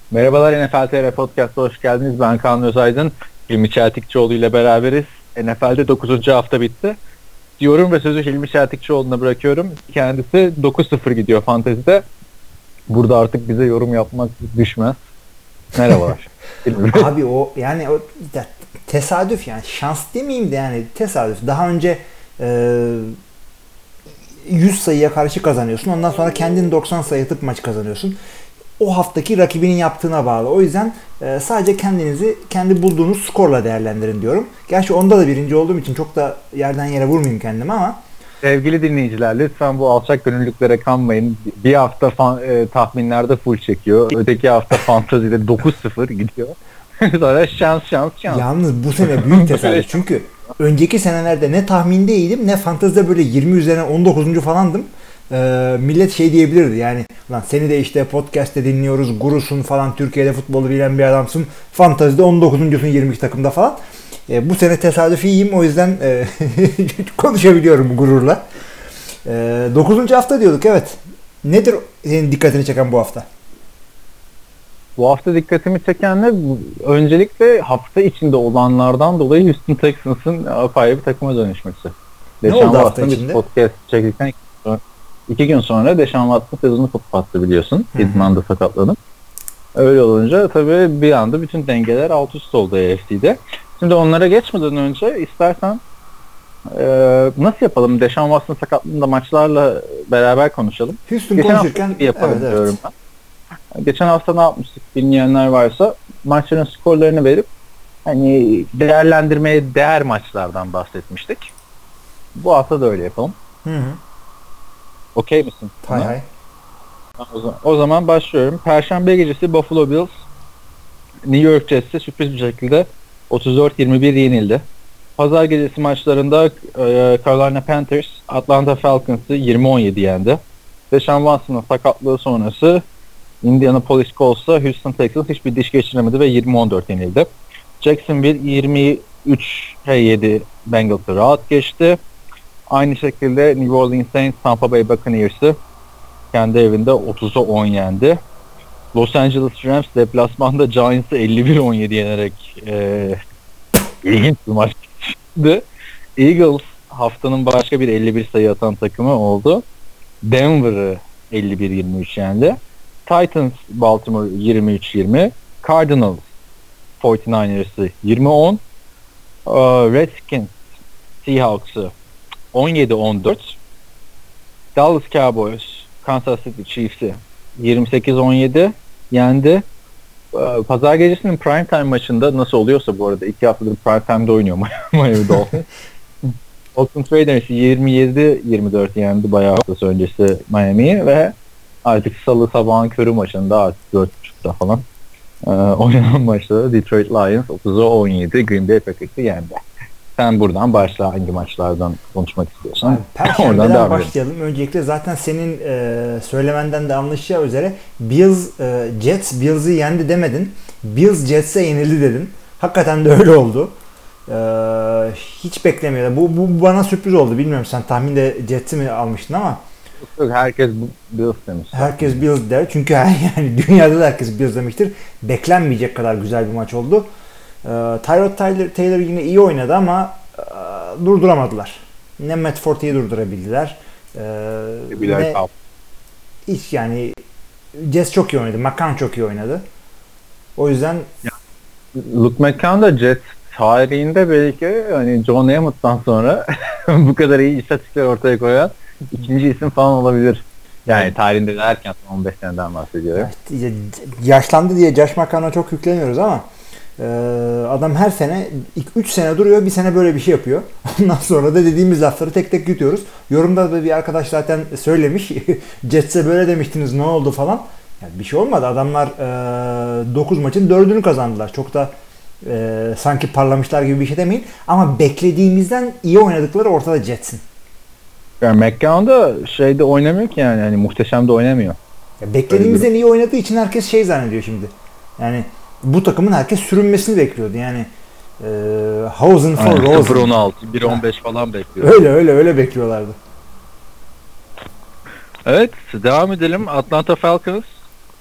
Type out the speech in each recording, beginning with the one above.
Merhabalar, NFL TR Podcast'a hoş geldiniz. Ben Kaan Özaydın. Hilmi Çeltikçioğlu ile beraberiz. NFL'de 9. hafta bitti. Diyorum ve sözü Hilmi Çeltikçioğlu'na bırakıyorum. Kendisi 9-0 gidiyor fantezide. Burada artık bize yorum yapmak düşmez. Merhabalar. Abi o yani o tesadüf, yani şans demeyeyim de yani tesadüf. Daha önce 100 sayıya karşı kazanıyorsun. Ondan sonra kendin 90 sayı atıp maç kazanıyorsun. O haftaki rakibinin yaptığına bağlı. O yüzden sadece kendinizi kendi bulduğunuz skorla değerlendirin diyorum. Gerçi onda da birinci olduğum için çok da yerden yere vurmayayım kendimi ama. Sevgili dinleyiciler, lütfen bu alçak gönüllülüklere kanmayın. Bir hafta tahminlerde full çekiyor. Öteki hafta fantezide 9-0 gidiyor. Sonra şans. Yalnız bu sene büyük tesadüf. Çünkü önceki senelerde ne tahmindeydim ne fantezide böyle 20 üzerine 19. falandım. Millet şey diyebilirdi yani, lan seni de işte podcast'te dinliyoruz, gurusun falan, Türkiye'de futbolu bilen bir adamsın, fantezide 19.'sun 22 takımda falan. Bu sene tesadüf iyiyim, o yüzden konuşabiliyorum gururla. 9. hafta diyorduk, evet. Nedir senin dikkatini çeken bu hafta? Bu hafta dikkatimi çeken ne? Öncelikle hafta içinde olanlardan dolayı Houston Texans'ın apayrı bir takıma dönüşmesi. Ne oldu hafta içinde? Biz podcast çektikten 2 gün sonra Deshaun Watson sezonu kapattı biliyorsun. İdmanda sakatlanıp. Öyle olunca tabii bir anda bütün dengeler alt üst oldu AFC'de. Şimdi onlara geçmeden önce istersen nasıl yapalım? Deshaun Watson sakatlığında maçlarla beraber konuşalım. Houston konuşurken yapalım diyorum ben. Geçen hafta ne yapmıştık bilmeyenler varsa, maçların skorlarını verip hani değerlendirmeye değer maçlardan bahsetmiştik. Bu hafta da öyle yapalım. Okey misin? Hay. O zaman başlıyorum. Perşembe gecesi Buffalo Bills New York Jets'e sürpriz bir şekilde 34-21 yenildi. Pazar gecesi maçlarında Carolina Panthers Atlanta Falcons'ı 20-17 yendi. Deshaun Watson'ın sakatlığı sonrası Indianapolis Colts'a Houston Texans hiçbir diş geçiremedi ve 20-14 yenildi. Jacksonville 23-7 Bengals'ı rahat geçti. Aynı şekilde New Orleans Saints Tampa Bay Buccaneers'ı kendi evinde 30'a 10 yendi. Los Angeles Rams deplasmanda Giants'ı 51-17 yenerek ilginç bir maçtı. Eagles haftanın başka bir 51 sayı atan takımı oldu. Denver'ı 51-23 yendi. Titans Baltimore 23-20. Cardinals 49ers'ı 20-10. Redskins Seahawks'ı 17-14. Dallas Cowboys Kansas City Chiefs'i 28-17 yendi. Pazar gecesinin primetime maçında nasıl oluyorsa, bu arada 2 haftadır primetime'da oynuyor Miami Dolphins. Oakland Raiders'ı 27-24 yendi bayağı haftası öncesi Miami'yi ve artık salı sabahın körü maçında artık 4.30'da falan oynanan maçta Detroit Lions 30'a 17 Green Bay Packers'ı yendi. Sen buradan başla, hangi maçlardan konuşmak istiyorsan. Perşembeden başlayalım. Öncelikle zaten senin söylemenden de anlaşılacağı üzere Jets Bills'ı yendi demedin. Bills Jets'e yenildi dedin. Hakikaten de öyle oldu. Hiç beklemiyordum. Bu bana sürpriz oldu. Bilmiyorum, sen tahminde Jets'i mi almıştın ama. Yok, herkes Bills demiş. Herkes Bills der. Çünkü yani dünyada da herkes Bills demiştir. Beklenmeyecek kadar güzel bir maç oldu. Tyrod Taylor yine iyi oynadı ama durduramadılar. Ne Matt Forte'yi durdurabildiler. Hiç yani Jets çok iyi oynadı. McCown çok iyi oynadı. O yüzden Luke McCown da Jets tarihinde belki hani John Namath'tan sonra bu kadar iyi istatistikler ortaya koyan ikinci isim falan olabilir. Yani tarihinde derken 15 seneden bahsediyorum. Yaşlandı diye Josh McCown'a çok yükleniyoruz ama adam her sene 3 sene duruyor, bir sene böyle bir şey yapıyor. Ondan sonra da dediğimiz lafları tek tek yutuyoruz. Yorumda da bir arkadaş zaten söylemiş. Jets'e böyle demiştiniz, ne oldu falan. Yani bir şey olmadı. Adamlar 9 maçın 4'ünü kazandılar. Çok da sanki parlamışlar gibi bir şey demeyin. Ama beklediğimizden iyi oynadıkları ortada Jets'in. Yani McCown da şeyde oynamıyor ki, yani hani muhteşem de oynamıyor. Ya beklediğimizden iyi oynadığı için herkes şey zannediyor şimdi. Yani bu takımın herkes sürünmesini bekliyordu. Yani Hausen for Rosen. 0-16, 1-15 falan bekliyor. Öyle bekliyorlardı. Evet, devam edelim. Atlanta Falcons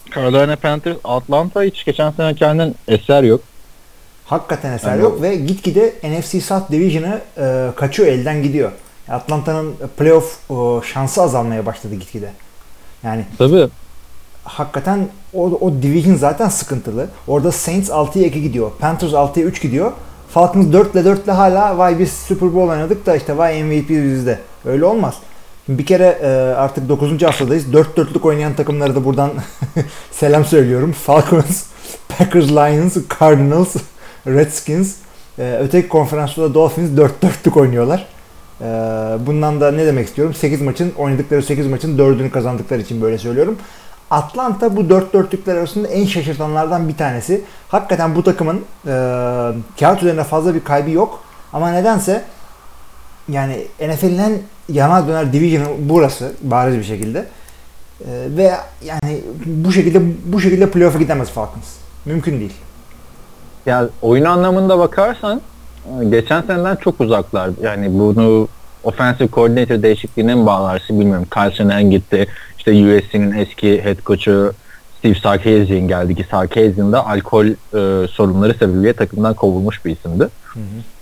Carolina Panthers, Atlanta hiç geçen senekinden eser yok. Hakikaten eser Yani yok ve gitgide NFC South Division'ı kaçıyor, elden gidiyor. Atlanta'nın playoff şansı azalmaya başladı gitgide. Yani tabii. hakikaten o division zaten sıkıntılı. Orada Saints 6'ya 2 gidiyor. Panthers 6'ya 3 gidiyor. Falcons 4'le hala vay biz Super Bowl oynadık da işte vay MVP bizde. Öyle olmaz. Bir kere artık 9. haftadayız. 4-4'lük oynayan takımları da buradan selam söylüyorum. Falcons, Packers, Lions, Cardinals, Redskins. Öteki konferansta da Dolphins 4-4'lük oynuyorlar. Bundan da ne demek istiyorum? 8 maçın, oynadıkları 8 maçın 4'ünü kazandıkları için böyle söylüyorum. Atlanta bu 4-4'lükler arasında en şaşırtanlardan bir tanesi. Hakikaten bu takımın kağıt üzerinde fazla bir kaybı yok. Ama nedense yani NFL'in en yana döner division'ı burası bariz bir şekilde. Ve yani bu şekilde playoff'a gidemez Falcons. Mümkün değil. Ya oyun anlamında bakarsan geçen seneden çok uzaklar. Yani bunu offensive coordinator değişikliğine mi bağlarsın bilmiyorum. Kyle Shanahan gitti. İşte USC'nin eski head coach'u Steve Sarkisian geldi ki Sarkisian da alkol sorunları sebebiyle takımdan kovulmuş bir isimdi. Hı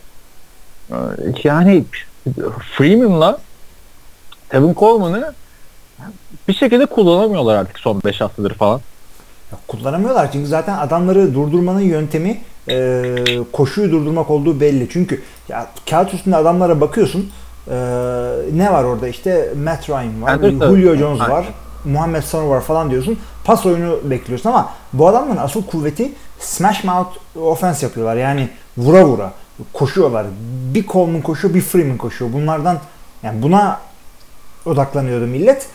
hı. Yani Freeman'la Tevin Coleman'ı bir şekilde kullanamıyorlar artık son 5 haftadır falan. Ya kullanamıyorlar çünkü zaten adamları durdurmanın yöntemi koşuyu durdurmak olduğu belli. Çünkü ya, kağıt üstünde adamlara bakıyorsun ne var orada işte Matt Ryan var, Julio Jones var, Muhammed Sanu var falan diyorsun. Pas oyunu bekliyorsun ama bu adamların asıl kuvveti smash mouth offense yapıyorlar. Yani vura vura koşuyorlar. Bir Coleman koşuyor, bir Freeman koşuyor. Bunlardan yani buna odaklanıyordu millet.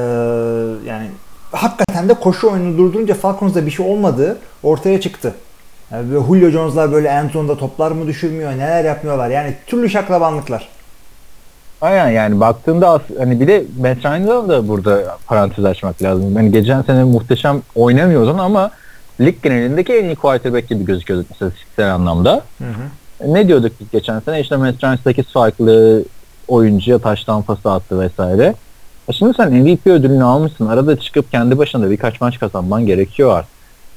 Yani hakikaten de koşu oyununu durdurunca Falcons'da bir şey olmadığı ortaya çıktı. Yani böyle Julio Jones'lar böyle end zone'da toplar mı düşürmüyor, neler yapmıyorlar. Yani türlü şaklabanlıklar. Aynen yani baktığında hani bir de Matt Ryan'da da burada parantez açmak lazım. Hani geçen sene muhteşem oynamıyordun ama lig genelindeki en iyi quarterback gibi gözüküyordu istatistiksel anlamda. Hı hı. Ne diyorduk biz geçen sene? İşte Matt Ryan 8 farklı oyuncuya taştan pası attı vesaire. Şimdi sen MVP ödülünü almışsın. Arada çıkıp kendi başına birkaç maç kazanman gerekiyor artık.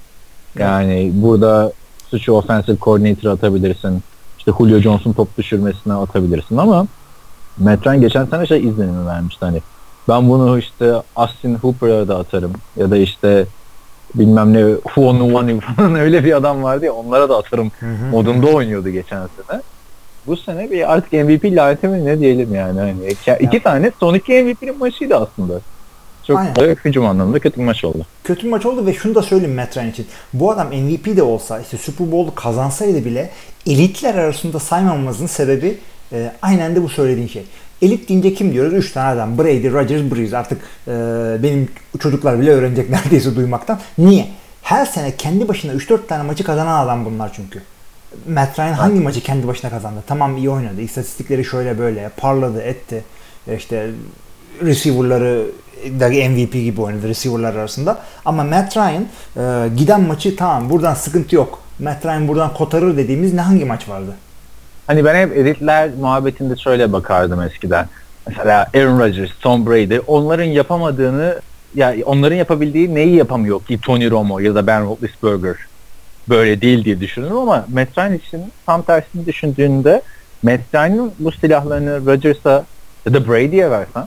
Yani burada suçu offensive coordinator atabilirsin. İşte Julio Jones'un top düşürmesine atabilirsin ama Matt Ryan geçen sene izlenimi vermişti hani. Ben bunu işte Austin Hooper'a da atarım ya da işte bilmem ne Huo Nuwanu falan öyle bir adam vardı ya onlara da atarım modunda oynuyordu geçen sene. Bu sene bir artık MVP laneti mi ne diyelim yani. Hani iki tane son iki MVP'nin maçıydı aslında. Çok da hücum anlamında kötü bir maç oldu. Kötü bir maç oldu ve şunu da söyleyeyim Matt Ryan için. Bu adam MVP de olsa işte Super Bowl'u kazansaydı bile elitler arasında saymamamızın sebebi aynen de bu söylediğin şey. Elit deyince kim diyoruz? 3 tane adam. Brady, Rodgers, Breeze. Artık benim çocuklar bile öğrenecek neredeyse duymaktan. Niye? Her sene kendi başına 3-4 tane maçı kazanan adam bunlar çünkü. Matt Ryan hangi maçı kendi başına kazandı? Tamam iyi oynadı. İstatistikleri şöyle böyle. Parladı, etti. İşte receiver'ları da MVP gibi oynadı receiver'lar arasında. Ama Matt Ryan giden maçı tamam buradan sıkıntı yok. Matt Ryan buradan kotarır dediğimiz hangi maç vardı? Hani ben hep elitler muhabbetinde şöyle bakardım eskiden. Mesela Aaron Rodgers, Tom Brady onların yapamadığını ya onların yapabildiği neyi yapamıyor ki Tony Romo ya da Ben Roethlisberger böyle değil diye düşünürüm ama Matt Ryan için tam tersini düşündüğünde Matt Ryan'ın bu silahlarını Rodgers'a ya da Brady'ye versen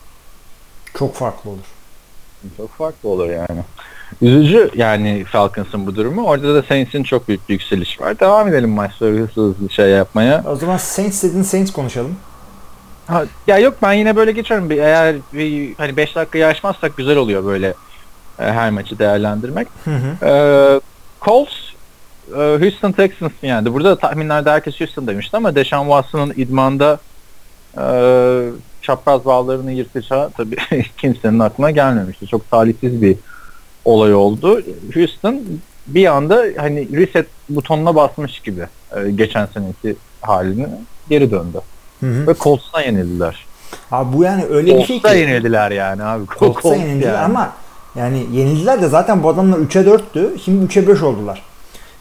çok farklı olur. Çok farklı olur yani. Üzücü yani Falcons'ın bu durumu. Orada da Saints'in çok büyük bir yükseliş var. Devam edelim maçları hızlı şey yapmaya. O zaman Saints dedin Saints konuşalım. Ya yok ben yine böyle geçiyorum. Eğer hani 5 dakikayı aşmazsak güzel oluyor böyle her maçı değerlendirmek. Colts Houston Texans yani. Burada da tahminlerde herkes Houston demişti ama Deshaun Watson'ın idmanda çapraz bağlarını yırtacağı tabii kimsenin aklına gelmemişti. Çok talihsiz bir olay oldu. Houston bir anda hani reset butonuna basmış gibi geçen seneki halini geri döndü. Ve Colts'a yenildiler. Abi bu yani öyle bir şey ki. Colts'a yenildiler yani abi. Colts'a yenildiler yani. Ama yani yenildiler de zaten bu adamlar 3'e 4'tü. Şimdi 3'e 5 oldular.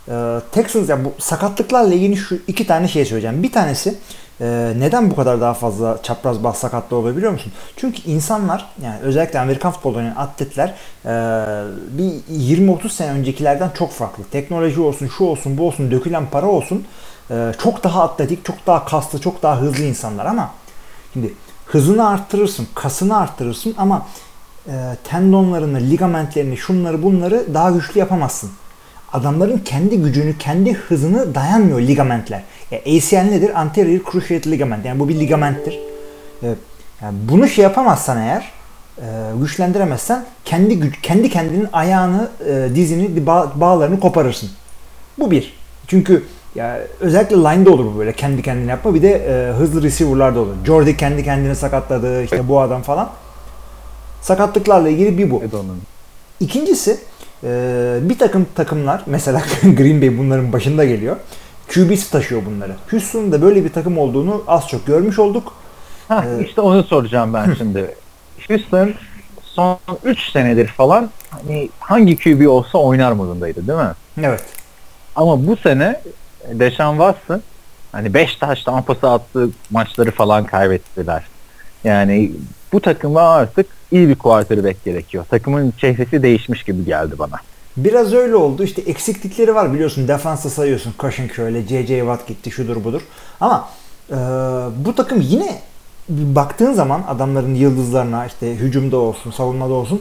Texans ya bu sakatlıklarla ilgili şu iki tane şey söyleyeceğim. Bir tanesi neden bu kadar daha fazla çapraz bas sakatlığı oluyor biliyor musun? Çünkü insanlar yani özellikle Amerikan futbolu oynayan atletler bir 20-30 sene öncekilerden çok farklı. Teknoloji olsun, şu olsun, bu olsun, dökülen para olsun çok daha atletik, çok daha kaslı, çok daha hızlı insanlar ama şimdi hızını arttırırsın, kasını arttırırsın ama tendonlarını, ligamentlerini, şunları bunları daha güçlü yapamazsın. Adamların kendi gücünü, kendi hızını dayanmıyor ligamentler. ACL nedir? Anterior Cruciate Ligament. Yani bu bir ligamenttir. Yani bunu şey yapamazsan eğer, güçlendiremezsen kendi kendinin ayağını, dizini, bağlarını koparırsın. Bu bir. Çünkü ya özellikle line'da olur bu böyle kendi kendine yapma. Bir de hızlı receiver'larda olur. Jordi kendi kendini sakatladı, işte bu adam falan. Sakatlıklarla ilgili bir bu. İkincisi bir takım takımlar mesela Green Bay bunların başında geliyor. QB'si taşıyor bunları. Houston'un da böyle bir takım olduğunu az çok görmüş olduk. İşte onu soracağım ben şimdi. Houston son 3 senedir falan hani hangi QB olsa oynar modundaydı değil mi? Evet. Ama bu sene Deshaun Watson hani 5 taş tampası attığı maçları falan kaybettiler. Yani bu takıma artık iyi bir quarterback gerekiyor. Takımın çehresi değişmiş gibi geldi bana. Biraz öyle oldu. İşte eksiklikleri var biliyorsun. Defansa sayıyorsun. Cushion şöyle, J.J. Watt gitti, şudur budur. Ama bu takım yine baktığın zaman adamların yıldızlarına işte hücumda olsun, savunmada olsun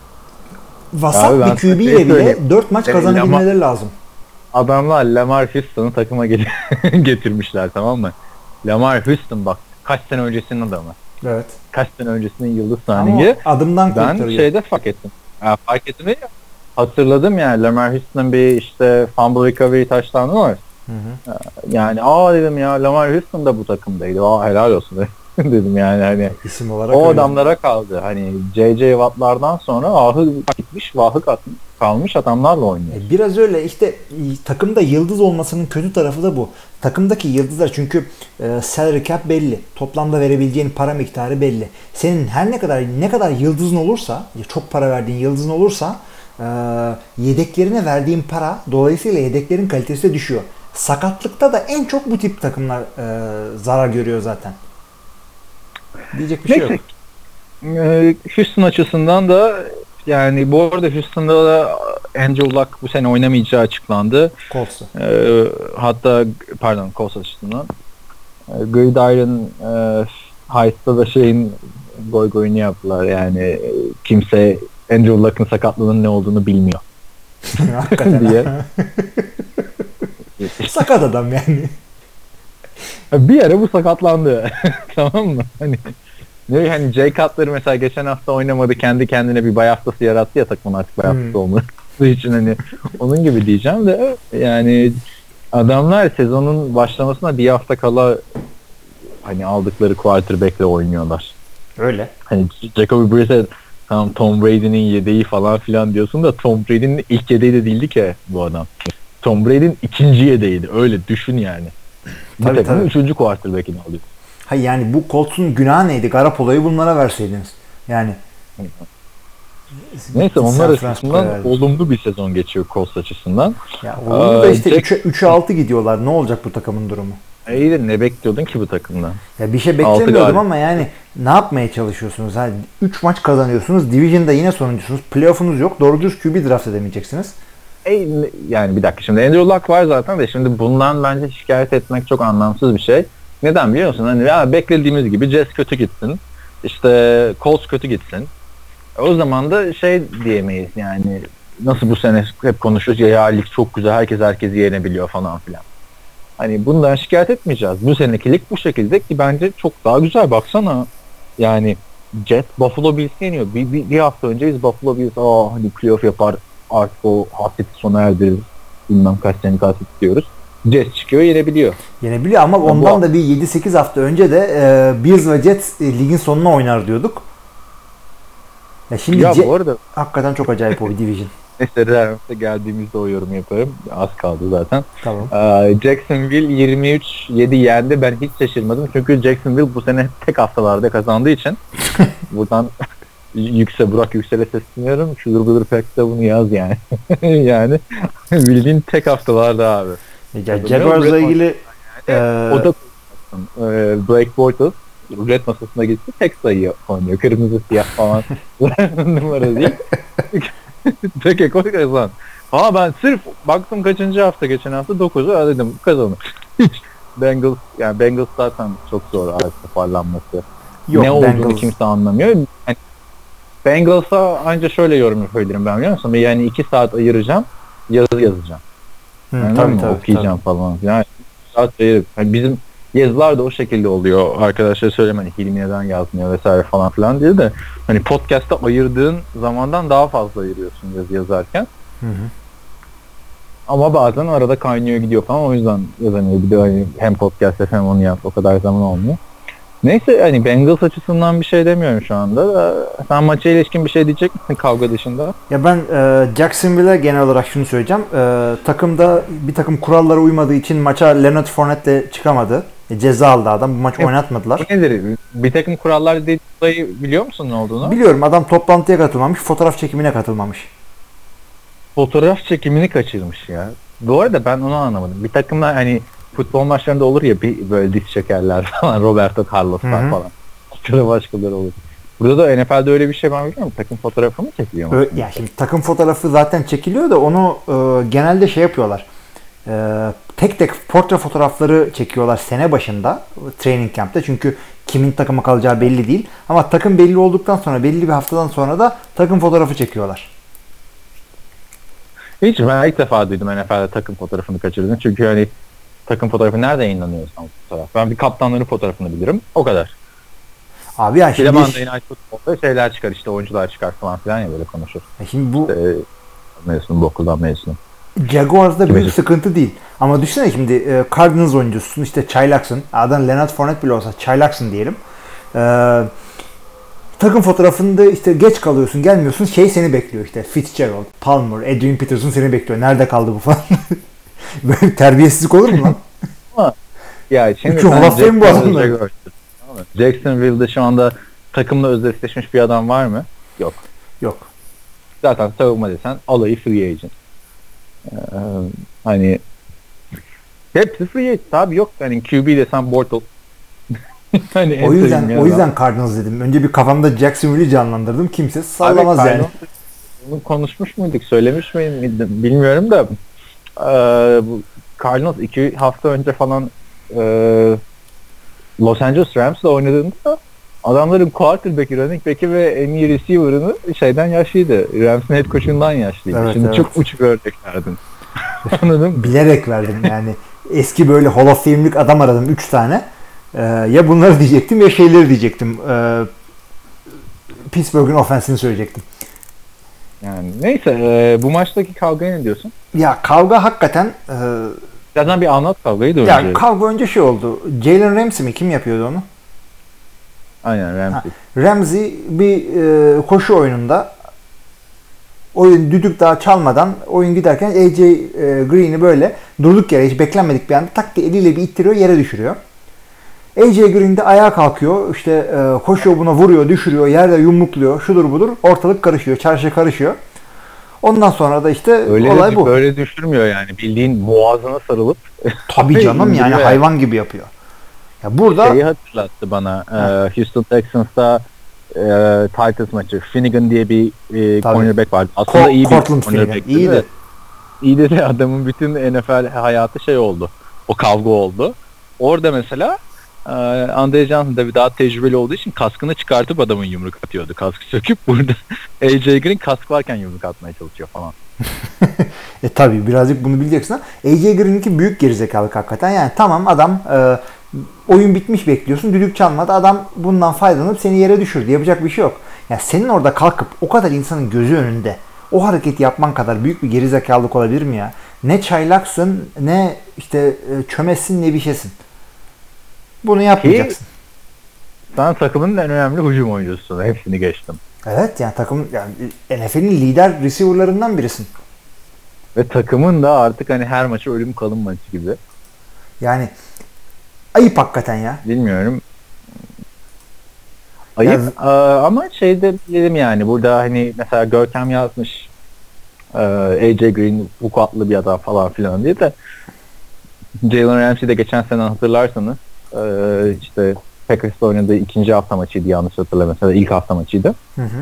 vasat bir QB ile bile 4 maç kazanabilmeleri lazım. Adamlar Lamar Houston'u takıma getirmişler tamam mı? Lamar Houston bak kaç sene öncesinin adamı. Evet. Kaç sene öncesinin yıldız sahnesi. Adımdan ben şeyde fark ettim. Fark ettim ya. Hatırladım yani Lamar Houston'ın bir işte fumble recovery touchdown'u var. Hı. Yani dedim ya Lamar Houston da bu takımdaydı. Helal olsun dedim yani hani isim olarak o öyle. Adamlara kaldı. Hani J.J. Watt'lardan sonra ahı gitmiş, vahı kalmış adamlarla oynuyor. Biraz öyle işte takımda yıldız olmasının kötü tarafı da bu. Takımdaki yıldızlar çünkü salary cap belli. Toplamda verebileceğin para miktarı belli. Senin her ne kadar yıldızın olursa, çok para verdiğin yıldızın olursa yedeklerine verdiğin para dolayısıyla yedeklerin kalitesi de düşüyor. Sakatlıkta da en çok bu tip takımlar zarar görüyor zaten. Diyecek bir şey yok. Houston açısından da yani bu arada Houston'da da Andrew Luck bu sene oynamayacağı açıklandı. Colts'u. Hatta Colts açısından. Gridiron Heist'ta da şeyin goyunu yaptılar yani kimse Andrew Luck'ın sakatlığının ne olduğunu bilmiyor. Hakikaten. diye. Sakat adam yani. Bir ara bu sakatlandı. Tamam mı? Hani Jay Cutler mesela geçen hafta oynamadı. Kendi kendine bir bay haftası yarattı ya takımın artık bay haftası olmadığı için hani onun gibi diyeceğim de yani adamlar sezonun başlamasına bir hafta kala hani aldıkları quarterback'le oynuyorlar. Öyle. Hani Jacoby Brissett tamam Tom Brady'nin yedeği falan filan diyorsun da Tom Brady'nin ilk yedeği de değildi ki bu adam. Tom Brady'nin ikinci yedeğiydi. Öyle düşün yani. Bu takımın üçüncü quarterback'ini alıyor. Hayır yani bu Colts'un günahı neydi? Garoppolo'yu bunlara verseydiniz. Yani neyse onlar açısından olumlu bir sezon geçiyor Colts açısından. Ya olumlu da işte 3'e 6 gidiyorlar. Ne olacak bu takımın durumu? İyi ne bekliyordun ki bu takımdan? Ya bir şey beklemiyordum ama yani ne yapmaya çalışıyorsunuz? 3 maç kazanıyorsunuz. Division'da yine sonuncusunuz. Playoff'unuz yok. Doğru düz QB draft edemeyeceksiniz. Yani bir dakika şimdi Andrew Luck var zaten de şimdi bundan bence şikayet etmek çok anlamsız bir şey. Neden biliyor musun? Hani ya beklediğimiz gibi Jets kötü gitsin. İşte Colts kötü gitsin. O zaman da şey diyemeyiz yani nasıl bu sene hep konuşuyoruz ya lig çok güzel herkesi yenebiliyor falan filan. Hani bundan şikayet etmeyeceğiz. Bu seneki lig bu şekilde ki bence çok daha güzel baksana. Yani Jets Buffalo Bills'i yeniyor. Bir hafta önce biz Buffalo Bills hani playoff yapar artık o hasreti sona erdirir. Bilmem kaç senelik hasret diyoruz. Jets çıkıyor yenebiliyor. Yenebiliyor ama ondan da bir 7-8 hafta önce de Bills ve Jets ligin sonuna oynar diyorduk. Ya şimdi bu arada hakikaten çok acayip o bir division. Neyse geldiğimizde o yorum yaparım. Az kaldı zaten. Tamam. Jacksonville 23-7 yendi. Ben hiç şaşırmadım. Çünkü Jacksonville bu sene tek haftalarda kazandığı için buradan Burak Yüksel'e sesleniyorum. Şudur budur pek de bunu yaz yani. Yani Bildiğin tek haftalarda abi. Ya Jaguars'la ilgili O da Blake Bortles rulet masasına gitti tek sayı oynuyor. Kırmızı siyah falan numara değil. Tek ekol kazan. Ama ben sırf baktım kaçıncı hafta geçen hafta 9'u dedim kazanır. Bengals yani Bengals zaten çok zor artık toparlanması. yok, Ne olduğunu Bengals. kimse anlamıyor. Yani Bengals'a ancak şöyle yorum yapabilirim ben biliyor musun? Yani 2 saat ayıracağım yazı yazacağım. Tabii, Okuyacağım falan. Yani saat ayırıp yani bizim yazılar da o şekilde oluyor. Arkadaşlar söyleme hani Hilmi neden yazmıyor vesaire falan filan diye de hani podcast'ta ayırdığın zamandan daha fazla ayırıyorsun yazı yazarken. Hı hı. Ama bazen arada kaynıyor gidiyor falan o yüzden yazamıyor. Bir de hani hem podcast hem onu yap o kadar zaman olmuyor. Neyse hani Bengals açısından bir şey demiyorum şu anda da sen maça ilişkin bir şey diyecek misin kavga dışında? Ya ben Jacksonville'e genel olarak şunu söyleyeceğim. Takımda bir takım kurallara uymadığı için maça Leonard Fournette çıkamadı. Ceza aldı adam. Bu maç oynatmadılar. Bu nedir? Bir takım kurallar dediği olayı biliyor musun ne olduğunu? Biliyorum, adam toplantıya katılmamış, fotoğraf çekimine katılmamış. Fotoğraf çekimini kaçırmış ya. Bu arada ben onu anlamadım. Bir takımda hani futbol maçlarında olur ya bir böyle diz çekerler falan. Roberto Carlos'lar falan. Başka başkaları olur. Burada da NFL'de öyle bir şey ben bilmiyorum. Takım fotoğrafı mı çekiliyor mu? Ya şimdi takım fotoğrafı zaten çekiliyor da onu genelde şey yapıyorlar. Tek tek portre fotoğrafları çekiyorlar sene başında training camp'te. Çünkü kimin takıma kalacağı belli değil. Ama takım belli olduktan sonra belli bir haftadan sonra da takım fotoğrafı çekiyorlar. Hiç ben ilk defa duydum NFL'de takım fotoğrafını kaçırdığını. Çünkü hani takım fotoğrafı nerede yayınlanıyor fotoğraf? Ben bir kaptanların fotoğrafını bilirim. O kadar. Abi ya Bir şimdi de Monday Night Football'da şeyler çıkar işte oyuncular çıkar falan filan ya böyle konuşur. şimdi bu Mezunum bu okuldan mezunum. Jaguars'da büyük sıkıntı değil. Ama düşünsene şimdi Cardinals oyuncusun, işte çaylaksın. Adın Leonard Fournette bile olsa çaylaksın diyelim. Takım fotoğrafında işte geç kalıyorsun, gelmiyorsun. Şey seni bekliyor işte. Fitzgerald, Palmer, Adrian Peterson seni bekliyor. Nerede kaldı bu falan. Böyle terbiyesizlik olur mu lan? Ama ya şimdi Hall of Fame bu adamlar. Jacksonville'de şu anda takımla özdeşleşmiş bir adam var mı? Yok. Yok. Zaten savunma desen alayı free agent. Hani hepsi free agent abi yok. Hani QB desen Bortles. Hani O yüzden Cardinals dedim. Önce bir kafamda Jacksonville'i canlandırdım. Kimse sallamaz abi, yani. Bunu konuşmuş muyduk? Söylemiş miydim? Bilmiyorum da bu Cardinals 2 hafta önce falan Los Angeles Rams'la oynadığında adamların quarterback'i, running back'i ve en iyi receiver'ını şeyden yaşlıydı. Rams'ın head coach'undan yaşlıydı. Evet, Şimdi evet. çok uç bir örnek verdin. Anladın mı? Bilerek verdim yani. Eski böyle Hall of Fame'lik adam aradım 3 tane. Ya bunları diyecektim ya şeyleri diyecektim. Pittsburgh'un ofensini söyleyecektim. Yani neyse bu maçtaki kavgaya ne diyorsun? Ya kavga hakikaten Zaten bir anlat kavgayı da ya önce. kavga önce şey oldu. Jalen Ramsey mi? Kim yapıyordu onu? Aynen Ramsey. Ramsey bir koşu oyununda oyun düdük daha çalmadan oyun giderken AJ Green'i böyle durduk yere hiç beklenmedik bir anda tak diye eliyle bir ittiriyor, yere düşürüyor. AJ Green de ayağa kalkıyor, işte koşuyor, buna vuruyor, düşürüyor, yerde yumrukluyor, şudur budur, ortalık karışıyor, çarşı karışıyor. Ondan sonra da işte Öyle olay bu. Böyle düşürmüyor yani. Bildiğin boğazına sarılıp Tabii canım yani hayvan gibi yapıyor. Ya burada şeyi hatırlattı bana. Houston Texans'ta Titans maçı. Finnegan diye bir cornerback vardı. Aslında iyi bir Cortland cornerback'ti. İyiydi. İyi de adamın bütün NFL hayatı şey oldu. O kavga oldu. Orada mesela Andre Johnson da bir daha tecrübeli olduğu için kaskını çıkartıp adamın yumruk atıyordu. Kaskı söküp burada AJ Green kask varken yumruk atmaya çalışıyor falan. Tabii birazcık bunu bileceksin. AJ Green'inki büyük gerizekalık hakikaten. Yani tamam adam oyun bitmiş bekliyorsun. Düdük çalmadı. Adam bundan faydalanıp seni yere düşürdü. Yapacak bir şey yok. Ya senin orada kalkıp o kadar insanın gözü önünde o hareketi yapman kadar büyük bir gerizekalılık olabilir mi ya? Ne çaylaksın, ne işte çömezsin, ne bir şeysin. Bunu yapmayacaksın. Sen takımın en önemli hücum oyuncusun. Hepsini geçtim. Evet yani takım yani NFL'in lider receiver'larından birisin. Ve takımın da artık hani her maçı ölüm kalım maçı gibi. Yani ayıp hakikaten ya. Bilmiyorum. Ayıp ama şeyde bilelim yani burada hani mesela Görkem yazmış AJ Green vukuatlı bir adam falan filan diye de Jalen Ramsey de geçen sene hatırlarsanız işte Packers'la oynadığı ikinci hafta maçıydı yanlış hatırlamıyorsam. İlk hafta maçıydı. Hı hı.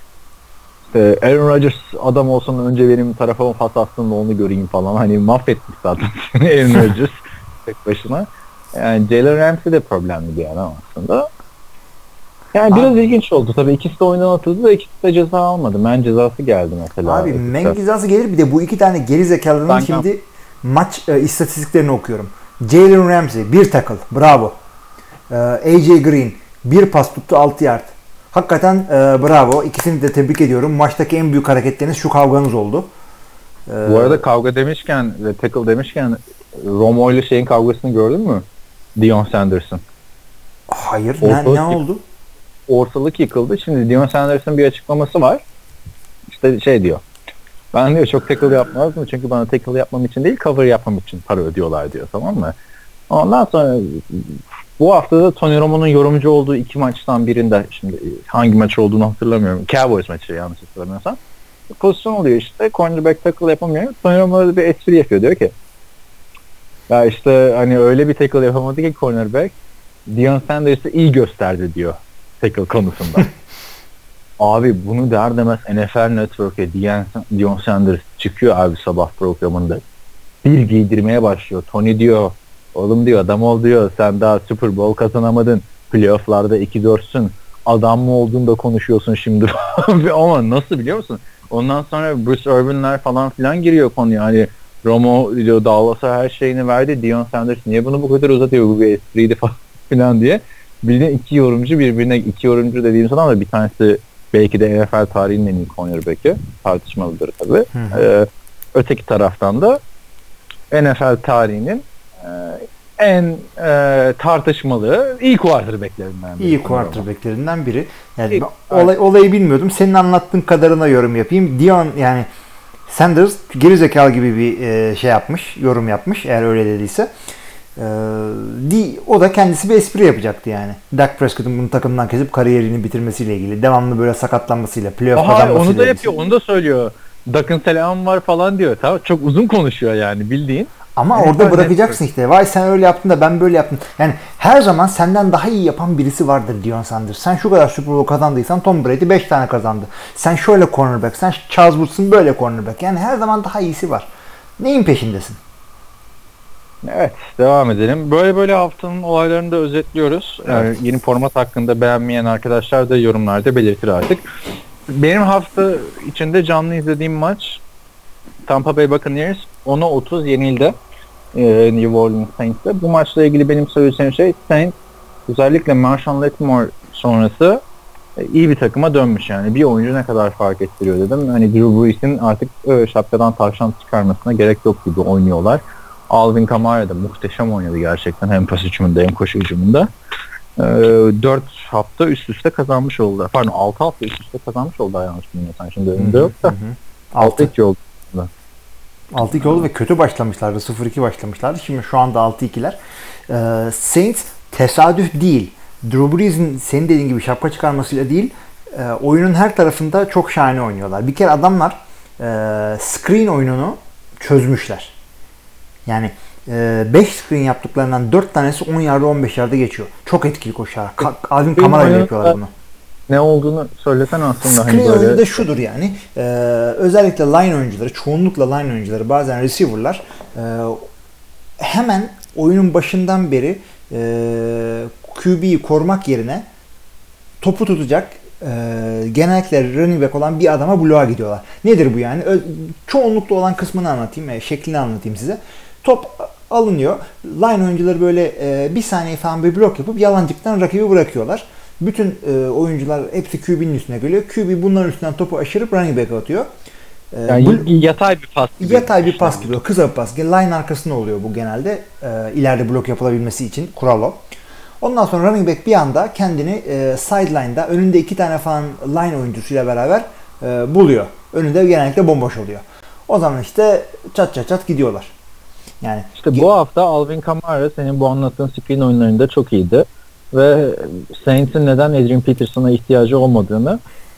Aaron Rodgers adam olsun önce benim tarafıma pas atsın da onu göreyim falan. Hani mahvetmiş zaten Aaron Rodgers tek başına. Yani Jalen Ramsey de problemli bir adam aslında. Yani biraz ilginç oldu. Tabii ikisi de oyundan atıldı da ikisi de ceza almadı. Men cezası geldi mesela. Abi men cezası gelir, bir de bu iki tane geri zekalının şimdi maç istatistiklerini okuyorum. Jalen Ramsey 1 tackle. Bravo. AJ Green 1 pas tuttu 6 yard. Hakikaten bravo. İkisini de tebrik ediyorum. Maçtaki en büyük hareketleriniz şu kavganız oldu. Bu arada kavga demişken ve tackle demişken Romo ile şeyin kavgasını gördün mü? Deion Sanders'ın. Hayır. Ne oldu? Ortalık yıkıldı. Şimdi Deion Sanders'ın bir açıklaması var. İşte şey diyor. Ben diyor çok tackle yapmazdım çünkü bana tackle yapmam için değil cover yapmam için para ödüyorlar diyor, tamam mı? Ondan sonra bu hafta da Tony Romo'nun yorumcu olduğu iki maçtan birinde, şimdi hangi maç olduğunu hatırlamıyorum. Cowboys maçı yanlış hatırlamıyorsam. Pozisyon oluyor işte. Cornerback tackle yapamıyor. Tony Romo bir espri yapıyor. Diyor ki ya işte hani öyle bir tackle yapamadı ki cornerback Deion Sanders'ı iyi gösterdi diyor tackle konusunda. Abi bunu der demez NFL Network'e Deion Sanders çıkıyor abi sabah programında. Bir giydirmeye başlıyor. Tony diyor, oğlum diyor adam ol diyor. Sen daha Super Bowl kazanamadın. Playoff'larda 2-4'sün. Adam mı olduğunu da konuşuyorsun şimdi. Ama nasıl biliyor musun? Ondan sonra Bruce Irvin'ler falan filan giriyor konuya. Hani Romo diyor Dallas'a her şeyini verdi. Deion Sanders niye bunu bu kadar uzatıyor? Bu bir espriydi falan filan diye. Bildiğin iki yorumcu birbirine, iki yorumcu dediğim zaman da bir tanesi belki de NFL tarihinin en iyi cornerback'i. Tartışmalıdır tabii. Öteki taraftan da NFL tarihinin en tartışmalı iyi quarterbacklerinden biri. İyi quarterbacklerinden biri. Yani olayı bilmiyordum. Senin anlattığın kadarına yorum yapayım. Deion yani Sanders gerizekalı gibi bir şey yapmış, yorum yapmış eğer öyle dediyse. O da kendisi bir espri yapacaktı yani. Dak Prescott'un bunu takımdan kesip kariyerini bitirmesiyle ilgili. Devamlı böyle sakatlanmasıyla, playoff kazanmasıyla. Onu da yapıyor, onu da söylüyor. Dak'ın selamı var falan diyor. Tamam, çok uzun konuşuyor yani bildiğin. Ama yani orada bırakacaksın işte. Vay sen öyle yaptın da ben böyle yaptım. Yani her zaman senden daha iyi yapan birisi vardır Deion Sanders. Sen şu kadar Super Bowl kazandıysan Tom Brady 5 tane kazandı. Sen şöyle cornerback, sen Charles Woodson böyle cornerback. Yani her zaman daha iyisi var. Neyin peşindesin? Evet, devam edelim. Böyle haftanın olaylarını da özetliyoruz. Evet. Yeni format hakkında beğenmeyen arkadaşlar da yorumlarda belirtir artık. Benim hafta içinde canlı izlediğim maç Tampa Bay Buccaneers 10'a 30 yenildi New Orleans Saints'e. Bu maçla ilgili benim söyleyeceğim şey, Saints özellikle Marshawn Lattimore sonrası iyi bir takıma dönmüş yani. Bir oyuncu ne kadar fark ettiriyor dedim. Hani Drew Brees'in artık şapkadan tavşan çıkarmasına gerek yok gibi oynuyorlar. Alvin Kamara da muhteşem oynadı gerçekten. Hem pas hücumunda hem koşu hücumunda. 4 hafta üst üste kazanmış oldu. Pardon 6 hafta üst üste kazanmış oldu yanlış bilmiyorsan. Şimdi önümde yok da. 6-2 oldu. 6-2 oldu ve kötü başlamışlardı. 0-2 başlamışlardı. Şimdi şu anda 6-2'ler. Saints tesadüf değil. Drew Brees'in senin dediğin gibi şapka çıkarmasıyla değil, oyunun her tarafında çok şahane oynuyorlar. Bir kere adamlar screen oyununu çözmüşler. Yani 5 screen yaptıklarından 4 tanesi 10 yarda 15 yarda geçiyor. Çok etkili koşarak. Alvin Kamara ile yapıyorlar bunu. Ne olduğunu söylesen aslında. Screen hani oyunu da şudur yani. Özellikle line oyuncuları, çoğunlukla line oyuncuları, bazen receiver'lar hemen oyunun başından beri QB'yi korumak yerine topu tutacak genellikle running back olan bir adama bloğa gidiyorlar. Nedir bu yani? Çoğunlukla olan kısmını anlatayım, şeklini anlatayım size. Top alınıyor. Line oyuncuları böyle bir saniye falan bir blok yapıp yalancıktan rakibi bırakıyorlar. Bütün oyuncular hepsi QB'nin üstüne geliyor. QB bunların üstünden topu aşırıp running back atıyor. Yani yatay bir pas gibi. Yatay bir pas gibi. Kısa bir pas. Line arkasında oluyor bu genelde. İleride blok yapılabilmesi için. Kural o. Ondan sonra running back bir anda kendini sideline'da önünde 2 tane falan line oyuncusuyla beraber buluyor. Önünde genellikle bomboş oluyor. O zaman işte çat çat gidiyorlar. Yani işte bu hafta Alvin Kamara senin bu anlattığın screen oyunlarında çok iyiydi. Ve Saints'in neden Adrian Peterson'a ihtiyacı olmadığını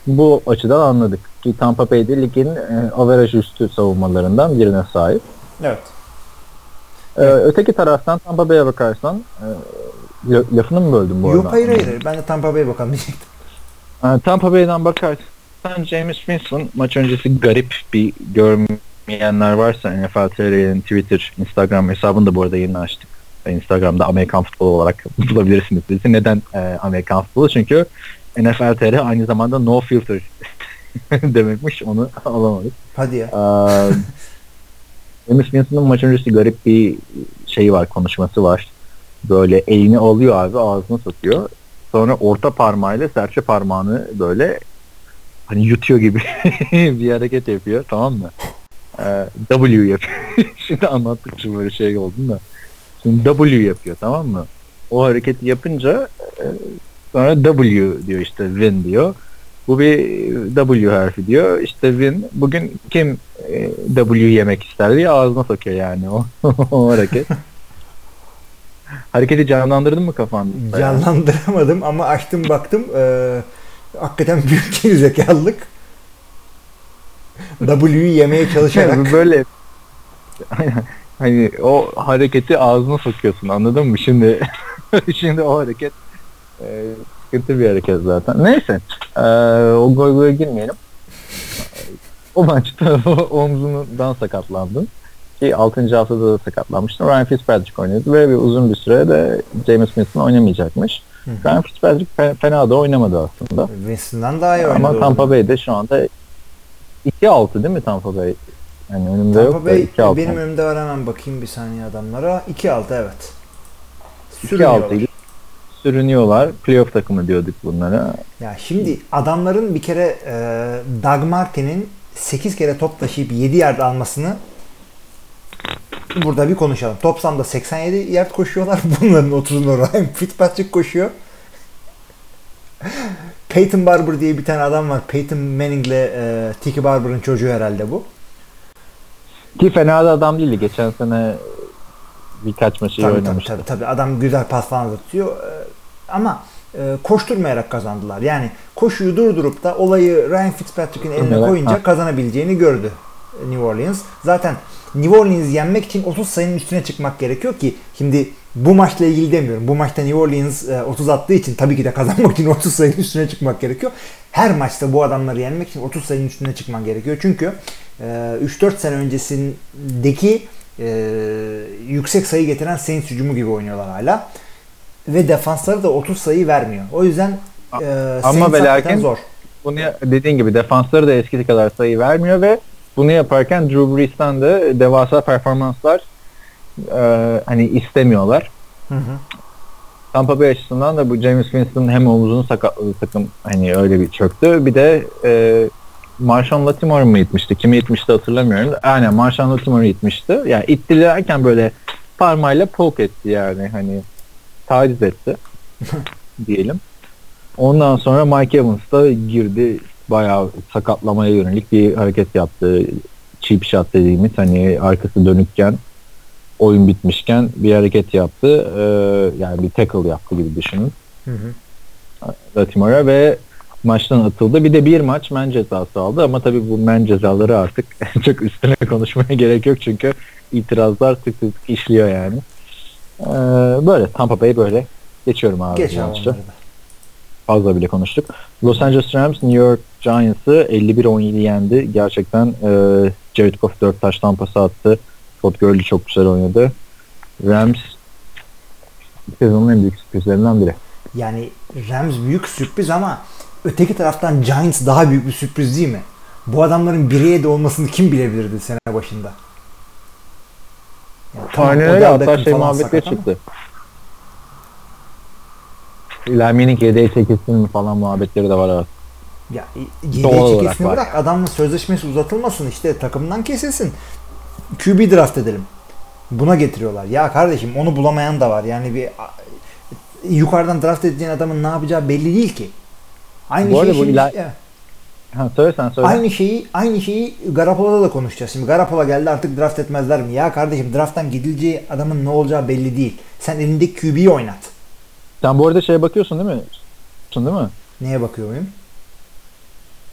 Bu açıdan anladık ki Tampa Bay'de ligin averaj üstü savunmalarından birine sahip. Evet. Öteki taraftan Tampa Bay'e bakarsan lafını mı böldüm bu arada? Yok hayır. Ben de Tampa Bay'e bakalım diyecektim. Tampa Bay'den bakarsan Jameis Winston maç öncesi garip bir görmeyenler varsa NFL TR'nin Twitter, Instagram hesabını da bu arada yeni açtık. Instagram'da Amerikan futbolu olarak bulabilirsiniz bizi. Neden Amerikan futbolu? Çünkü NFL TR aynı zamanda no filter demekmiş. Onu alamadık. Hadi ya. Jameis Winston'ın maç öncesi garip bir şeyi var, konuşması var. Böyle elini alıyor abi, ağzına sokuyor. Sonra orta parmağıyla serçe parmağını böyle hani yutuyor gibi bir hareket yapıyor, tamam mı? W yapıyor. Şimdi anlattıkça böyle şey oldu da. Şimdi W yapıyor, tamam mı? O hareketi yapınca sonra W diyor, işte win diyor. Bu bir W harfi diyor. İşte win. Bugün kim W yemek ister diye ağzına sokuyor yani o hareket. Hareketi canlandırdın mı kafanda? Canlandıramadım ama açtım baktım. Hakikaten büyük gerizekalılık. W'yu yemeye çalışarak. Böyle hani o hareketi ağzına sokuyorsun, anladın mı? Şimdi şimdi o hareket sıkıntı bir hareket zaten. Neyse. O goya girmeyelim. O maçta omzundan sakatlandın. Ki 6. haftada da sakatlanmıştı. Ryan Fitzpatrick oynadı ve bir uzun bir süre de Jameis Winston oynamayacakmış. Ryan Fitzpatrick fena da oynamadı aslında. Winston'dan daha iyi oynadı. Ama Tampa Bay'de şu anda 2-6 değil mi Tampa Bay? Yani önümde Tampa yok Bay, da 2-6. benim önümde var, hemen bakayım bir saniye adamlara. 2-6 evet. 2-6'ydı. Sürünüyorlar. Playoff takımı diyorduk bunlara. Ya şimdi adamların bir kere Doug Martin'in 8 kere top taşıyıp 7 yard almasını burada bir konuşalım. Toplamda 87 yard koşuyorlar. Bunların 30'unu Ryan Fitzpatrick koşuyor. Peyton Barber diye bir tane adam var. Peyton Manning'le Tiki Barber'ın çocuğu herhalde bu. Ki fena da adam değildi. Geçen sene birkaç maçı oynamıştı. Tabii adam güzel pas falan atıyor. Ama koşturmayarak kazandılar. Yani koşuyu durdurup da olayı Ryan Fitzpatrick'in eline koyunca kazanabileceğini gördü New Orleans. Zaten New Orleans yenmek için 30 sayının üstüne çıkmak gerekiyor ki şimdi bu maçla ilgili demiyorum. Bu maçta New Orleans 30 attığı için tabii ki de kazanmak için 30 sayının üstüne çıkmak gerekiyor. Her maçta bu adamları yenmek için 30 sayının üstüne çıkman gerekiyor. Çünkü 3-4 sene öncesindeki yüksek sayı getiren Saints hücumu gibi oynuyorlar hala. Ve defansları da 30 sayı vermiyor. O yüzden ama ve lakin zor. Bunu dediğin gibi defansları da eskisi kadar sayı vermiyor ve bunu yaparken Drew Brees'ten de devasa performanslar hani istemiyorlar. Hı hı. Tampa Bay açısından da bu Jameis Winston'ın hem omuzunu sakatladı takım, hani öyle bir çöktü. Bir de Marshawn Lattimore mu itmişti? Kimi itmişti hatırlamıyorum. Aynen Marshawn Lattimore itmişti. Yani ittilerken böyle parmağıyla poke etti, yani hani taciz etti diyelim. Ondan sonra Mike Evans da girdi, bayağı sakatlamaya yönelik bir hareket yaptı. Cheap shot dediğimiz, hani arkası dönükken oyun bitmişken bir hareket yaptı. Yani bir tackle yaptı gibi düşünün. Lattimore'a ve maçtan atıldı. Bir de bir maç men cezası aldı ama tabii bu men cezaları artık çok üstüne konuşmaya gerek yok çünkü itirazlar tık tık işliyor yani. Böyle Tampa Bay böyle. Geçiyorum abi. Geç abi. Fazla bile konuştuk. Los Angeles Rams New York Giants'ı 51-17 yendi. Gerçekten Jared Goff 4 taş tampası attı. Todd Gurley çok güzel oynadı. Rams sezonun en büyük sürprizlerinden biri. Yani Rams büyük sürpriz ama öteki taraftan Giants daha büyük bir sürpriz değil mi? Bu adamların 1'e olmasını kim bilebilirdi sene başında? Yani aynen öyle. Hatta şey muhabbetleri çıktı. Lamin'in yedeğe çekilsin mi falan muhabbetleri de var artık. Ya yedeğe çekilsin bırak, adamın sözleşmesi uzatılmasın, işte takımdan kesilsin. QB draft edelim. Buna getiriyorlar. Ya kardeşim onu bulamayan da var. Yani bir yukarıdan draft edeceğin adamın ne yapacağı belli değil ki. Aynı bu şeyi şimdi söyle. Aynı şeyi Garoppolo'da da konuşacağız. Şimdi Garoppolo geldi, artık draft etmezler mi? Ya kardeşim, drafttan gidileceği adamın ne olacağı belli değil. Sen elindeki QB'yi oynat. Sen bu arada şeye bakıyorsun değil mi? Değil mi? Neye bakıyor muyum?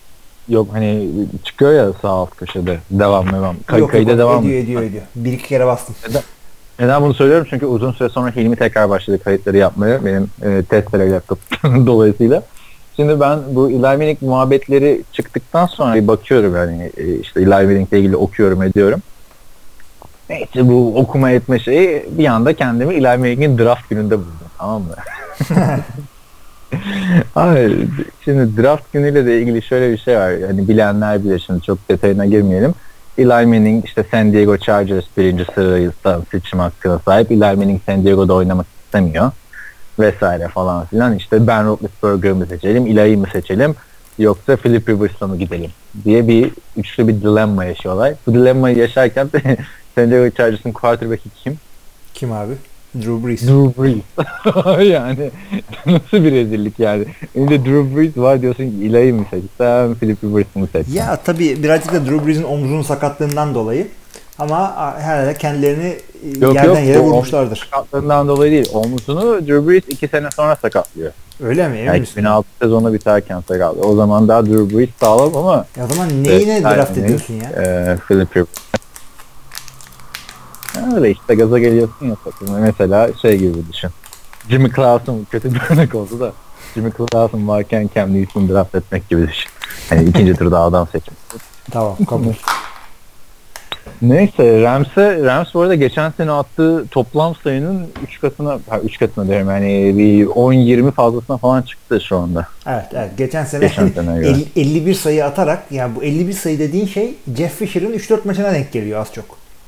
Yok hani çıkıyor ya sağ alt köşede. Devam. Yok, Kayıda devam. ediyor. Bir iki kere bastım. Neden bunu söylüyorum? Çünkü uzun süre sonra Hilmi tekrar başladı kayıtları yapmaya. Benim testere laptop dolayısıyla. Şimdi ben bu Eli Manning muhabbetleri çıktıktan sonra bir bakıyorum yani işte Eli Manning'le ilgili okuyorum ediyorum. Neyse bu okuma etme şeyi bir anda kendimi Eli Manning'in draft gününde buldum. Tamam mı? Abi, şimdi draft günüyle de ilgili şöyle bir şey var. Yani bilenler bilir, şimdi çok detayına girmeyelim. Eli Manning işte San Diego Chargers birinci sıradan seçim hakkına sahip. Eli Manning San Diego'da oynamak istemiyor. Vesaire falan filan. İşte Ben Roethlisberger'ı mı seçelim, Eli'yi mi seçelim, yoksa Philip Rivers'la mı gidelim diye bir üçlü bir dilemma yaşıyorlar. Bu dilemmayı yaşarken de San Diego Chargers'ın quarterback'i kim? Kim abi? Drew Brees. Drew Brees. Yani nasıl bir rezillik yani. Önünde Drew Brees var, diyorsun ki Eli'yi mi seçsem, Philip Rivers'ı mı seçsem? Ya tabii birazcık da Drew Brees'in omzunun sakatlığından dolayı, ama herhalde kendilerini yerden yere vurmuşlardır. Sakatlığından dolayı değil. Omzunu Drew Brees 2 sene sonra sakatlıyor. Öyle mi? Emin yani misin? 2006 sezonu biterken sakatlıyor. O zaman daha Drew Brees sağlam ama ya o zaman neyine draft ediyorsun ya? Philip Rivers. Öyle işte gaza geliyorsun ya takımda. Mesela şey gibi düşün. Jimmy Clausen kötü bir örnek oldu da Jimmy Clausen varken Cam Newton'u draft etmek gibi düşün. Yani ikinci turda adam seçmek. Tamam, kabul. Neyse Rams bu arada geçen sene attığı toplam sayının 3 katına diyorum yani bir 10-20 fazlasına falan çıktı şu anda. Evet. Geçen sene 51 sayı atarak, yani bu 51 sayı dediğin şey Jeff Fisher'ın 3-4 maçına denk geliyor az çok.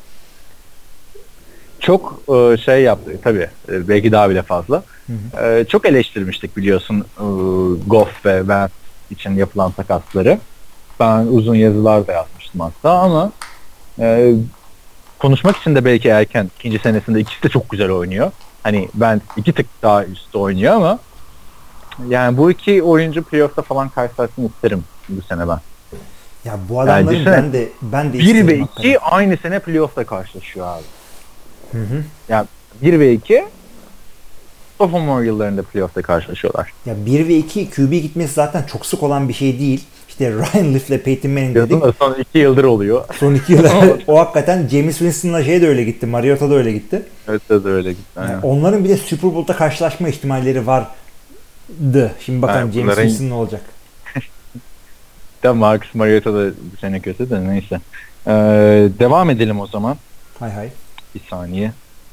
Çok şey yaptı tabii, belki daha bile fazla. Çok eleştirmiştik biliyorsun Goff ve Ben için yapılan takasları. Ben uzun yazılar da yazmıştım hatta ama konuşmak için de belki erken. İkinci senesinde ikisi de çok güzel oynuyor. Hani ben 2 tık daha üstte oynuyor ama yani bu iki oyuncu playoff'ta falan karşılaşsın isterim bu sene ben. Ya bu adamların yani ben de 1 ve 2 aynı sene playoff'ta karşılaşıyor abi. Hı. Yani 1 ve 2 sophomore yıllarında playoff'ta karşılaşıyorlar. Ya 1 ve 2 QB gitmesi zaten çok sık olan bir şey değil. İşte Ryan Leaf ile Peyton Manning dedik. Son 2 yıldır oluyor. Son 2 yıldır o hakikaten Jameis Winston'la şey de öyle gitti. Mariota da öyle gitti. Evet de öyle gitti. Yani onların bir de Super Bowl'da karşılaşma ihtimalleri vardı. Şimdi bakalım Jameis Winston ne olacak. Da Marcus Mariota da bu sene kötü de neyse. Devam edelim o zaman. Hay. Bir saniye.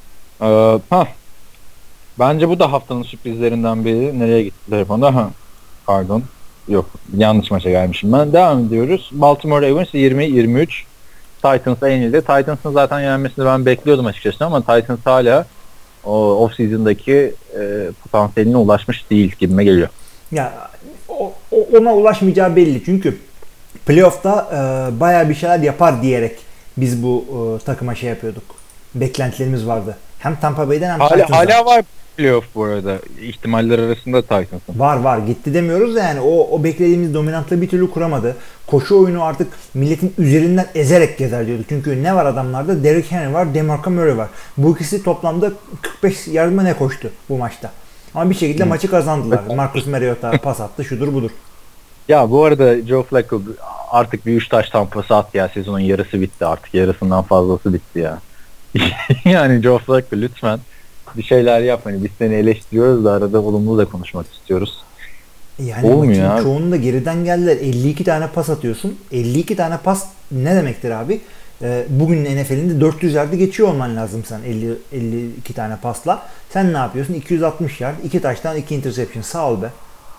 Bence bu da haftanın sürprizlerinden biri. Nereye gitti telefonda? Pardon. Yok. Yanlış maça gelmişim ben. Devam ediyoruz. Baltimore Ravens 20-23 Titans'a yenildi. Titans'ın zaten yenmesini ben bekliyordum açıkçası ama Titans hala o off-season'daki potansiyeline ulaşmış değil gibime geliyor. Ya ona ulaşmayacağı belli. Çünkü playoff'ta bayağı bir şeyler yapar diyerek biz bu takıma şey yapıyorduk. Beklentilerimiz vardı. Hem Tampa Bay'den hem Titans'dan. Hala var playoff bu arada. İhtimaller arasında Titans'ın. Var. Gitti demiyoruz da yani o beklediğimiz dominantlığı bir türlü kuramadı. Koşu oyunu artık milletin üzerinden ezerek gezer diyorduk. Çünkü ne var adamlarda? Derrick Henry var, DeMarco Murray var. Bu ikisi toplamda 45 yardıma ne koştu bu maçta. Ama bir şekilde maçı kazandılar. Marcus Mariota pas attı, şudur budur. Ya bu arada Joe Flacco artık bir 3 taş tampası attı ya, sezonun yarısı bitti artık. Yarısından fazlası bitti ya. Yani Joe Flacco lütfen bir şeyler yap. Hani biz seni eleştiriyoruz da arada olumlu da konuşmak istiyoruz. Yani olmuyor maçın çoğunda geriden geldiler. 52 tane pas atıyorsun. 52 tane pas ne demektir abi? Bugünün NFL'inde 400 yardı geçiyor olman lazım sen 52 tane pasla. Sen ne yapıyorsun? 260 yard, 2 taştan 2 interception. Sağ ol be.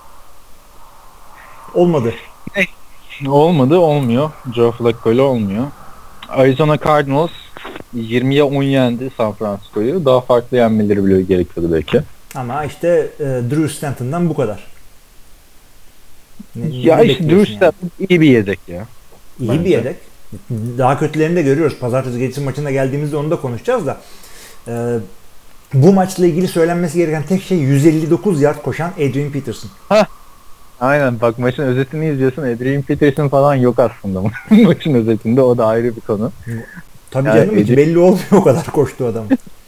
Olmadı. Olmuyor. Joe Flacco ile olmuyor. Arizona Cardinals 20'ye 10 yendi San Francisco'yu. Daha farklı yenmeleri bile gerekiyordu belki. Ama işte Drew Stanton'dan bu kadar. İşte Drew Stanton iyi bir yedek ya. İyi bence. Bir yedek. Daha kötülerini de görüyoruz. Pazartesi gecesi maçına geldiğimizde onu da konuşacağız da. Bu maçla ilgili söylenmesi gereken tek şey 159 yard koşan Adrian Peterson. Aynen, bak maçın özetini izliyorsun. Adrian Peterson falan yok aslında maçın özetinde, o da ayrı bir konu. Tabii yani canım, hiç belli olmuyor o kadar koştuğu adam.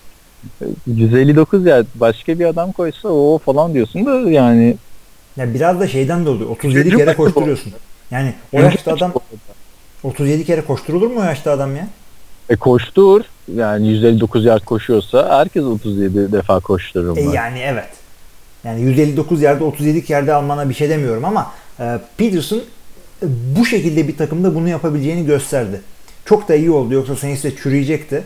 159 yard başka bir adam koysa o falan diyorsun da yani. Ya biraz da şeyden de oluyor. 37 kere koşturuyorsun. Yani o yaşta adam 37 kere koşturulur mu o yaşta adam ya? Koştur. Yani 159 yard koşuyorsa herkes 37 defa koşturur. Yani evet. Yani 159 yerde 37 yerde almana bir şey demiyorum ama Peterson bu şekilde bir takımda bunu yapabileceğini gösterdi. Çok da iyi oldu. Yoksa Saints'te çürüyecekti.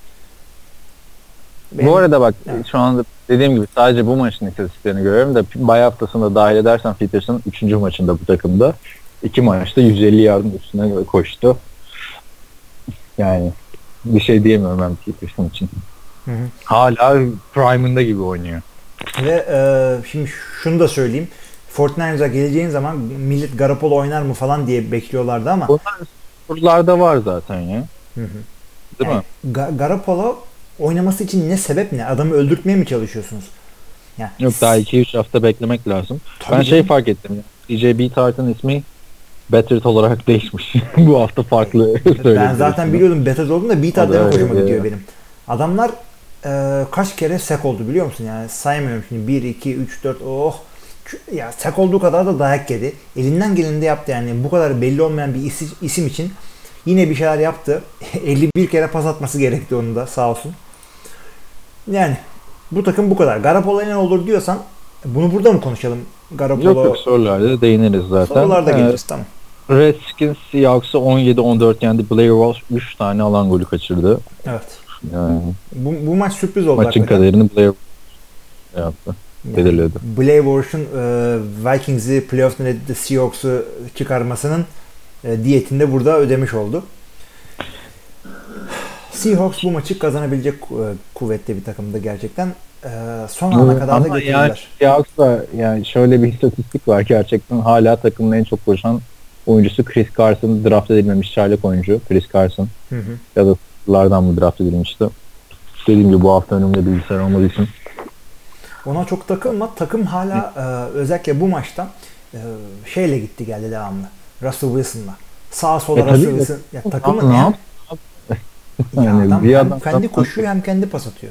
Bu arada bak evet. Şu anda dediğim gibi sadece bu maçın istatistiklerini görüyorum da bay haftasında dahil edersen Peterson 3. maçında bu takımda 2 maçta 150 yardın üstüne koştu. Yani bir şey diyemiyorum ben Peterson için. Hı hı. Hala prime'ında gibi oynuyor. Ve şimdi şunu da söyleyeyim. 49ers'a geleceğin zaman millet Garoppolo oynar mı falan diye bekliyorlardı ama Bunlar sorularda var zaten ya. hı hı. Değil Yani mi? Garoppolo oynaması için ne sebep ne? Adamı öldürtmeye mi çalışıyorsunuz? Yani, Yok daha 2-3 hafta beklemek lazım. tabii Ben canım. fark ettim. TJ Beathard'ın ismi Bettert olarak değişmiş. Bu hafta farklı Ben zaten biliyordum Bettard olduğunu da Beathard demek hoşuma gidiyor ya. benim. Adamlar kaç kere sek oldu biliyor musun? Yani saymıyorum şimdi 1, 2, 3, 4 oh. Ya sek olduğu kadar da dayak yedi. Elinden geleni de yaptı yani. Bu kadar belli olmayan bir isim için yine bir şeyler yaptı. 51 kere pas atması gerekti onun da sağ olsun. Yani bu takım bu kadar. Garoppolo ne olur diyorsan bunu burada mı konuşalım? Garoppolo Yok sorularda değiniriz zaten. sorularda geliriz tamam. Redskins Seahawks'ı 17-14 yendi. Blair Walsh 3 tane alan golü kaçırdı. Evet. Yani Bu maç sürpriz oldu maçın hakikaten. kaderini Blair yaptı. Belirledi. Blair Walsh'un Vikings'i playoff'tan edip Seahawks'u çıkarmasının diyetinde burada ödemiş oldu. Seahawks bu maçı kazanabilecek kuvvette bir takımdı gerçekten. Son ana kadar da götürdüler. Yani Seahawks'da yani şöyle bir istatistik var gerçekten hala takımın en çok koşan oyuncusu Chris Carson, draft edilmemiş çaylak oyuncu Chris Carson. Hı hı. Ya da lardan mı draft edilmişti. Dediğim gibi bu hafta önümde bilgisayar olmadığı için. Ona çok takılma. Takım hala özellikle bu maçta şeyle gitti geldi devamlı. Russell Wilson'la. Sağa sola Russell Wilson. Ya, takımın ne ya adam bir hem kendi koşuyor hem kendi pas atıyor.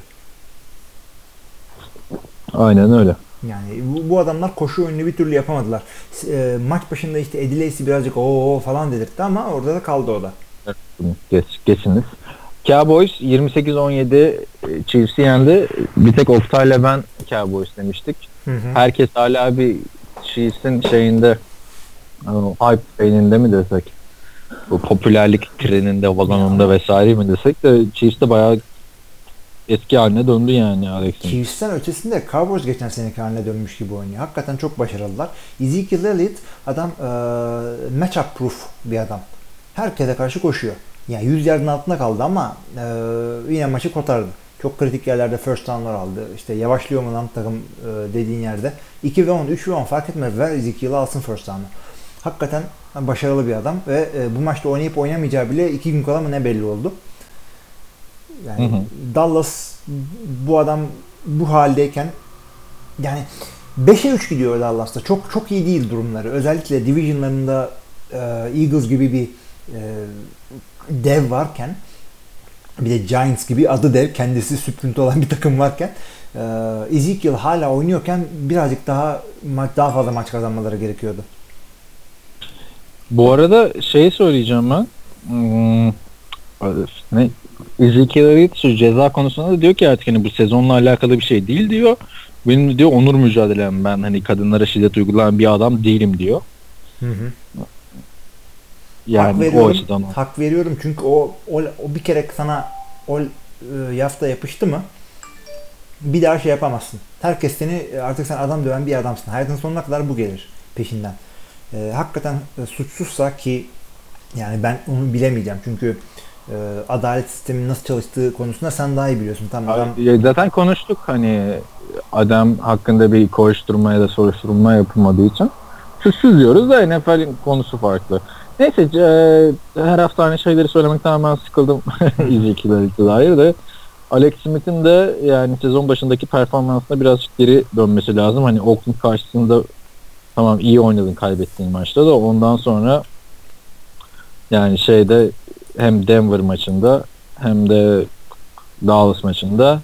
Aynen öyle. Yani bu adamlar koşu oyununu bir türlü yapamadılar. Maç başında işte Eddie Lacy birazcık o falan dedirtti ama orada da kaldı o da. Geçiniz. Cowboys 28-17 Chiefs'i yendi. Bir tek Oktay'la ben Cowboys demiştik. Hı hı. Herkes hala bir Chiefs'in şeyinde hype traininde mi desek? Bu popülerlik treninde, vagonunda vesaire mi desek de Chiefs de bayağı eski haline döndü yani Alex'in. Chiefs'ten ötesinde Cowboys geçen seneki haline dönmüş gibi oynuyor. Hakikaten çok başarılılar. Ezekiel Elliott adam matchup proof bir adam. Herkese karşı koşuyor. Yani 100 yardın altında kaldı ama yine maçı kotardı. Çok kritik yerlerde first down'lar aldı. İşte yavaşlıyor mu lan takım dediğin yerde. 2 ve 10, 3 ve 10 fark etmez. Ver Ezekiel'i alsın first down'u. Hakikaten başarılı bir adam ve bu maçta oynayıp oynamayacağı bile 2 gün kala mı ne belli oldu. Yani Dallas bu adam bu haldeyken yani 5'e 3 gidiyor Dallas'ta. Çok iyi değil durumları. Özellikle divisionlarında Eagles gibi bir dev varken bir de Giants gibi adı dev kendisi süprüntü olan bir takım varken Ezekiel hala oynuyorken birazcık daha fazla maç kazanmaları gerekiyordu. Bu arada söyleyeceğim ben. Ne? Ezekiel Elliott şu ceza konusunda da diyor ki artık hani bu sezonla alakalı bir şey değil diyor. Benim diyor onur mücadelem, ben hani kadınlara şiddet uygulayan bir adam değilim diyor. Hı hı. Yani o açıdan. Hak veriyorum çünkü o bir kere sana o yafta yapıştı mı bir daha şey yapamazsın. Herkes seni artık sen adam döven bir adamsın. Hayatın sonuna kadar bu gelir peşinden. Hakikaten suçsuzsa ki yani ben onu bilemeyeceğim çünkü adalet sisteminin nasıl çalıştığı konusunda sen daha iyi biliyorsun. Tamam adam... Zaten konuştuk hani adam hakkında bir koşturma ya da soruşturma yapılmadığı için suçsuz diyoruz da NFL'in konusu farklı. Neyse her hafta aynı şeyleri söylemekten ben sıkıldım Ezekiel'e dair de Alex Smith'in de yani sezon başındaki performansına birazcık geri dönmesi lazım. Hani Oakland karşısında tamam iyi oynadın kaybettiğin maçta da ondan sonra yani hem Denver maçında hem de Dallas maçında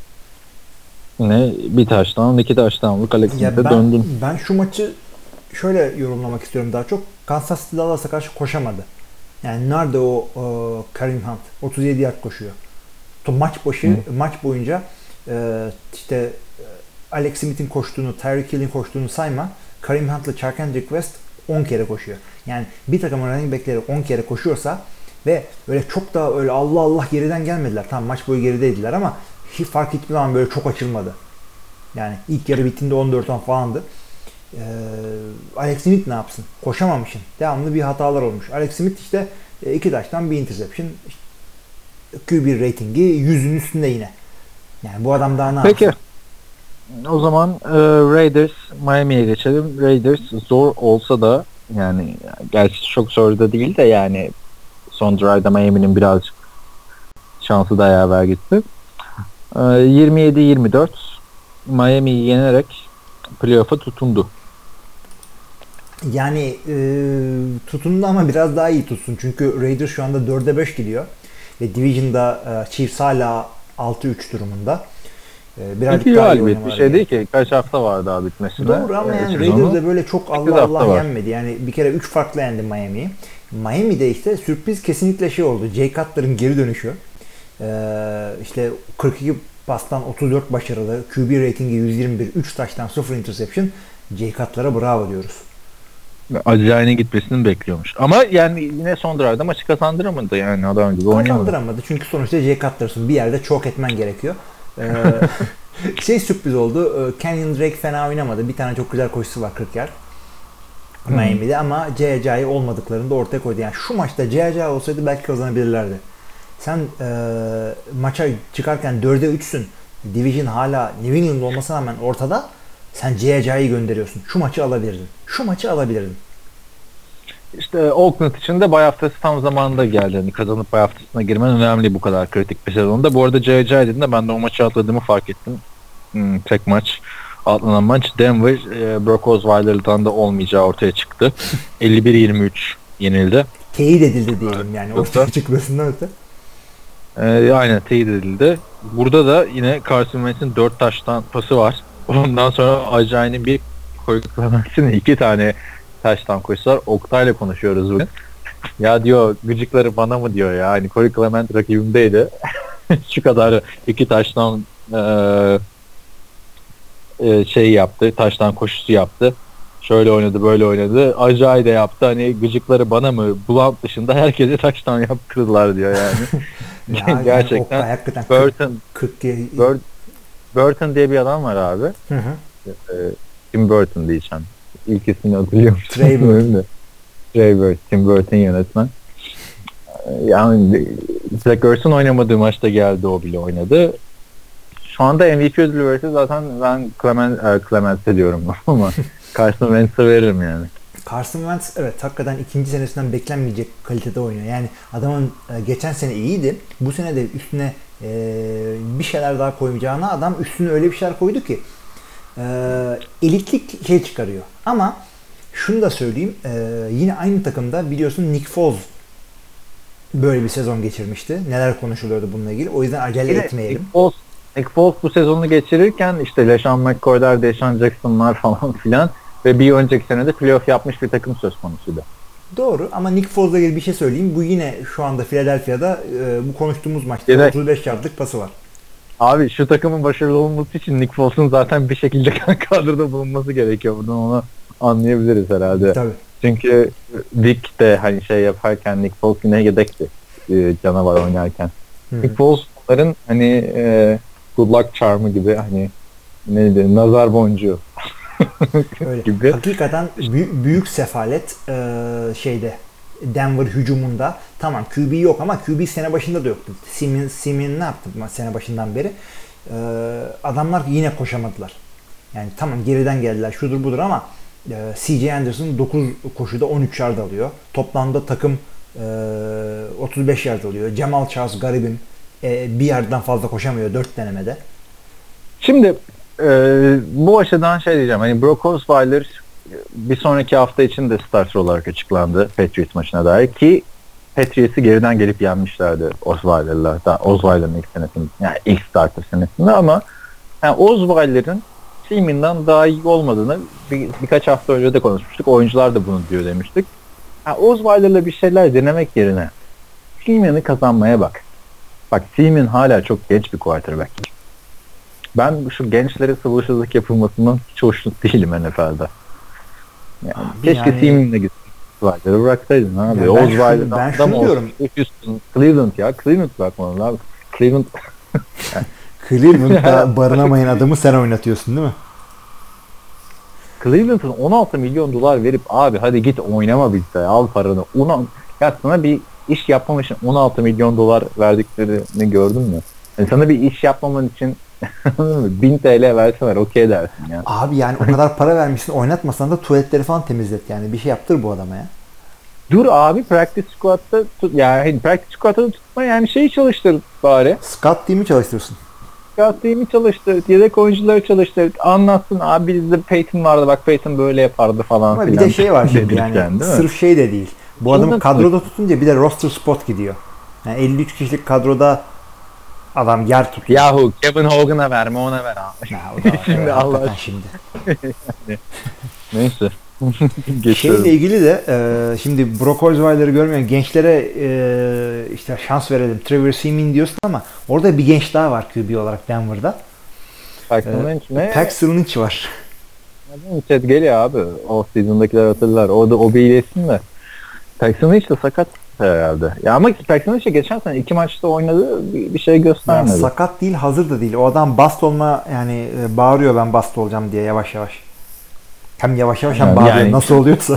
bir touchdown, 2 touchdown'lık Alex Smith'e döndün. Ben şu maçı şöyle yorumlamak istiyorum daha çok. Kansas City Dallas'a karşı koşamadı. Yani nerede o Kareem Hunt? 37 yard koşuyor. Maç boyunca işte Alex Smith'in koştuğunu, Tyreek Hill'in koştuğunu sayma. Kareem Hunt'la Charkandrick West 10 kere koşuyor. Yani bir takımın running back'leri 10 kere koşuyorsa ve öyle çok da öyle Allah Allah geriden gelmediler. Tamam maç boyu gerideydiler ama fark hiçbir zaman böyle çok açılmadı. Yani ilk yarı bittiğinde 14-10 falandı. Alex Smith ne yapsın? Koşamamışsın. Devamlı bir hatalar olmuş. Alex Smith işte 2 taştan bir interception. QB ratingi 100'ün üstünde yine. Yani bu adam daha ne yapsın? Peki. O zaman Raiders Miami'ye geçelim. Raiders zor olsa da yani gerçi çok zor da değil de yani son drive'da Miami'nin birazcık şansı da yaver gitti. 27-24 Miami'yi yenerek playoff'a tutundu. Yani tutundu ama biraz daha iyi tutsun. Çünkü Raiders şu anda 4'e 5 gidiyor. Ve Division'da Chiefs hala 6-3 durumunda. Birazcık daha iyi bir şey değil ki. Kaç hafta var daha bitmesine. Doğru ama yani Raiders de böyle çok Allah Allah yenmedi. Yani bir kere 3 farklı yendi Miami'yi. Miami'de işte sürpriz kesinlikle şey oldu. Jay Cutler'ın geri dönüşü. İşte 42 pastan 34 başarılı. QB ratingi 121. 3 taştan 0 interception. Jay Cutler'a bravo diyoruz. Acayine gitmesini bekliyormuş. Ama yani yine son drive'da maçı kazandıramadı yani adam gibi oynayamadı. Kazandıramadı çünkü sonuçta Jay Cutler'sın. Bir yerde çok etmen gerekiyor. Sürpriz oldu. Kenyon Drake fena oynamadı. Bir tane çok güzel koşusu var 40 yer. Miami'de ama C.J. olmadıklarını da ortaya koydu. Yani şu maçta C.J. olsaydı belki kazanabilirlerdi. Sen maça çıkarken 4'e 3'sün. Division hala New England olmasına rağmen ortada. Sen C.J.'yi gönderiyorsun. Şu maçı alabilirdin. Şu maçı alabilirdin. İşte Oakland için de bay haftası tam zamanında geldi. Yani kazanıp bay haftasına girmen önemli bu kadar kritik bir sezonda. Bu arada C.J. dediğinde ben de o maçı atladığımı fark ettim. Tek maç. Atlanan maç Denver, Brock Osweiler'dan da olmayacağı ortaya çıktı. 51-23 yenildi. Teyit edildi diyelim yani. Ortaya çıkmasından öte. Aynen teyit edildi. Burada da yine Carson Wentz'in 4 taştan pası var. Ondan sonra Acayip'in bir Clement'in 2 tane taştan koşusu var. Oktay'la konuşuyoruz bugün. Ya diyor gıcıkları bana mı diyor ya. Hani Corey Clement rakibimdeydi. Şu kadar 2 taştan şey yaptı. Taştan koşusu yaptı. Şöyle oynadı böyle oynadı. Acayip de yaptı. Hani gıcıkları bana mı? Blount dışında herkese taştan yaptırdılar diyor yani. Ya, gerçekten. Yani Burton 40 Burton diye bir adam var abi. Hı hı. Tim Burton diyeceğim. İlk ismini hatırlıyor musun? Trey Burton. Trey Burton. Tim Burton yönetmen. Yani Zach Ertz'in oynamadığı maçta geldi o bile oynadı. Şu anda MVP ödülü verirse zaten ben Clement'e diyorum ama Carson Wentz'e veririm yani. Carson Wentz evet hakikaten ikinci senesinden beklenmeyecek kalitede oynuyor. Yani adamın geçen sene iyiydi. Bu sene de üstüne bir şeyler daha koymayacağına adam üstüne öyle bir şeyler koydu ki elitlik şey çıkarıyor. Ama şunu da söyleyeyim yine aynı takımda biliyorsun Nick Foles böyle bir sezon geçirmişti. Neler konuşuluyordu bununla ilgili. O yüzden acele etmeyelim. Nick Foles bu sezonu geçirirken işte LeSean McCoy'lar, Deshaun Jackson'lar falan filan ve bir önceki sene de playoff yapmış bir takım söz konusuydu. Doğru ama Nick Foles'la ilgili bir şey söyleyeyim. Bu yine şu anda Philadelphia'da bu konuştuğumuz maçta 35 yardlık pası var. Abi şu takımın başarılı olması için Nick Foles'un zaten bir şekilde kadroda bulunması gerekiyor. Buradan onu anlayabiliriz herhalde. Tabii. Çünkü Vic de hani şey yaparken Nick Foles yine yedekti canavar oynarken. Hı-hı. Nick Foles onların hani good luck charm'ı gibi hani neydi nazar boncuğu gibi. Hakikaten büyük sefalet şeyde Denver hücumunda tamam QB yok ama QB sene başında da yoktu. Simeon ne yaptı sene başından beri? Adamlar yine koşamadılar. Yani tamam geriden geldiler şudur budur ama C.J. Anderson 9 koşuda 13 yard alıyor. Toplamda takım 35 yard alıyor. Jamal Charles garibim bir yarddan fazla koşamıyor 4 denemede. Şimdi bu açıdan şey diyeceğim. Hani Brock Osweiler bir sonraki hafta için de starter olarak açıklandı Patriots maçına dair ki Patriots'ı geriden gelip yenmişlerdi Osweiler'ın ilk senesinde yani ilk starter senesinde ama yani Osweiler'ın Simon'dan daha iyi olmadığını birkaç hafta önce de konuşmuştuk. Oyuncular da bunu diyor demiştik. Osweiler'la bir şeyler denemek yerine Seaman'ı kazanmaya bak. Bak Seaman hala çok genç bir quarterback. Ben şu gençlere sıvışızlık yapılmasından hiç hoşnut değilim NFL'de. Yani Abi keşke yani- Seaman'la gitsin. Osweiler'ı bıraksaydın abi. Yani ben şunu diyorum. Houston, Cleveland ya. Cleveland bırakmadın abi. Cleveland Cleveland'da barınamayan adamı sen oynatıyorsun değil mi? Cleveland'ın 16 milyon dolar verip abi hadi git oynama bizde al paranı. Ya sana bir iş yapmam için 16 milyon dolar verdiklerini gördün mü? Yani sana bir iş yapmaman için 1000 TL verseler okey dersin ya. Abi yani o kadar para vermişsin, oynatmasan da tuvaletleri falan temizlet yani. Bir şey yaptır bu adama ya. Dur abi practice squad'da yani practice squad'da tutma yani şeyi çalıştır bari. Scott team'i çalıştırsın. Scout team'i çalıştır, yedek oyuncuları çalıştır. Anlatsın abi bizde Peyton vardı bak Peyton böyle yapardı falan Ama filan. bir de şey var şimdi Dedirten, yani değil mi? sırf şey de değil. Bu adamı Ondan kadroda tutunca bir de roster spot gidiyor. Yani 53 kişilik kadroda adam yer tutuyor. Yahu Kevin Hogan'a verme ona ver abi. Ha, o da Şimdi evet, Allah hakikaten şimdi. Neyse. Geçiyorum. Şeyle ilgili de şimdi Brock Osweiler'ı görmeyen gençlere işte şans verelim. Trevor Seaman diyorsun ama orada bir genç daha var QB olarak Denver'da. Paxton Lynch ne? Paxton Lynch var. Chat geliyor abi. O season'dakiler hatırlar. O bir iyileşsin de. Paxton Lynch de sakat herhalde. Ya ama Paxton Lynch de geçen sene 2 maçta oynadı bir şey Yani göstermedi. sakat değil, hazır da değil. O adam bast olma yani bağırıyor ben bast olacağım diye yavaş yavaş. Hem yavaş yavaş hem Yani- bağırıyor. Nasıl oluyorsa.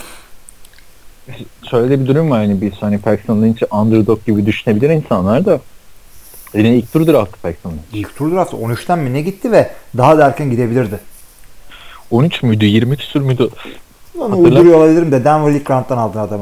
Şöyle bir durum var hani biz hani Paxton Lynch'i underdog gibi düşünebilir insanlar da yine ilk tur draftı Paxton Lynch. İlk tur draftı 13'ten mi ne gitti ve daha da erken gidebilirdi. 13 müydü 20 küsur müydü? Onu Hatırla- uyduruyor olabilirim de Denver ilk round'dan aldın adamı.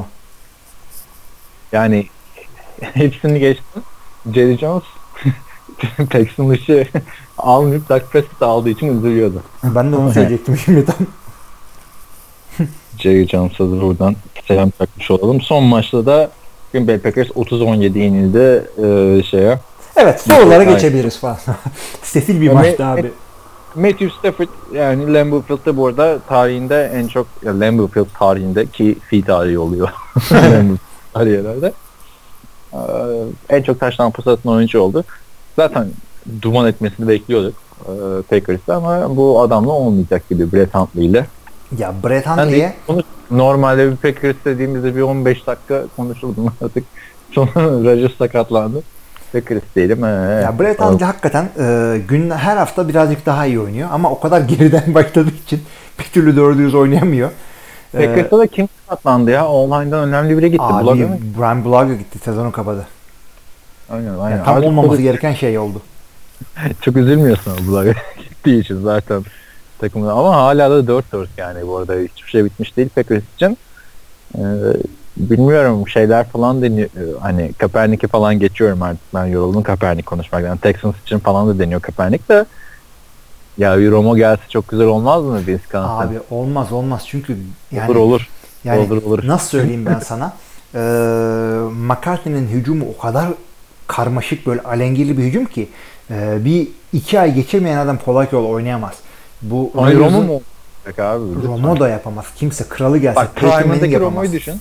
Yani hepsini geçtim. Jerry Jones Paxton Lynch'i almayıp Dak Prescott aldığı için üzülüyordu. Ben de onu söyleyecektim şimdi tam. Jerry Jones'a da buradan selam takmış olalım. Son maçta da Green Bay Packers 30-17 yenildi şeye. Evet sorulara Aynen. geçebiliriz falan. Sefil bir Ya maçtı abi. Matthew Stafford yani Lambeau Field'da bu arada tarihinde en çok Lambeau Field tarihinde ki fi tarihi oluyor. Lambeau tarihinde en çok taştan pas atan oyuncu oldu. Zaten duman etmesini bekliyorduk Packers'ta ama bu adamla olmayacak gibi Brett Hundley ile. Ya Brett Ben Hundley'e de normalde bir Packers dediğimizde bir 15 dakika konuşurdum artık. Sonra Rodgers sakatlandı. Packers değilim. ya Brett Hundley hakikaten gün her hafta birazcık daha iyi oynuyor ama o kadar geriden başladığı için bir türlü doğru düz oynayamıyor. Packers'ta da kim sakatlandı ya? Online'dan önemli biri gitti. Abi Bulaga mı? Brian Bulaga gitti sezonu kapadı. Aynen. Yani tam Artık olmaması çok- gereken şey oldu. Çok üzülmüyorsun ama Bulaga gittiği için zaten takımda. Ama hala da 4-4 yani bu arada hiçbir şey bitmiş değil Packers için. Bilmiyorum şeyler falan deniyor. Hani Kaepernick'i falan geçiyorum artık ben yoruldum Kaepernick konuşmaktan. Texans için falan da deniyor Kaepernick de. Ya bir Romo gelse çok güzel olmaz mı Wisconsin? Abi olmaz çünkü yani olur. yani Olur. nasıl söyleyeyim ben sana? McCarthy'nin hücumu o kadar karmaşık böyle alengirli bir hücum ki bir 2 ay geçirmeyen adam kolay kolay oynayamaz. Bu Ay Romo Rodgers'ın- mu olacak abi? Romo da yapamaz. Kimse kralı gelse Bak Peyton Manning Prime'ındaki yapamaz. Romo'yu düşün.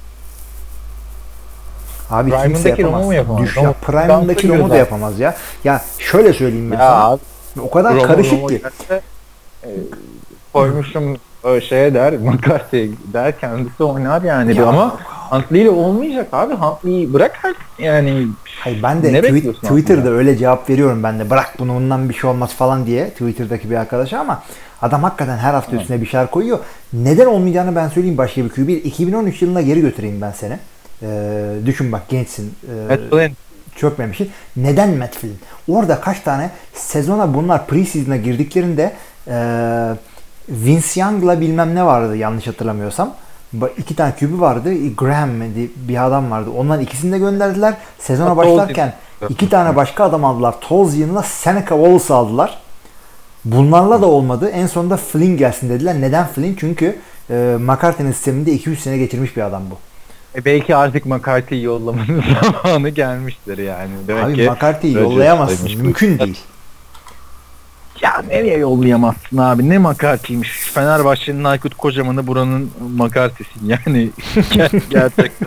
Abi kimse Prime'ındaki yapamaz. Romo mu yapamaz? Düş ya. Romo- Prime'ındaki Dansı Romo da gözler. yapamaz ya. Ya şöyle söyleyeyim ben Ya sana. abi O kadar karışık Romo ki. gelse, koymuşum şeye der McCarthy der kendisi oynar yani Ya, ama Huntley ile olmayacak abi. Huntley'i bırak artık yani hayır ben de ne bekliyorsun Twitter'da aslında? öyle cevap veriyorum ben de. Bırak bunu ondan bir şey olmaz falan diye Twitter'daki bir arkadaşa ama adam hakikaten her hafta üstüne bir şeyler koyuyor. Neden olmayacağını ben söyleyeyim başka bir QB. 2013 yılına geri götüreyim ben seni. Düşün bak gençsin. Matt Flynn. Çökmemişsin. Neden Matt Flynn? Orada kaç tane sezona bunlar preseason'a girdiklerinde Vince Young'la bilmem ne vardı yanlış hatırlamıyorsam. 2 tane QB vardı. Graham bir adam vardı. Onların ikisini de gönderdiler. Sezona Hatta başlarken 2 tane başka adam aldılar. Tolzien'la Seneca Wallace aldılar. Bunlarla da olmadı. En sonunda Flynn gelsin dediler. Neden Flynn? Çünkü McCarthy'nin sisteminde 2-3 sene geçirmiş bir adam bu. Belki artık McCarthy'yi yollamanın zamanı gelmiştir yani. Demek Abi ki McCarthy'yi Rodgers yollayamazsın. demiş. Mümkün değil. Yani nereye yollayamazsın abi? Ne McCarthy'ymiş. Fenerbahçe'nin Aykut Kocaman'ı buranın McCarthy'si. Yani gerçekten.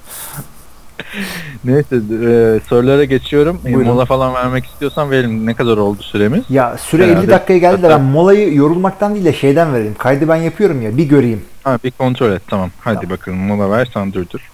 Neyse sorulara geçiyorum. Buyurun. Mola falan vermek istiyorsan verelim. Ne kadar oldu süremiz? Ya süre Herhalde. 50 dakikaya geldi de ben molayı yorulmaktan değil de şeyden vereyim. Kaydı ben yapıyorum ya, bir göreyim. Ha, bir kontrol et, tamam. Hadi Tamam. bakalım, mola ver, sen durdur.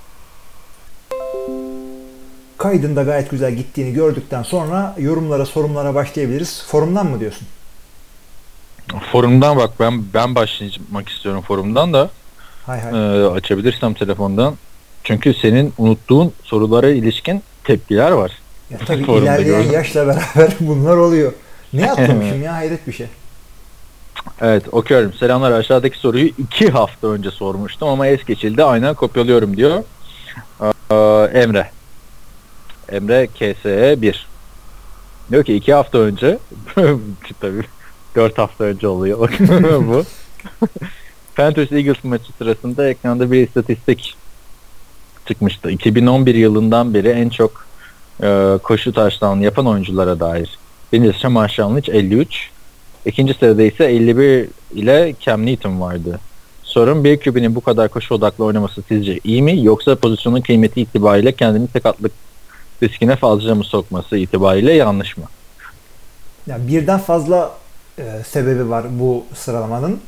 Kaydın da gayet güzel gittiğini gördükten sonra yorumlara, sorumlara başlayabiliriz. Forumdan mı diyorsun? Forumdan bak, ben başlamak istiyorum forumdan da. Hay hay. Açabilirsem telefondan. Çünkü senin unuttuğun sorulara ilişkin tepkiler var. Ya tabii Forumda ilerleyen gördüm. yaşla beraber bunlar oluyor. Ne atlamışım ya, hayret bir şey. Evet, okuyorum. Selamlar, aşağıdaki soruyu 2 hafta önce sormuştum ama es geçildi. Aynen kopyalıyorum diyor. Emre. Emre KSE 1. Diyor ki 2 hafta önce tabii 4 hafta önce oluyor bu. Panthers Eagles maçı sırasında ekranda bir istatistik çıkmıştı. 2011 yılından beri en çok koşu touchdown yapan oyunculara dair. Birincisi Marshawn Lynch 53. İkinci sırada ise 51 ile Cam Newton vardı. Sorun, bir QB'nin bu kadar koşu odaklı oynaması sizce iyi mi, yoksa pozisyonun kıymeti itibariyle kendini sakatlık riskine fazlaca mı sokması itibariyle yanlış mı? Ya birden fazla sebebi var bu sıralamanın.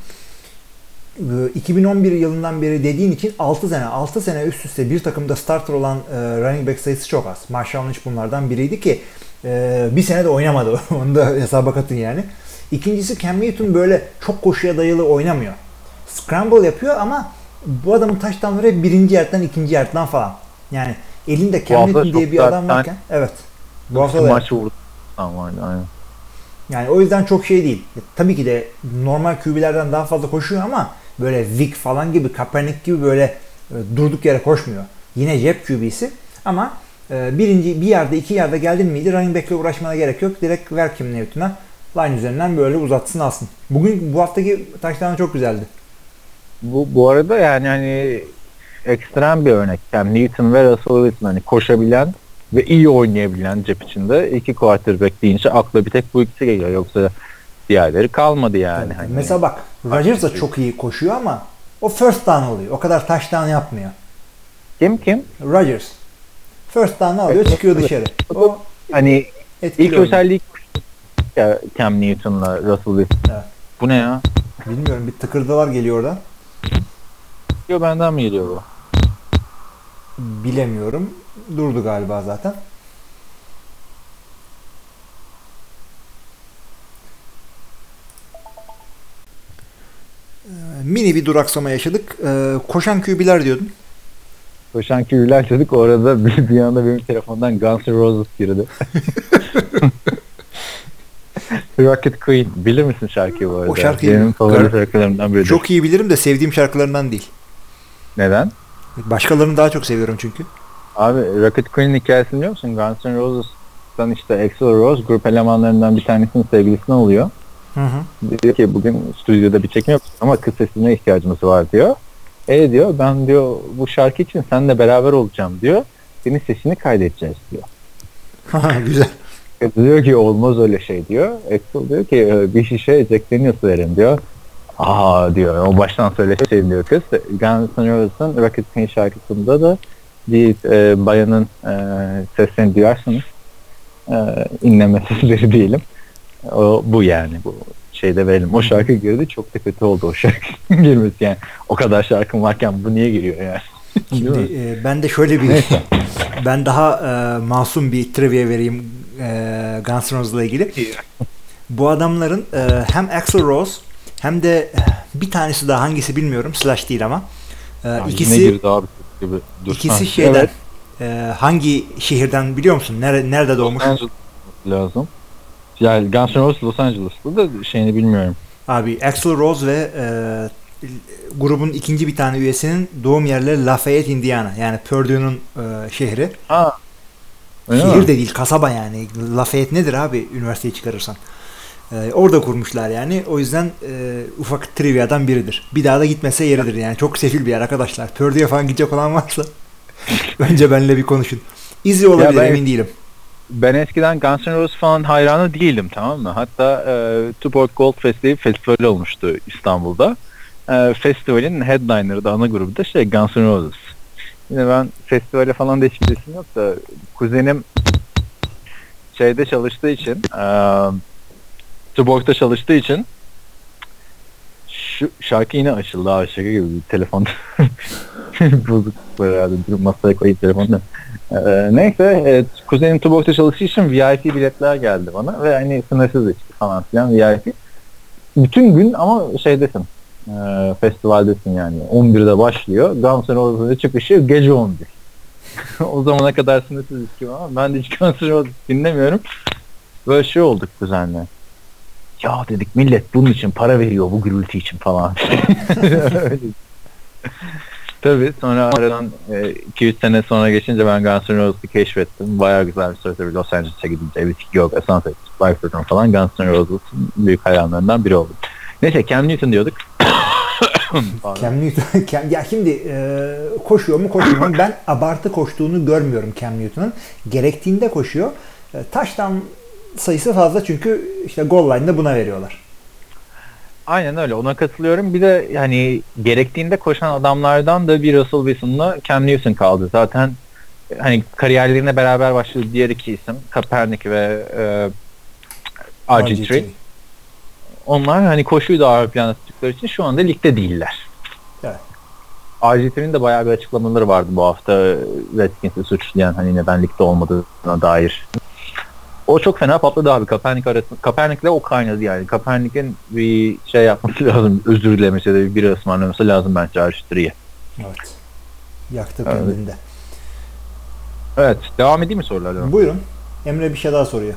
2011 yılından beri dediğin için 6 sene üst üste bir takımda starter olan running back sayısı çok az. Marshawn Lynch bunlardan biriydi ki bir sene de oynamadı. Onu da hesaba katın yani. İkincisi, Cam Newton böyle çok koşuya dayalı oynamıyor. Scramble yapıyor ama bu adamın touchdownları hep birinci yardtan, ikinci yardtan falan. Yani elinde Cam Newton diye bir adam varken, evet. Bu hafta da maç vurdu. Tamam, vardı aynen. yani o yüzden çok şey değil. Tabii ki de normal QB'lerden daha fazla koşuyor ama böyle Vic falan gibi, Kaepernick gibi böyle durduk yere koşmuyor. Yine cep QB'si ama bir yerde, iki yerde geldin miydi running back'le uğraşmana gerek yok. Direkt ver Cam Newton'a. Line üzerinden böyle uzatsın alsın. Bu haftaki touchdown çok güzeldi. Bu arada yani hani ekstrem bir örnek. Cam Newton ve Russell Wilson, hani koşabilen ve iyi oynayabilen cep içinde iki quarterback deyince akla bir tek bu ikisi geliyor. Yoksa diğerleri kalmadı yani. Hani. Mesela bak, Rodgers da çok iyi koşuyor ama o first down oluyor. O kadar touchdown yapmıyor. Kim? Rodgers. First down alıyor, çıkıyor dışarı. O hani etkili ilk oynuyor. özellik Cam Newton'la Russell Wilson. Evet. Bu ne ya? Bilmiyorum, bir tıkırdılar geliyor oradan. Diyor, benden mi geliyor bu? Bilemiyorum. Durdu galiba zaten. Mini bir duraksama yaşadık. Koşan QB'ler diyordun. Koşan QB'ler dedik, orada bir anda benim telefondan Guns N' Roses girdi. Rocket Queen. Bilir misin şarkıyı bu arada? O şarkıyı benim favori şarkılarımdan biridir. çok iyi bilirim de sevdiğim şarkılarından değil. Neden? Başkalarını daha çok seviyorum çünkü. Abi Rocket Queen'in hikayesini biliyor musun? Guns N' Roses'tan işte Axl Rose grup elemanlarından bir tanesinin sevgilisine oluyor. Hı hı. Diyor ki bugün stüdyoda bir çekim yok ama kız sesine ihtiyacımız var diyor. Diyor, ben diyor bu şarkı için seninle beraber olacağım diyor. Senin sesini kaydedeceğiz diyor. Güzel. Diyor ki olmaz öyle şey diyor. Axl diyor ki bir şişe Jack Daniels verin diyor. Aa diyor, o baştan söyleseydin diyor kız. Guns N' Roses'ın Rocket Queen şarkısında da bir bayanın seslerini duyarsanız inleme sesleri diyelim. Bu yani bu şeyde verelim. O şarkı girdi, çok da kötü oldu o şarkının girmesi yani. O kadar şarkım varken bu niye giriyor yani? Şimdi ben de şöyle bir ben daha masum bir trivia vereyim Guns N' Roses'la ilgili. Bu adamların hem Axl Rose hem de bir tanesi daha, hangisi bilmiyorum, Slash değil ama ikisi girdi abi gibi. İkisi şeyden hangi şehirden biliyor musun? Nerede doğmuş? Los Angeles lazım. Yani Guns N' Roses Los Angeles'ta da şeyini bilmiyorum. Abi Axl Rose ve grubun ikinci bir tane üyesinin doğum yerleri Lafayette, Indiana. Yani Purdue'nun şehri. Ha. Şehir de değil, kasaba yani. Lafayette nedir abi üniversiteyi çıkarırsan? Orada kurmuşlar yani. O yüzden ufak triviadan biridir. Bir daha da gitmese yeridir yani. Çok sefil bir yer arkadaşlar. Purdue'ya falan gidecek olan varsa önce benimle bir konuşun. İzli olabilir, emin değilim. ben eskiden Guns N' Roses falan hayranı değildim, tamam mı? Hatta Tuborg Gold Fest diye bir festival olmuştu İstanbul'da. Festivalin headliner'ı da ana grubu da Guns N' Roses. Yine ben festivale falan da hiç gidesim yok da kuzenim şeyde çalıştığı için Tuborg'da çalıştığı için şu şarkı yine açıldı abi, şaka gibi bir telefonda bulduk herhalde, durum masaya koyup telefonda. Neyse, kuzenim Tuborg'da çalıştığı için VIP biletler geldi bana ve hani sınırsız içki falan filan VIP. Bütün gün ama şeydesin, festivaldesin yani. 11'de başlıyor. Guns N' Roses'ın çıkışı gece 11. O zamana kadar sınırsız içki var ama ben de hiç Guns N' Roses dinlemiyorum. Böyle şey olduk kuzenle. Ya dedik, millet bunun için para veriyor, bu gürültü için falan. Tabii sonra aradan 2-3 sene sonra geçince ben Guns N' Roses'ı keşfettim. Bayağı güzel bir soru tabii. Los Angeles'a gidince Everything Yok, A Sunset, Life's falan Guns N' Roses'ın büyük hayranlarından biri oldum. Neyse, Cam Newton diyorduk. Cam Newton, ya şimdi koşuyor mu koşuyor mu? Ben abartı koştuğunu görmüyorum Cam Newton'un. Gerektiğinde koşuyor. Touchdown sayısı fazla çünkü işte goal line'da buna veriyorlar. Aynen öyle, ona katılıyorum. Bir de yani gerektiğinde koşan adamlardan da bir Russell Wilson'la Cam Newton kaldı. Zaten hani kariyerlerine beraber başladı diğer iki isim, Kaepernick ve RG3. Onlar hani koşuyu da ağır plana tuttukları için şu anda ligde değiller. Evet. RG3'nin de bayağı bir açıklamaları vardı bu hafta, Redskins'i suçlayan, hani neden ligde olmadığına dair. O çok fena patladı abi. Kaepernick'le o kaynadı yani. Kaepernick'in bir şey yapması lazım. Özür dilemesi de bir ısmarlaması lazım bence RG3'ye. Evet. Yaktı kendinde. Evet. Devam edeyim mi sorularla? Buyurun. Emre bir şey daha soruyor.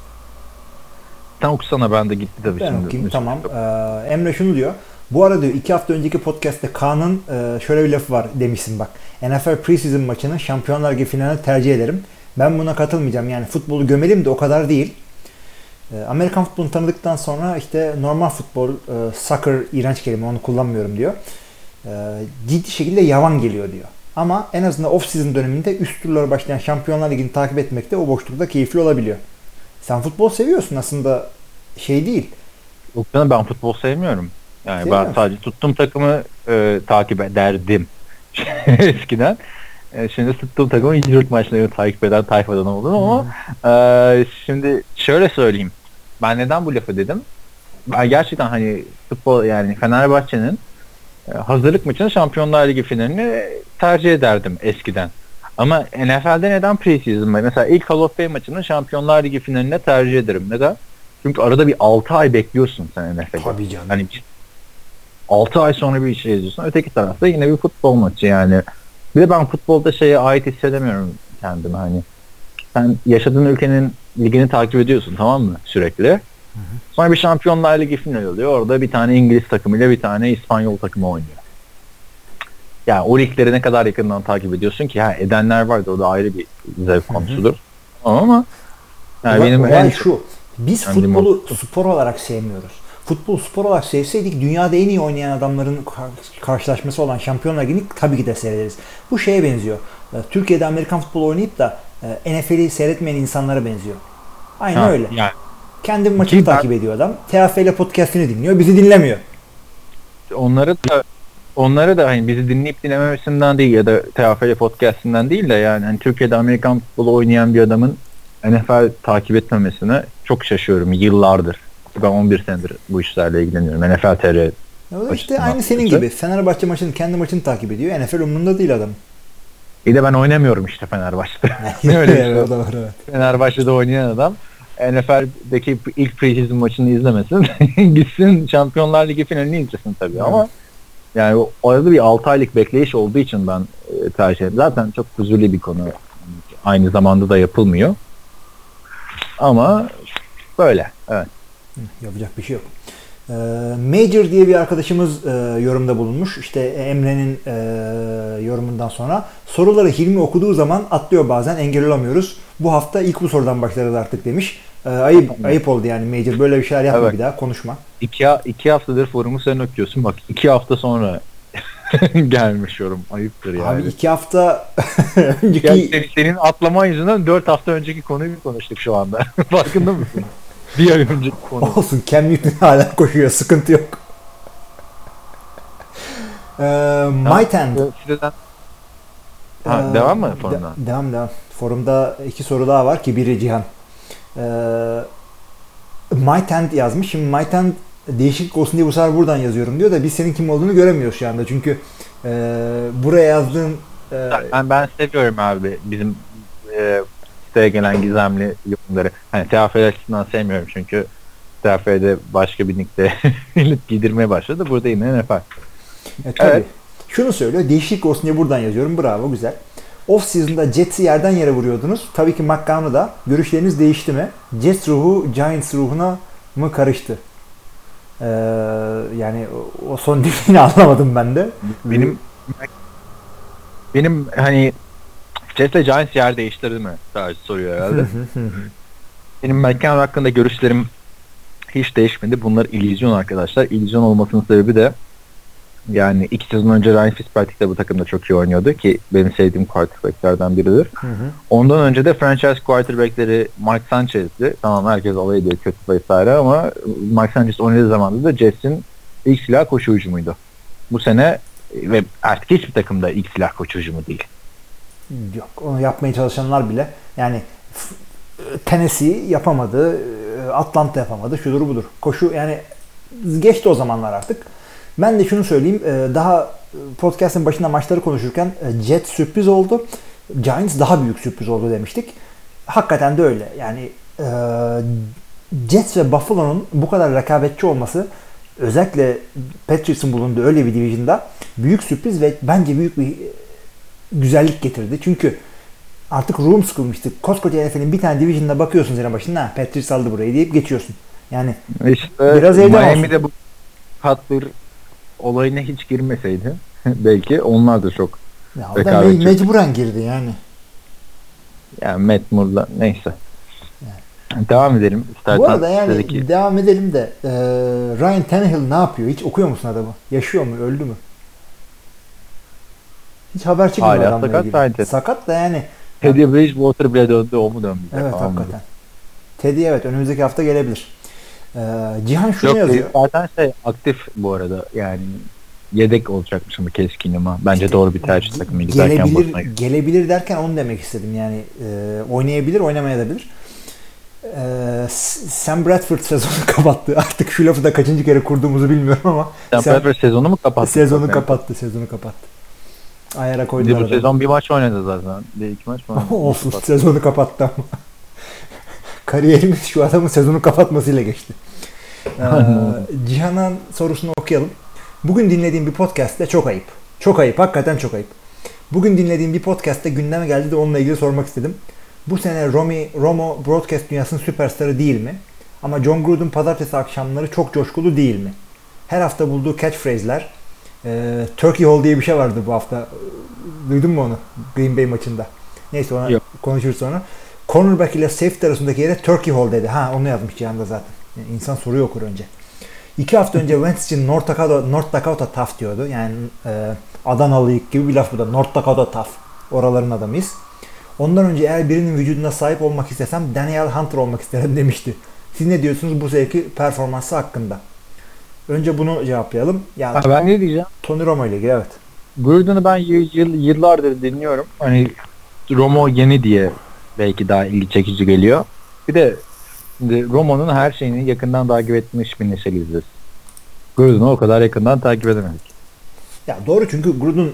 Sen okusana, ben de gitti tabii Ben şimdi. okuyayım, tamam. Emre şunu diyor. Bu arada diyor 2 hafta önceki podcast'te Kaan'ın şöyle bir lafı var demişsin bak. NFL preseason maçını Şampiyonlar Ligi finaline tercih ederim. Ben buna katılmayacağım. Yani futbolu gömelim de o kadar değil. Amerikan futbolunu tanıdıktan sonra işte normal futbol, soccer iğrenç kelime, onu kullanmıyorum diyor. Ciddi şekilde yavan geliyor diyor. Ama en azından off-season döneminde üst turlara başlayan Şampiyonlar Ligi'ni takip etmek de o boşlukta keyifli olabiliyor. Sen futbol seviyorsun aslında, şey değil. Yok canım, ben futbol sevmiyorum. Yani Sevmiyor ben sadece tuttuğum takımı takip ederdim eskiden. Şimdi tuttuğum takımın yurt maçlarını takip eden tayfadan oldum ama şimdi şöyle söyleyeyim. Ben neden bu lafı dedim? Ben gerçekten hani futbol, yani Fenerbahçe'nin hazırlık maçını Şampiyonlar Ligi finalini tercih ederdim eskiden. Ama NFL'de neden preseason var? Mesela ilk Hall of Fame maçını Şampiyonlar Ligi finaline tercih ederim. Neden? Çünkü arada bir 6 ay bekliyorsun sen NFL'de. Tabii canım. Hani 6 ay sonra bir şey yazıyorsun. Öteki tarafta yine bir futbol maçı yani. Bir de ben futbolda şeye ait hissedemiyorum kendimi hani. Sen yaşadığın ülkenin ligini takip ediyorsun, tamam mı, sürekli. Sonra bir Şampiyonlar Ligi finali oluyor. Orada bir tane İngiliz takımıyla bir tane İspanyol takımı oynuyor. Yani o ligleri ne kadar yakından takip ediyorsun ki? Edenler vardı, o da ayrı bir zevk konusudur. Ama yani benim olay şu. Biz futbolu spor olarak sevmiyoruz. Futbol spor olarak sevseydik dünyada en iyi oynayan adamların karşılaşması olan Şampiyonlar Ligi'ni tabii ki de seyrederiz. Bu şeye benziyor. Türkiye'de Amerikan futbolu oynayıp da NFL'i seyretmeyen insanlara benziyor. Aynen öyle. Yani. Kendi maçını takip ediyor adam. TFL podcast'ini dinliyor. Bizi dinlemiyor. Onları da hani bizi dinleyip dinlememesinden değil ya da TFL podcast'inden değil de yani hani Türkiye'de Amerikan futbolu oynayan bir adamın NFL takip etmemesine çok şaşıyorum yıllardır. Ben 11 senedir bu işlerle ilgileniyorum. NFL TR. İşte aynı senin gibi. Fenerbahçe maçını, kendi maçını takip ediyor. NFL umurunda değil adam. Bir de ben oynamıyorum işte Fenerbahçe'de. Öyle o da var, evet. Fenerbahçe'de oynayan adam NFL'deki ilk preseason maçını izlemesin. Gitsin Şampiyonlar Ligi finalini izlesin tabii, evet. Ama yani orada bir 6 aylık bekleyiş olduğu için ben tercih ederim. Zaten çok huzurlu bir konu. Aynı zamanda da yapılmıyor. Ama böyle, evet. Yapacak bir şey yok. Major diye bir arkadaşımız yorumda bulunmuş. İşte Emre'nin yorumundan sonra soruları Hilmi okuduğu zaman atlıyor bazen, engel olamıyoruz. Bu hafta ilk bu sorudan başlarız artık demiş. Ayıp oldu yani Major, böyle bir şeyler yapma, evet. Bir daha konuşma. 2 haftadır forumu sen okuyorsun, bak 2 hafta sonra gelmiş yorum. Ayıptır yani. Abi 2 hafta Ya önceki senin atlama yüzünden 4 hafta önceki konuyu konuştuk şu anda. Farkında mısın? Bir ay önceki konu. olsun. Cam Newton hala koşuyor. Sıkıntı yok. Might End. Siteden... Ha, devam mı forumdan? Devam. Forumda 2 soru daha var ki biri Cihan. Might End yazmış. Şimdi Might End değişiklik olsun diye bu sefer buradan yazıyorum diyor da biz senin kim olduğunu göremiyoruz şu anda. Çünkü buraya yazdığın Ben seviyorum abi bizim siteye gelen gizemli yorumları. Hani TFF açısından sevmiyorum çünkü TFF'de başka bir nickle giydirmeye başladı. Burada yine NFL. Tabii. Evet. Şunu söylüyor. Değişiklik olsun diye buradan yazıyorum. Bravo, güzel. Off season'da Jets'i yerden yere vuruyordunuz. Tabii ki McCown'u da. Görüşleriniz değişti mi? Jets ruhu Giants ruhuna mı karıştı? Yani o son dediğini anlamadım ben de. Benim hani Jets'le Giants yer değiştirdi mi? Sadece soruyor herhalde. Benim McCown hakkında görüşlerim hiç değişmedi. Bunlar illüzyon arkadaşlar. İllüzyon olmasının sebebi de yani 2 sezon önce Ryan Fitzpatrick de bu takımda çok iyi oynuyordu ki benim sevdiğim quarterback'lerden biridir. Ondan önce de franchise quarterback'leri Mark Sanchez'di. Tamam, herkes alay ediyor kötü vesaire ama Mark Sanchez oynadığı zamanda da Jets'in ilk silah koşu hücumuydu. Bu sene ve artık hiçbir takımda ilk silah koşu hücumu değil. Yok, onu yapmaya çalışanlar bile yani Tennessee yapamadı, Atlanta yapamadı, şudur budur. Koşu yani geçti o zamanlar artık. Ben de şunu söyleyeyim, daha podcast'ın başında maçları konuşurken Jets sürpriz oldu, Giants daha büyük sürpriz oldu demiştik. Hakikaten de öyle. Yani Jets ve Buffalo'nun bu kadar rekabetçi olması, özellikle Patriots'ın bulunduğu öyle bir division'da büyük sürpriz ve bence büyük bir güzellik getirdi. Çünkü artık room sıkılmıştık. Koskoca NFL'in bir tane division'da bakıyorsun sene başında, Patriots aldı burayı deyip geçiyorsun. Yani işte biraz Miami'de bu Cutler olayına hiç girmeseydi belki onlar da çok ya o da mecburen girdi yani. Yani Matt Moore'la neyse. Yani. Devam edelim. İstersen bu arada yani devam edelim de Ryan Tannehill ne yapıyor? Hiç okuyor musun adamı? Yaşıyor mu? Öldü mü? Hiç haber çıkmıyor hala adamla sakat ilgili. bence. Sakat da yani. Teddy Bridgewater bile döndü, o mu dönmeyecek? Evet, falan hakikaten. Teddy evet önümüzdeki hafta gelebilir. Cihan şunu yok, yazıyor. Zaten aktif bu arada yani yedek olacakmış ama keskin ama bence doğru bir tercih takımı giderken gelebilir derken onu demek istedim yani oynayabilir, oynamayabilir. Sam Bradford sezonu kapattı. Artık şu lafı da kaçıncı kere kurduğumuzu bilmiyorum ama Sam Bradford sezonu mu kapattı? Sezonu kapattı. Ayara koydular. Bu sezon bir maç oynadı zaten. Bir iki maç mı oynadı? Olsun, sezonu kapattı ama. Kariyerimiz şu adamın sezonu kapatmasıyla geçti. Cihan'ın sorusunu okuyalım. Bugün dinlediğim bir podcast'te çok ayıp. Çok ayıp. Hakikaten çok ayıp. Bugün dinlediğim bir podcast'te gündeme geldi de onunla ilgili sormak istedim. Bu sene Romo broadcast dünyasının süperstarı değil mi? Ama John Gruden pazartesi akşamları çok coşkulu değil mi? Her hafta bulduğu catchphrase'ler, Turkey Hole diye bir şey vardı bu hafta. Duydun mu onu? Green Bay maçında. Neyse ona konuşuruz sonra. Cornerback ile safety arasındaki yere Turkey Hole dedi. Ha, onu yazmış Cihan'da zaten. Yani insan soruyu okur önce. 2 hafta önce Wentz için North Dakota tough diyordu. Yani Adanalıyık gibi bir laf bu da. North Dakota tough. Oraların adamıyız. Ondan önce eğer birinin vücuduna sahip olmak istesem Daniel Hunter olmak isterim demişti. Siz ne diyorsunuz bu seneki performansı hakkında? Önce bunu cevaplayalım. Ya ben ne diyeceğim? Tony Romo ile ilgili, evet. Gruden'ı ben yıllardır dinliyorum. Hani Romo yeni diye belki daha ilgi çekici geliyor. Bir de Romo'nun her şeyini yakından takip etmiş bir nesil izliyoruz. Gruden'ı o kadar yakından takip edemedik. Ya doğru, çünkü Gruden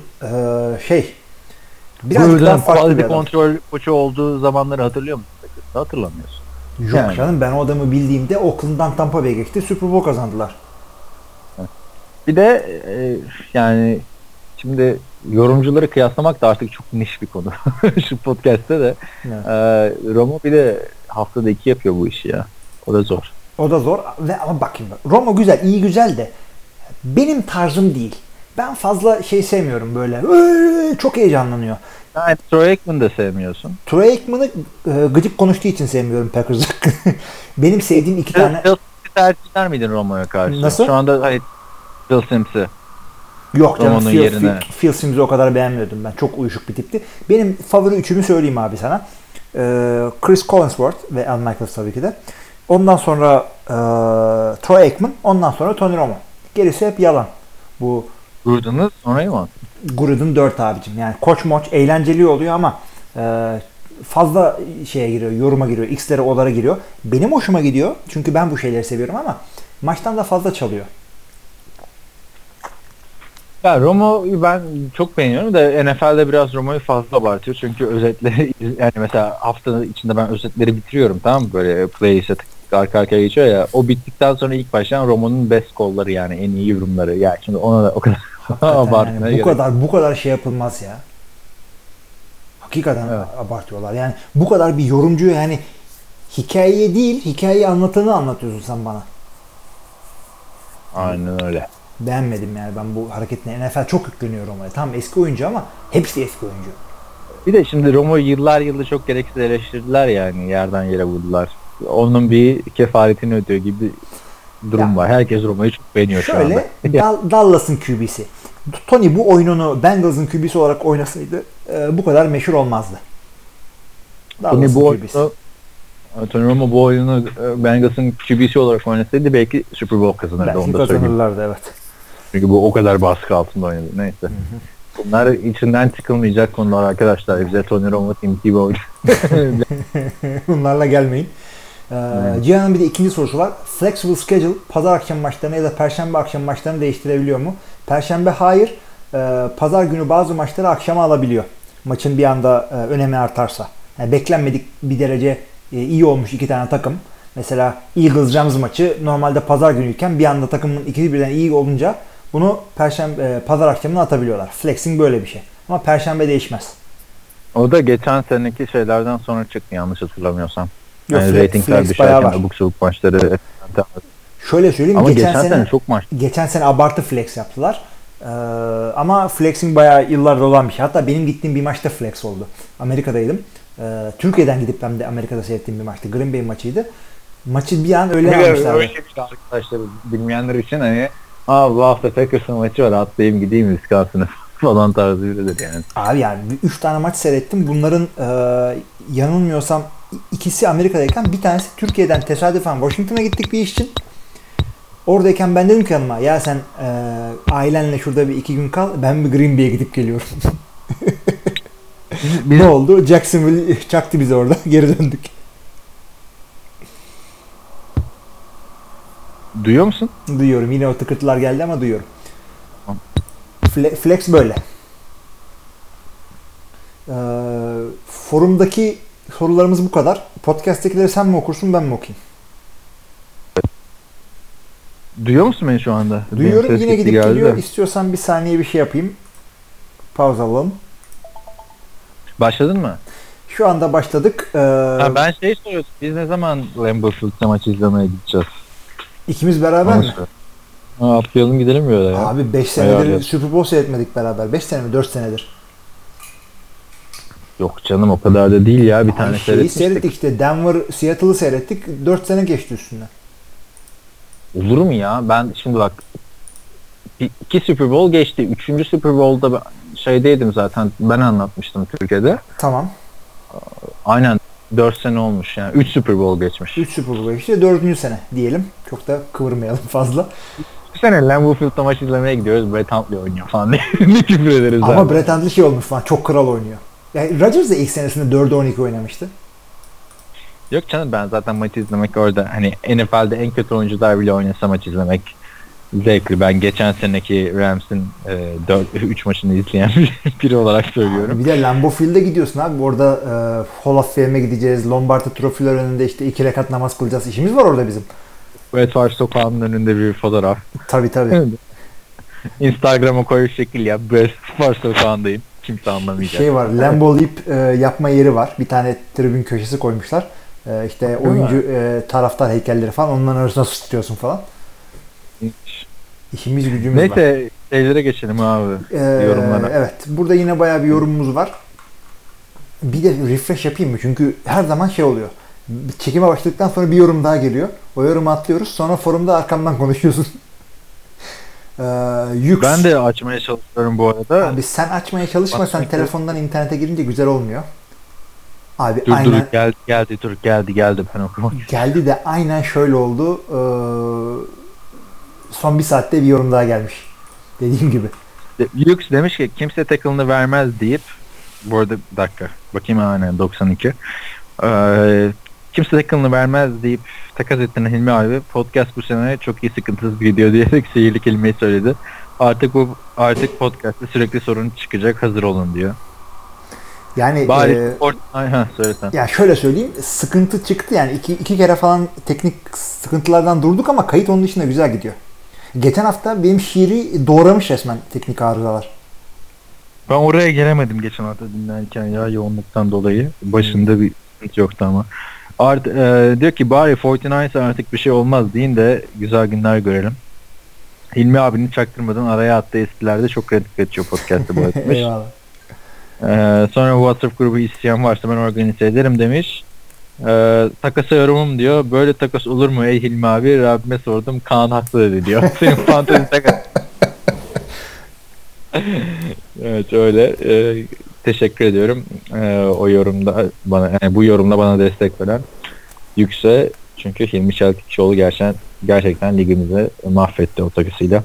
birazcık daha farklı bir adam. Kontrol koçu olduğu zamanları hatırlıyor musun? Hatırlamıyorsun. Yok yani. Canım, ben o adamı bildiğimde Oakland'dan Tampa Bay'e geçti. Super Bowl kazandılar. Bir de yani şimdi yorumcuları kıyaslamak da artık çok niş bir konu. Şu podcast'te de. Evet. Romo bir de haftada 2 yapıyor bu işi ya. O da zor. O da zor. Ama bakayım. Romo güzel, iyi güzel de benim tarzım değil. Ben fazla sevmiyorum böyle. Çok heyecanlanıyor. Yani Troy Aikman'ı da sevmiyorsun. Troy Aikman'ı gıcık konuştuğu için sevmiyorum Packers'ı. Benim sevdiğim 2 tane... Tercih eder miydin Romo'ya karşı? Nasıl? Şu anda Bill Sims'i. Yok canım, Romo'nun yerine. Phil Simms'i o kadar beğenmiyordum ben. Çok uyuşuk bir tipti. Benim favori üçümü söyleyeyim abi sana. Chris Collinsworth ve Al Michaels tabii ki de. Ondan sonra Troy Aikman. Ondan sonra Tony Romo. Gerisi hep yalan. Bu Gruden'ı sonra mı? Gruden 4 abicim. Yani koç moç eğlenceli oluyor ama fazla şeye giriyor, yoruma giriyor, X'lere, O'lara giriyor. Benim hoşuma gidiyor. Çünkü ben bu şeyleri seviyorum ama maçtan da fazla çalıyor. Ya Romo'yu ben çok beğeniyorum da NFL'de biraz Romo'yu fazla abartıyor. Çünkü özetleri yani mesela haftanın içinde ben özetleri bitiriyorum, tamam mı? Böyle playlist'e arka arkaya geçiyor ya. O bittikten sonra ilk başlayan Romo'nun best kolları, yani en iyi yorumları. Ya şimdi ona da o kadar abartmaya Yani gerek. bu kadar şey yapılmaz ya. Hakikaten Evet. abartıyorlar. Yani bu kadar bir yorumcuyu, yani hikayeye değil, hikayeyi anlatanı anlatıyorsun sen bana. Aynen öyle. Beğenmedim yani ben bu hareketine. NFL çok yükleniyor Roma'ya. Tamam eski oyuncu ama hepsi eski oyuncu. Bir de şimdi Romo'yu yıllar çok gereksiz eleştirdiler, yani yerden yere vurdular. Onun bir kefaretini ödüyor gibi durum Ya, var. Herkes Romo'yu çok beğeniyor şu anda. şöyle Dallas'ın QB'si. Tony bu oyununu Bengals'ın QB'si olarak oynasaydı bu kadar meşhur olmazdı. Tony Dallas'ın bu QB'si. oyunu, Tony Romo bu oyunu Bengals'ın QB'si olarak oynasaydı belki Super Bowl kazanırdı. Belki Onu da söyleyeyim. kazanırlardı, evet. Çünkü bu o kadar baskı altında oynadı. Neyse. Bunlar içinden çıkılmayacak konular arkadaşlar. Bize Tony Romo, Tim Tebow. Bunlarla gelmeyin. Cihan'ın bir de ikinci sorusu var. Flexible schedule pazar akşam maçlarını ya da perşembe akşam maçlarını değiştirebiliyor mu? Perşembe hayır. Pazar günü bazı maçları akşama alabiliyor. Maçın bir anda önemi artarsa. Yani beklenmedik bir derece iyi olmuş iki tane takım. Mesela Eagles Rams maçı normalde pazar günüyken bir anda takımın ikisi birden iyi olunca bunu pazar akşamına atabiliyorlar. Flexing böyle bir şey. Ama perşembe değişmez. O da geçen seneki şeylerden sonra çıktı yanlış hatırlamıyorsam. Yok, Yani ratingler flex bayağı düşerken var. abuk sabuk maçları. Şöyle söyleyeyim, Ama geçen sene çok maç. Geçen sene abartı flex yaptılar. Ama flexing bayağı yıllardır olan bir şey. Hatta benim gittiğim bir maçta flex oldu. Amerika'daydım. Türkiye'den gidip hem de Amerika'da seyrettiğim bir maçtı. Green Bay maçıydı. Maçı bir an öyle almışlar. Öyle bir şey arkadaşlar, bilmeyenler için hani bu hafta Packers'ın maçı var, atlayayım gideyim Wisconsin'a falan tarzı biridir yani. Abi yani 3 tane maç seyrettim. Bunların yanılmıyorsam ikisi Amerika'dayken bir tanesi Türkiye'den tesadüfen Washington'a gittik bir iş için. Oradayken ben dedim ki hanıma, ya sen ailenle şurada bir 2 gün kal, ben bir Green Bay'e gidip geliyorum. Ne oldu? Jacksonville çaktı bizi orada. Geri döndük. Duyuyor musun? Duyuyorum. Yine o tıkırtılar geldi ama duyuyorum. Flex böyle. Forumdaki sorularımız bu kadar. Podcast'tekileri sen mi okursun, ben mi okuyayım? Duyuyor musun beni şu anda? Duyuyorum. Benim ses Yine gitti gidip geldi geliyor. de. İstiyorsan bir saniye bir şey yapayım. Pause alalım. Başladın mı? Şu anda başladık. Ben soruyorum. Biz ne zaman Lambeau Field'da maç izlemeye gideceğiz? İkimiz beraber mi? Atlayalım gidelim böyle ya. Abi 5 senedir Super Bowl seyretmedik beraber. 5 sene mi? 4 senedir. Yok canım, o kadar da değil ya. Bir tane seyretmiştik. Seyrettik işte. Denver, Seattle'ı seyrettik. 4 sene geçti üstünden. Olur mu ya? Ben şimdi bak, 2 Super Bowl geçti. 3. Super Bowl'da ben şeydeydim zaten. Ben anlatmıştım Türkiye'de. Tamam. Aynen 4 sene olmuş yani. 3 Super Bowl geçmiş. 3 Super Bowl geçti. 4. sene diyelim. Çok da kıvırmayalım fazla. Bu sene Lambeau Field'da maç izlemeye gidiyoruz. Brett Hundley oynuyor falan diye. Ne küfür ederiz Ama zaten. Brett Hundley şey olmuş falan. Çok kral oynuyor. Yani Rodgers da ilk senesinde 4'e 12 oynamıştı. Yok canım, ben zaten maç izlemek orada, hani NFL'de en kötü oyuncular bile oynasa maç izlemek zevkli. Ben geçen seneki Rams'in 3 maçını izleyen biri olarak söylüyorum. Bir de Lambeau Field'e gidiyorsun abi. Orada Hall of Fame'e gideceğiz. Lombardi trofiler önünde işte 2 rekat namaz kılacağız. İşimiz var orada bizim. Brett Favre sokağının önünde bir fotoğraf. Tabii. Instagram'a koyup şekil yap. Brett Favre sokağındayım. Kimse anlamayacak. Şey var. Lambeau Leap yapma yeri var. Bir tane tribün köşesi koymuşlar. İşte oyuncu taraftar heykelleri falan. Onların arasına tutuyorsun falan. İşimiz gücümüz var. Neyse, şeylere geçelim abi. Yorumlara. Evet. Burada yine bayağı bir yorumumuz var. Bir de refresh yapayım mı? Çünkü her zaman şey oluyor. Çekime başladıktan sonra bir yorum daha geliyor. O yorumu atlıyoruz. Sonra forumda arkamdan konuşuyorsun. Yük. Ben de açmaya çalışıyorum bu arada. Abi sen açmaya çalışma, sen telefondan internete girince güzel olmuyor. Abi Dur aynen geldi ben okumak. geldi de aynen şöyle oldu. Son bir saatte bir yorum daha gelmiş. Dediğim gibi. Yux demiş ki kimse tackle'ını vermez deyip, bu arada bir dakika bakayım, aynen 92. Kimse tackle'ını vermez deyip takas ettiğine Hilmi abi podcast bu sene çok iyi sıkıntısız gidiyor diyerek sihirli kelimeyi söyledi. Artık podcast'te sürekli sorun çıkacak, hazır olun diyor. Yani Bari söylesen. ya şöyle söyleyeyim, sıkıntı çıktı yani iki kere falan teknik sıkıntılardan durduk ama kayıt onun dışında güzel gidiyor. Geçen hafta benim şiiri doğramış resmen teknik arızalar. Ben oraya gelemedim geçen hafta dinlerken ya, yoğunluktan dolayı. Başında bir sıkıntı yoktu ama. Diyor ki bari 49 artık bir şey olmaz deyin de güzel günler görelim. Hilmi abinin çaktırmadan araya attığı eskilerde çok reddik geçiyor podcast'ı bu etmiş. Eyvallah. Sonra WhatsApp grubu isteyen varsa ben organize ederim demiş. Takasa yorumum diyor. Böyle takas olur mu ey Hilmi abi? Rabbime sordum. Kaan haklı dedi diyor. Senin fantezi takas. Evet öyle. Teşekkür ediyorum. O yorumda bana, yani bu yorumda bana destek veren Yükse, çünkü Hilmi Çeltikçioğlu gerçekten ligimizi mahvetti o takısıyla.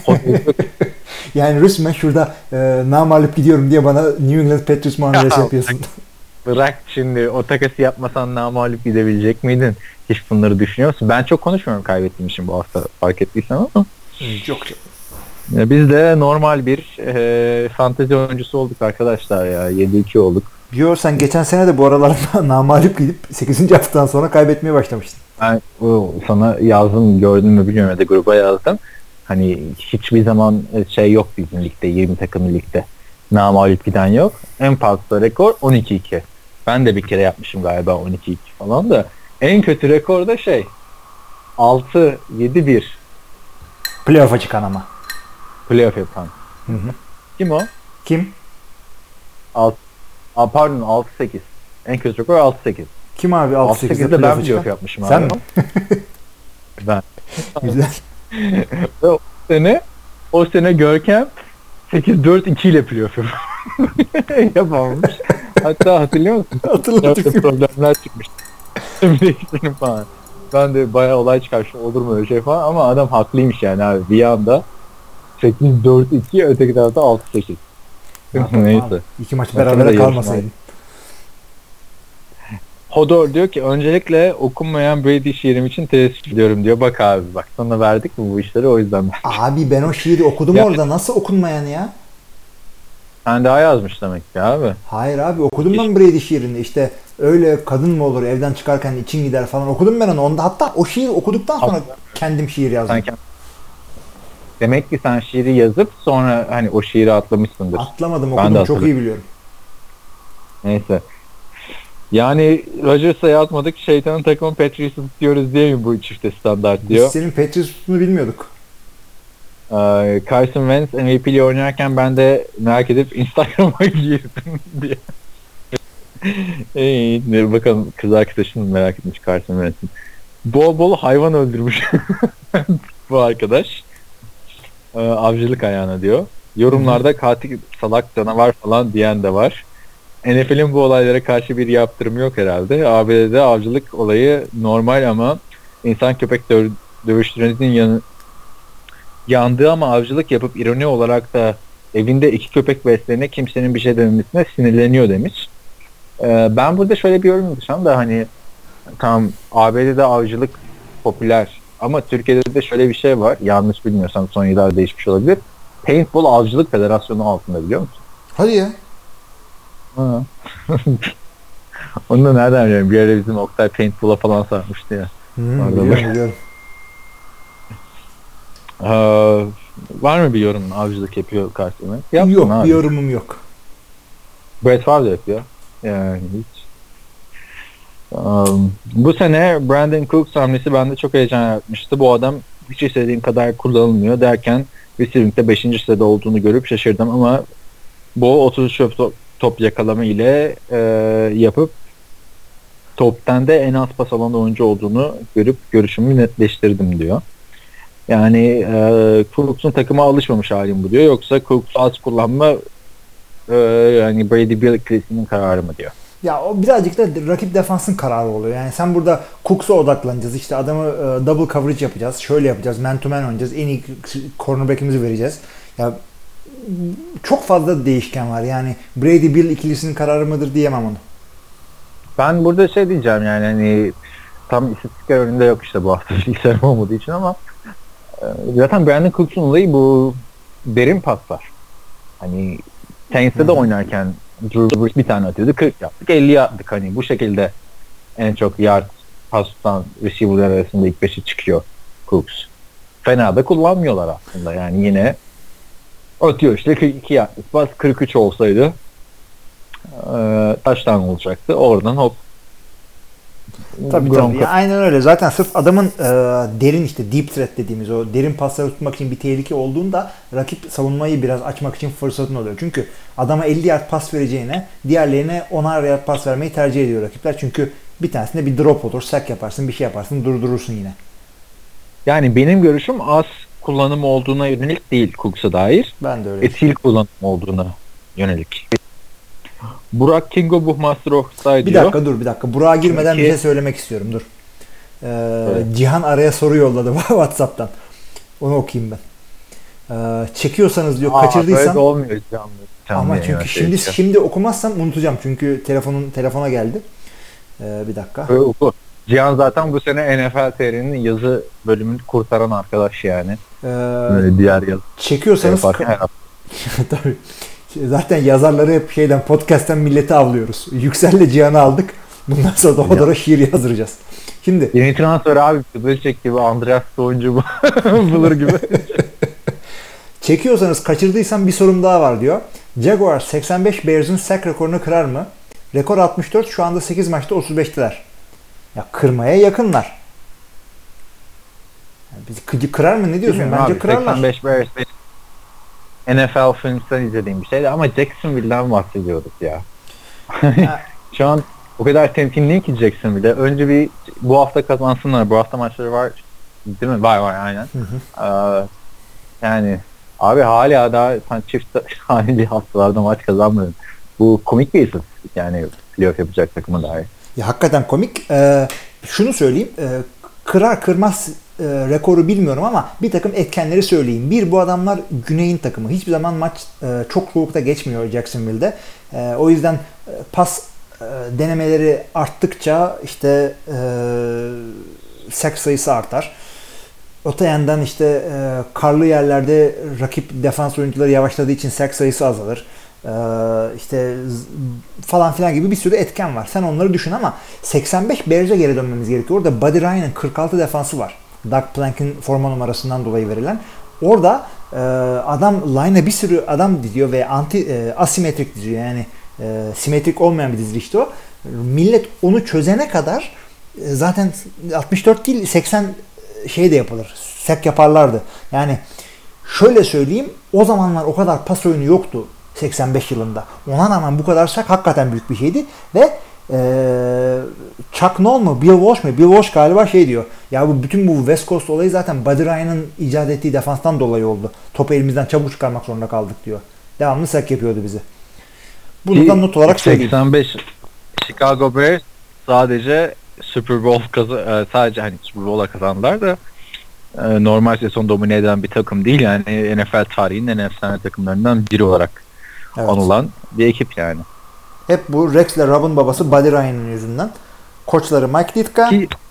Yani resmen şurada namağlup gidiyorum diye bana New England Patriots muamelesi yapıyorsun. Bırak şimdi, o takası yapmasan namağlup gidebilecek miydin? Hiç bunları düşünüyor musun? Ben çok konuşmuyorum kaybettiğim için bu hafta, fark ettiysen ama. Çok. Biz de normal bir fantezi oyuncusu olduk arkadaşlar ya. 7-2 olduk. Diyor sen geçen sene de bu aralarda namağlup gidip 8. haftadan sonra kaybetmeye başlamıştın. Ben sana yazdım, gördün mü bilmiyorum, ya da gruba yazdım. Hani hiçbir zaman şey yok bizim ligde, 20 takımlı ligde. Namağlup giden yok. En fazla rekor 12-2. Ben de bir kere yapmışım galiba 12-2 falan da. En kötü rekor da 6-7-1. Playoff'a çıkan ama. Playoff yapan. Hı hı. Kim o? Kim? Pardon, 6-8. En kötü rekor 6-8. Kim abi 6-8'de ben playoff yapmışım Sen abi. mi? Ben. Güzel. Ve o sene Görkem 8-4-2 ile playoff yapamamış. Hatta hatırlıyor musun? Hatırladım. Problemler çıkmıştı. Değiştirin falan. Ben de bayağı olay çıkarmıştım, olur mu öyle şey falan, ama adam haklıymış yani abi. Bir anda 8-4-2, öteki tarafta 6-8. Neyse. İki maç beraber kalmasaydın. Hodor diyor ki öncelikle okunmayan Brady şiirim için teessüf ediyorum diyor. Bak abi, bak sana verdik mi bu işleri, o yüzden. Abi ben o şiiri okudum ya, orada nasıl okunmayan ya? Sen daha yazmış demek ki abi. Hayır abi, okudum ben Brady şiirini, işte öyle kadın mı olur evden çıkarken için gider falan, okudum ben onu. Onda hatta o şiiri okuduktan sonra kendim şiir yazdım. Demek ki sen şiiri yazıp sonra hani o şiiri atlamışsındır. Atlamadım, okudum, çok iyi biliyorum. Neyse. Yani Rodgers'a yazmadık, şeytanın takımı Patriots'ı tutuyoruz diye mi bu çifte standart diyor. Biz senin Patriots'unu bilmiyorduk. Carson Wentz MVP'li oynarken ben de merak edip Instagram'a girdim diye. Bakalım kız arkadaşım merak etmiş Carson Wentz'in. Bol bol hayvan öldürmüş bu arkadaş. Avcılık ayağına diyor. Yorumlarda katil, salak, canavar falan diyen de var. NFL'in bu olaylara karşı bir yaptırımı yok herhalde. ABD'de avcılık olayı normal ama insan köpek dövüştürenin yandığı ama avcılık yapıp ironi olarak da evinde 2 köpek besleyene kimsenin bir şey dememesine sinirleniyor demiş. Ben burada şöyle bir yorum yapacağım da, hani tam ABD'de avcılık popüler ama Türkiye'de de şöyle bir şey var, yanlış bilmiyorsam son yıllarda değişmiş olabilir. Paintball Avcılık Federasyonu altında, biliyor musun? Hadi ya. Ha. Onu da nereden biliyorum? Bir ara bizim Oktay paintball'a falan sarmıştı ya. Biliyorum. Var mı bir yorum, avcılık yapıyor karşısına? Yok, abi. Bir yorumum yok. Brett Favre yapıyor. Yani hiç. Bu sene Brandon Cooks hamlesi bende çok heyecan yaratmıştı. Bu adam hiç istediğim kadar kullanılmıyor derken receiving'de 5. sırada olduğunu görüp şaşırdım ama bu 33 top yakalama ile yapıp top 10'de en az pas alan oyuncu olduğunu görüp görüşümü netleştirdim diyor. Yani Cooks'un takıma alışmamış halim bu diyor. Yoksa Cooks'u az kullanma yani Brady Bill ikilisi'nin kararı mı diyor. Ya o birazcık da rakip defansın kararı oluyor. Yani sen burada Cooks'a odaklanacağız. İşte adamı double coverage yapacağız. Şöyle yapacağız. Man to man oynayacağız. En iyi cornerback'imizi vereceğiz. Ya çok fazla değişken var. Yani Brady Bill ikilisinin kararı mıdır diyemem onu. Ben burada şey diyeceğim yani hani tam istatistikler önünde yok işte bu hafta bilgisayarım olmadığı için ama zaten Brandon Cooks'un olayı bu derin paslar. Hani Saints'te de oynarken Drew Brees bir tane atıyordu 40 yaptık 50 attık hani bu şekilde en çok yard pas tutan receiver'lar arasında ilk 5'e çıkıyor Cooks. Fena da kullanmıyorlar aslında yani yine atıyor işte 42 yardlık pas 43 olsaydı taştan olacaktı oradan hop. Tabii. Aynen öyle. Zaten sırf adamın derin işte deep threat dediğimiz o derin pasları tutmak için bir tehlike olduğunda rakip savunmayı biraz açmak için fırsatın oluyor. Çünkü adama 50 yard pas vereceğine diğerlerine 10'ar yard pas vermeyi tercih ediyor rakipler. Çünkü bir tanesinde bir drop olur, sack yaparsın, bir şey yaparsın, durdurursun yine. Yani benim görüşüm az kullanım olduğuna yönelik değil Cooks'a dair. Ben de öyle. Etkili kullanım olduğuna yönelik. Burak Kingo Buhmaster Oktay diyor. Bir dakika. Burak'a girmeden bir şey söylemek istiyorum. Dur. Cihan araya soru yolladı WhatsApp'tan. Onu okuyayım ben. Çekiyorsanız diyor kaçırdıysam. Böyle olmuyor canlı. Ama çünkü şimdi okumazsam unutacağım. Çünkü telefona geldi. Bir dakika. Cihan zaten bu sene NFL TR'nin yazı bölümünü kurtaran arkadaş yani. Diğer yazı. Çekiyorsanız tabii. Zaten yazarları hep podcast'ten milleti avlıyoruz. Yüksel'le Cihan'ı aldık. Bundan sonra da Hodor'a şiir yazdıracağız. Şimdi yeni transfer abi Belichick gibi Andreas oyuncu bulur gibi. Çekiyorsanız kaçırdıysam bir sorum daha var diyor. Jaguars 85 Bears'ın sack rekorunu kırar mı? Rekor 64 şu anda 8 maçta 35'tiler. Ya kırmaya yakınlar. Yani bizi kırar mı ne diyorsun? Bence abi, kırarlar. 85 Bears NFL Films'ten izlediğim bir şeydi ama Jacksonville'den bahsediyorduk ya. Şu an o kadar temkinliyim ki Jacksonville'de. Önce bu hafta kazansınlar. Bu hafta maçları var. Değil mi? Var aynen. Yani abi hala daha çift haneli haftalarda maç kazanmadın. Bu komik bir istatistik yani playoff yapacak takıma dair. Ya hakikaten komik. Şunu söyleyeyim. Kırar kırmaz rekoru bilmiyorum ama bir takım etkenleri söyleyeyim. Bir, bu adamlar Güney'in takımı. Hiçbir zaman maç çok soğukta geçmiyor Jacksonville'de. O yüzden pas denemeleri arttıkça işte sack sayısı artar. Öte yandan işte karlı yerlerde rakip defans oyuncuları yavaşladığı için sack sayısı azalır. İşte falan filan gibi bir sürü etken var. Sen onları düşün ama 85 Bears'e geri dönmemiz gerekiyor. Orada Buddy Ryan'ın 46 defansı var. Doug Plank'in forma numarasından dolayı verilen. Orada adam line'a bir sürü adam diziyor ve asimetrik diziyor. Yani simetrik olmayan bir dizi işte o. Millet onu çözene kadar zaten 64 değil 80 şey de yapılır. Sack yaparlardı. Yani şöyle söyleyeyim, o zamanlar o kadar pas oyunu yoktu 85 yılında. Ona rağmen bu kadar sack hakikaten büyük bir şeydi ve Chuck Noll mu? Bill Walsh mu? Bill Walsh galiba diyor. Ya bütün bu West Coast olayı zaten Buddy Ryan'ın icat ettiği defanstan dolayı oldu. Topu elimizden çabuk çıkarmak zorunda kaldık diyor. Devamlı sack yapıyordu bizi. Bunu da not olarak söyleyeyim. 85 Chicago Bears sadece Super Bowl sadece hani Super Bowl'a kazandılar da normal sezon domine eden bir takım değil yani NFL tarihinin en efsane takımlarından biri olarak anılan bir ekip yani. Hep bu Rex ile Rob'un babası Buddy Ryan'ın yüzünden. Koçları Mike Ditka.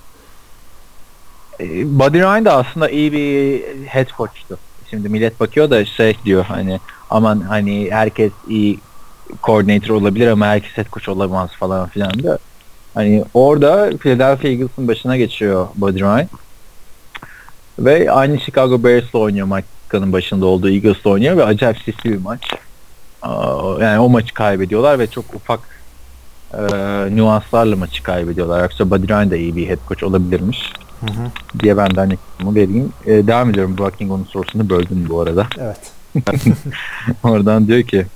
Buddy Ryan da aslında iyi bir head coach'tu. Şimdi millet bakıyor da diyor hani aman hani herkes iyi coordinator olabilir ama herkes head coach olamaz falan filan da. Hani orada Philadelphia Eagles'ın başına geçiyor Buddy Ryan. Ve aynı Chicago Bears'la oynuyor, Mike Ditka'nın başında olduğu Eagles'la oynuyor ve acayip sisli bir maç. Yani o maçı kaybediyorlar ve çok ufak nüanslarla maçı kaybediyorlar. Yoksa Buddy Ryan da iyi bir head coach olabilirmiş. Diye ben de hani bunu vereyim. Devam ediyorum. Burak Kingo'nun sorusunu böldüm bu arada. Evet. Oradan diyor ki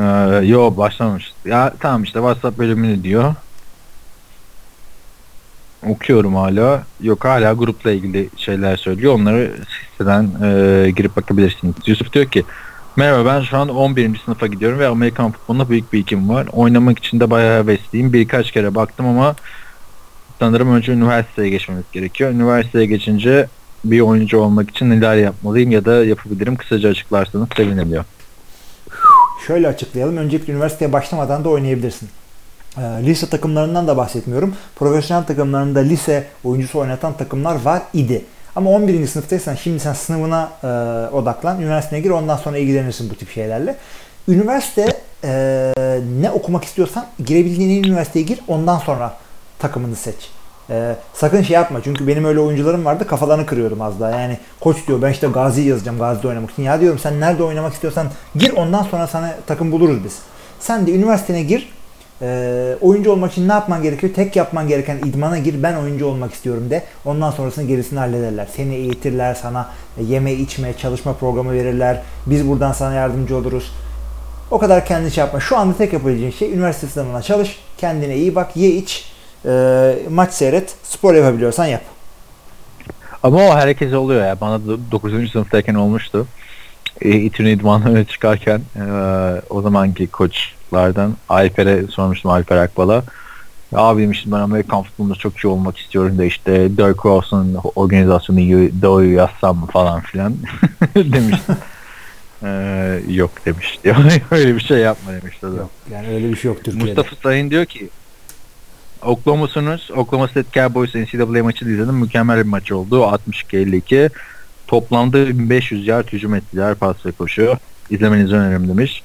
yo başlamamış. Ya tamam işte WhatsApp bölümünü diyor. Okuyorum hala. Yok, hala grupla ilgili şeyler söylüyor. Onları siteden girip bakabilirsiniz. Yusuf diyor ki merhaba, ben şu an 11. sınıfa gidiyorum ve Amerikan futboluna büyük bir ilgim var. Oynamak için de bayağı hevesliyim. Birkaç kere baktım ama sanırım önce üniversiteye geçmemiz gerekiyor. Üniversiteye geçince bir oyuncu olmak için neler yapmalıyım ya da yapabilirim? Kısaca açıklarsanız sevinirim diyor. Şöyle açıklayalım. Öncelikle üniversiteye başlamadan da oynayabilirsin. Lise takımlarından da bahsetmiyorum. Profesyonel takımlarında lise oyuncusu oynatan takımlar var idi. Ama 11. sınıftaysan şimdi sen sınavına odaklan. Üniversiteye gir, ondan sonra ilgilenirsin bu tip şeylerle. Üniversite ne okumak istiyorsan girebildiğin en üniversiteye gir. Ondan sonra takımını seç. Sakın şey yapma. Çünkü benim öyle oyuncularım vardı. Kafalarını kırıyordum az daha. Yani koç diyor ben işte Gazi yazacağım. Gazi'de oynamak için. Ya diyorum sen nerede oynamak istiyorsan gir. Ondan sonra sana takım buluruz biz. Sen de üniversitene gir. Oyuncu olmak için ne yapman gerekiyor? Tek yapman gereken idmana gir. Ben oyuncu olmak istiyorum de. Ondan sonrasını gerisini hallederler. Seni eğitirler. Sana yeme içme çalışma programı verirler. Biz buradan sana yardımcı oluruz. O kadar kendi şey yapma. Şu anda tek yapabileceğin şey üniversite sınavına çalış. Kendine iyi bak. Ye iç. Maç seyret. Spor yapabiliyorsan yap. Ama o herkese oluyor ya. Bana da 9. sınıftayken olmuştu. İTÜ'nün idmanlarına çıkarken o zamanki koçlardan Alper'e sormuştum, Alper Akbal'a. Abi demiştim, ben Amerikan futbolunda çok iyi olmak istiyorum da işte Dirk Ross'un organizasyonu Doğu'yu yazsam mı falan filan demiştim. Yok demiş diyor. Öyle bir şey yapma demişti o da. Yok, yani öyle bir şey yok Türkiye'de. Mustafa Sayın diyor ki Oklahoma'sunuz. Oklahoma State Cowboys NCAA maçını izledim. Mükemmel bir maç oldu. 62-52. Toplamda 1500 yard hücum ettiler, pas ve koşu. İzlemenizi öneririm demiş.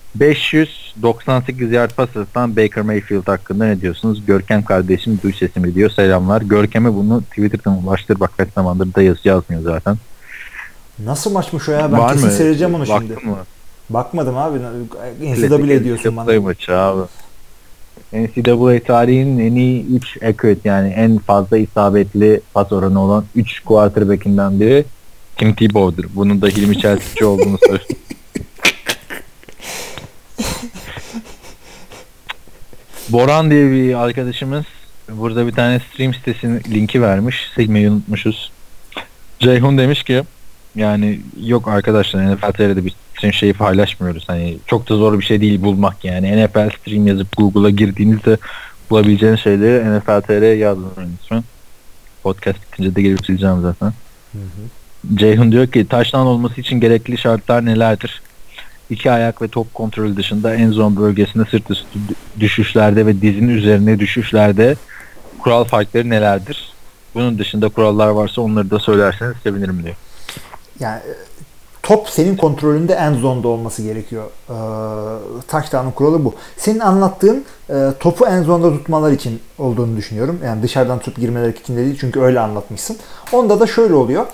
598 yard pas atan Baker Mayfield hakkında ne diyorsunuz? Görkem kardeşim duy sesimi diyor. Selamlar. Görkem'e bunu Twitter'dan ulaştır. Bak kaç zamandır da yazmıyor zaten. Nasıl maçmış o ya? Ben Var kesin mı? seyredeceğim onu şimdi. Baktın mı? Bakmadım abi. NCAA diyorsun bana. NCAA maçı abi. NCAA tarihinin en iyi 3 accurate, yani en fazla isabetli pas oranı olan 3 quarterback'inden biri Tim Tebow'dur. Bunun da Hilmi Çeltikçi olduğunu söylüyor. Boran diye bir arkadaşımız burada bir tane stream sitesinin linki vermiş. Silmeyi unutmuşuz. Ceyhun demiş ki yani yok arkadaşlar, NFL TR'de bir şeyi paylaşmıyoruz. Hani çok da zor bir şey değil bulmak yani. NFL stream yazıp Google'a girdiğinizde bulabileceğiniz şeyleri NFL TR'ye yazın lütfen. Podcast bitince de gelip sileceğim zaten. Hı hı. Ceyhun diyor ki touchdown olması için gerekli şartlar nelerdir? İki ayak ve top kontrolü dışında end zone bölgesinde sırt üstü düşüşlerde ve dizinin üzerine düşüşlerde kural farkları nelerdir? Bunun dışında kurallar varsa onları da söylerseniz sevinirim diyor. Yani top senin kontrolünde end zone'da olması gerekiyor. Touchdown'un kuralı bu. Senin anlattığın topu end zone'da tutmalar için olduğunu düşünüyorum. Yani dışarıdan tutup girmeler için de değil. Çünkü öyle anlatmışsın. Onda da şöyle oluyor.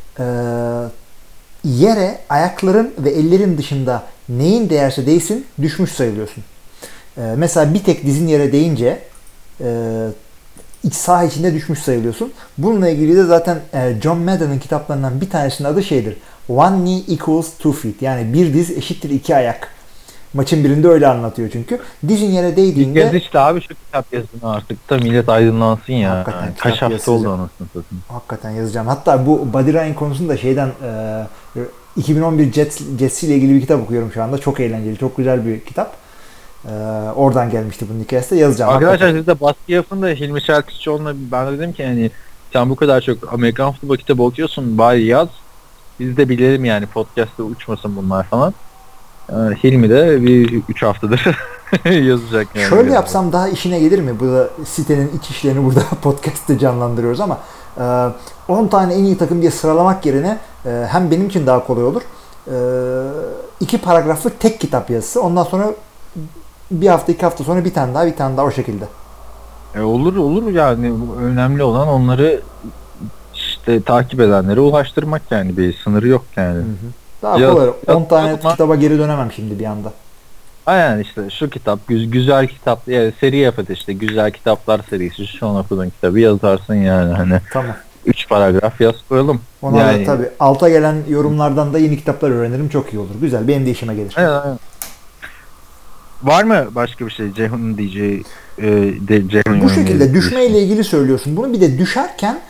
Yere ayakların ve ellerin dışında neyin değerse değsin düşmüş sayılıyorsun. Mesela bir tek dizin yere değince iç saha içinde düşmüş sayılıyorsun. Bununla ilgili de zaten John Madden'ın kitaplarından bir tanesinin adı şeydir. One knee equals two feet. Yani bir diz eşittir iki ayak. Maçın birinde öyle anlatıyor çünkü. Dizin yere değdiğinde... Yaz işte abi şu kitap yazın artık da millet aydınlansın ya. Hakikaten Yani kaç hafta yazacağım. oldu anasını satayım. Hakikaten yazacağım. Hatta bu Buddy Ryan konusunda şeyden 2011 Jets ile ilgili bir kitap okuyorum şu anda. Çok eğlenceli, çok güzel bir kitap. Oradan gelmişti bunun hikayesi de yazacağım. Arkadaşlar siz de baskı yapın da Hilmi Çeltikçioğlu'na ben de dedim ki hani sen bu kadar çok Amerikan futbol kitabı okuyorsun, bari yaz. Biz de bilelim yani, podcast'ta uçmasın bunlar falan. Hilmi de bir 3 haftadır yazacak yani. Şöyle yapsam daha işine gelir mi? Bu da sitenin iç işlerini burada podcast'te canlandırıyoruz ama 10 tane en iyi takım diye sıralamak yerine hem benim için daha kolay olur. 2 paragraflı tek kitap yazısı. Ondan sonra bir hafta 2 hafta sonra bir tane daha o şekilde. Olur yani, önemli olan onları işte takip edenlere ulaştırmak, yani bir sınırı yok yani. Hı hı. Daha kolay. 10 tane kitaba geri dönemem şimdi bir anda. Aynen işte şu kitap güzel kitap, yani seri yapıp işte güzel kitaplar serisi, şu an okuduğun kitabı yazarsın yani, hani Tamam. 3 paragraf yaz koyalım. Ona yani, da tabii alta gelen yorumlardan da yeni kitaplar öğrenirim, çok iyi olur. Güzel, benim de işime gelir. aynen. Var mı başka bir şey Ceyhun'un diyeceği? Bu şekilde düşmeyle ilgili söylüyorsun. Bunu bir de düşerken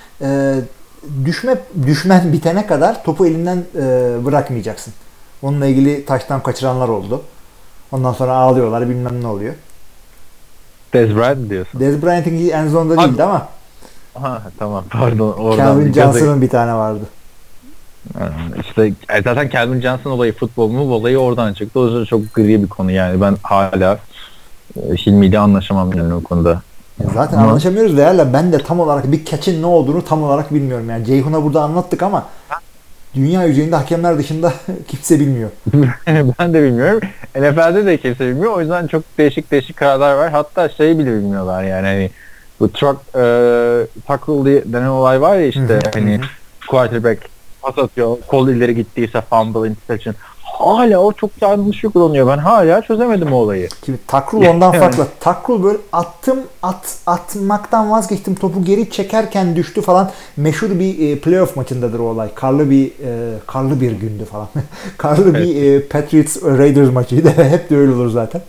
düşmen bitene kadar topu elinden bırakmayacaksın. Onunla ilgili taştan kaçıranlar oldu. Ondan sonra ağlıyorlar, bilmem ne oluyor. Dez Bryant diyorsun. Dez Bryant'in end zone'da değildi ama. Ha, tamam pardon. Calvin Johnson'ın bir tane vardı. İşte zaten Calvin Johnson olayı, futbol mu olayı oradan çıktı. O yüzden çok gri bir konu yani. Ben hala Hilmi ile anlaşamam yani o konuda. Zaten anlaşamıyoruz değerle. Ben de tam olarak bir catch'in ne olduğunu tam olarak bilmiyorum. Yani Ceyhun'a burada anlattık ama dünya yüzeyinde hakemler dışında kimse bilmiyor. Ben de bilmiyorum. NFL'de de kimse bilmiyor. O yüzden çok değişik kararlar var. Hatta şeyi bile bilmiyorlar yani. Hani bu tackle denen olay var ya işte hani quarterback pas atıyor. Kol ileri gittiyse fumble interception. Hala o çok yanlış kullanıyor. Ben hala çözemedim o olayı. Şimdi tackle ondan farklı. Tackle böyle atmaktan vazgeçtim. Topu geri çekerken düştü falan. Meşhur bir playoff maçındadır o olay. Karlı bir gündü falan. Karlı bir Patriots Raiders maçıydı. Hep de öyle olur zaten.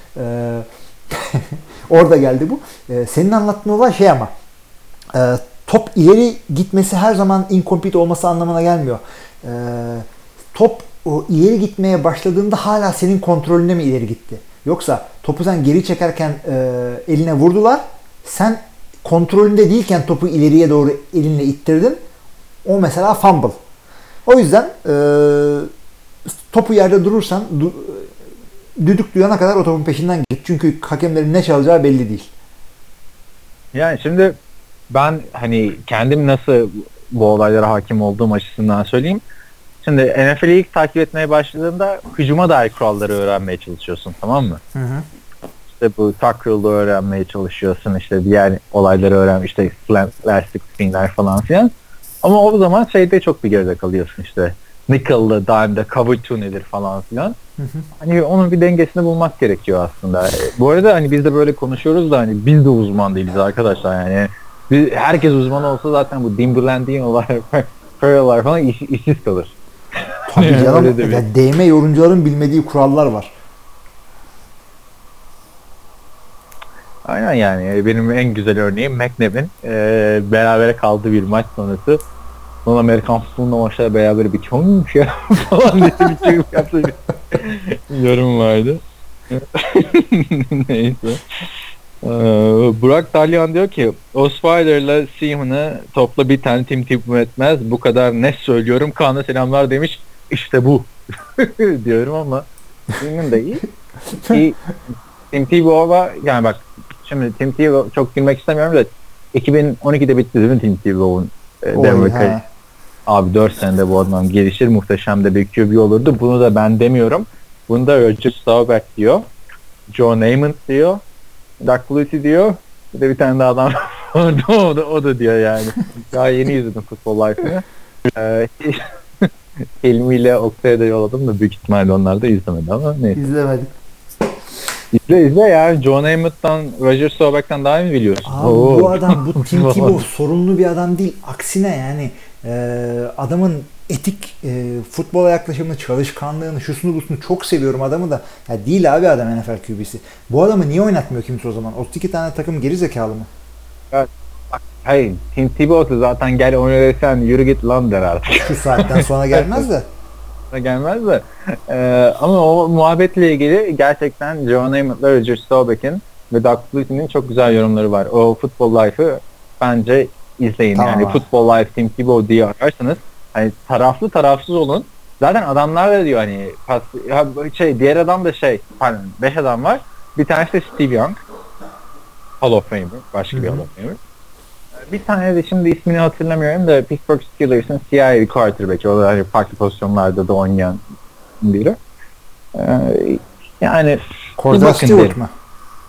Orada geldi bu. Senin anlattığın olay şey ama top ileri gitmesi her zaman incomplete olması anlamına gelmiyor. Top o ileri gitmeye başladığında hala senin kontrolünde mi ileri gitti? Yoksa topu sen geri çekerken eline vurdular. Sen kontrolünde değilken topu ileriye doğru elinle ittirdin. O mesela fumble. O yüzden topu yerde durursan düdük duyana kadar o topun peşinden git. Çünkü hakemlerin ne çalacağı belli değil. Yani şimdi ben hani kendim nasıl bu olaylara hakim olduğum açısından söyleyeyim. Şimdi NFL'i ilk takip etmeye başladığında hücuma dair kuralları öğrenmeye çalışıyorsun, tamam mı? Hı hı. İşte bu tackle'ı öğrenmeye çalışıyorsun, işte diğer olayları işte plastic screenler falan filan. Ama o zaman şeyde çok bir geride kalıyorsun işte. Nickel'lı, dime'da, cover two nedir falan filan. Hı hı. Hani onun bir dengesini bulmak gerekiyor aslında. Bu arada hani biz de böyle konuşuyoruz da hani biz de uzman değiliz arkadaşlar yani. Herkes uzman olsa zaten bu Timberland'in Farrell'lar falan işsiz kalır. Tabii canım. Ya değme yorumcuların bilmediği kurallar var. Aynen yani. Benim en güzel örneğim McNabb'in berabere kaldığı bir maç sonrası son Amerikan futbolunda maçlara beraber bitiyormuş ya falan diye bir şey yaptığı bir yorum vardı. Neyse. Burak Dalyan diyor ki Osweiler'la Seaman'ı topla bir tane tim etmez. Bu kadar net söylüyorum. Kaan'a selamlar demiş. İşte bu. diyorum ama Seaman da iyi. Tim Tebow'a yani bak şimdi Tim Tebow çok girmek istemiyorum da 2012'de bitti değil mi Tim Tebow'un Denver abi 4 senede bu adam gelişir, muhteşem de bir QB olurdu. Bunu da ben demiyorum. Bunu da Roger Staubach diyor. Joe Namath diyor. Doug Flutie diyor. Bir de bir tane daha adam vardı. o da diyor yani. Daha yeni izledim Football Life'ını. Hilmi ile Oktay'a da yolladım da büyük ihtimalle onlar da izlemedi ama neyse. İzlemedim. İzle yani Joe Namath'tan, Roger Staubach'tan daha iyi mi biliyorsun? Abi bu adam, bu Tim Tebow sorunlu bir adam değil. Aksine yani adamın etik futbola yaklaşımını, çalışkanlığını, şusunu busunu çok seviyorum adamı da. Ya değil abi adam NFL QB'si. Bu adamı niye oynatmıyor kimse o zaman? 32 tane takım geri zekalı mı? Evet. Hayır, Tim Tebow'da zaten gel oyna desen yürü git lan der artık. Şu saatten sonra gelmez de. Gelmez de. Ama o muhabbetle ilgili gerçekten Joe Namath'la Roger Staubach'in ve Doug Flutie'nin çok güzel yorumları var. O Football Life'ı bence izleyin. Tamam. Yani Football Life Tim Tebow diye ararsanız hani taraflı tarafsız olun. Zaten adamlar da diyor hani diğer adam da 5 adam var. Bir tanesi de Steve Young. Hall of Famer. Başka bir Hall of Famer. Bir tane de şimdi ismini hatırlamıyorum da Pittsburgh Steelers'ın CIA bir quarterback. O da hani farklı pozisyonlarda da oynayan biri. Yani Cordell Stewart mı?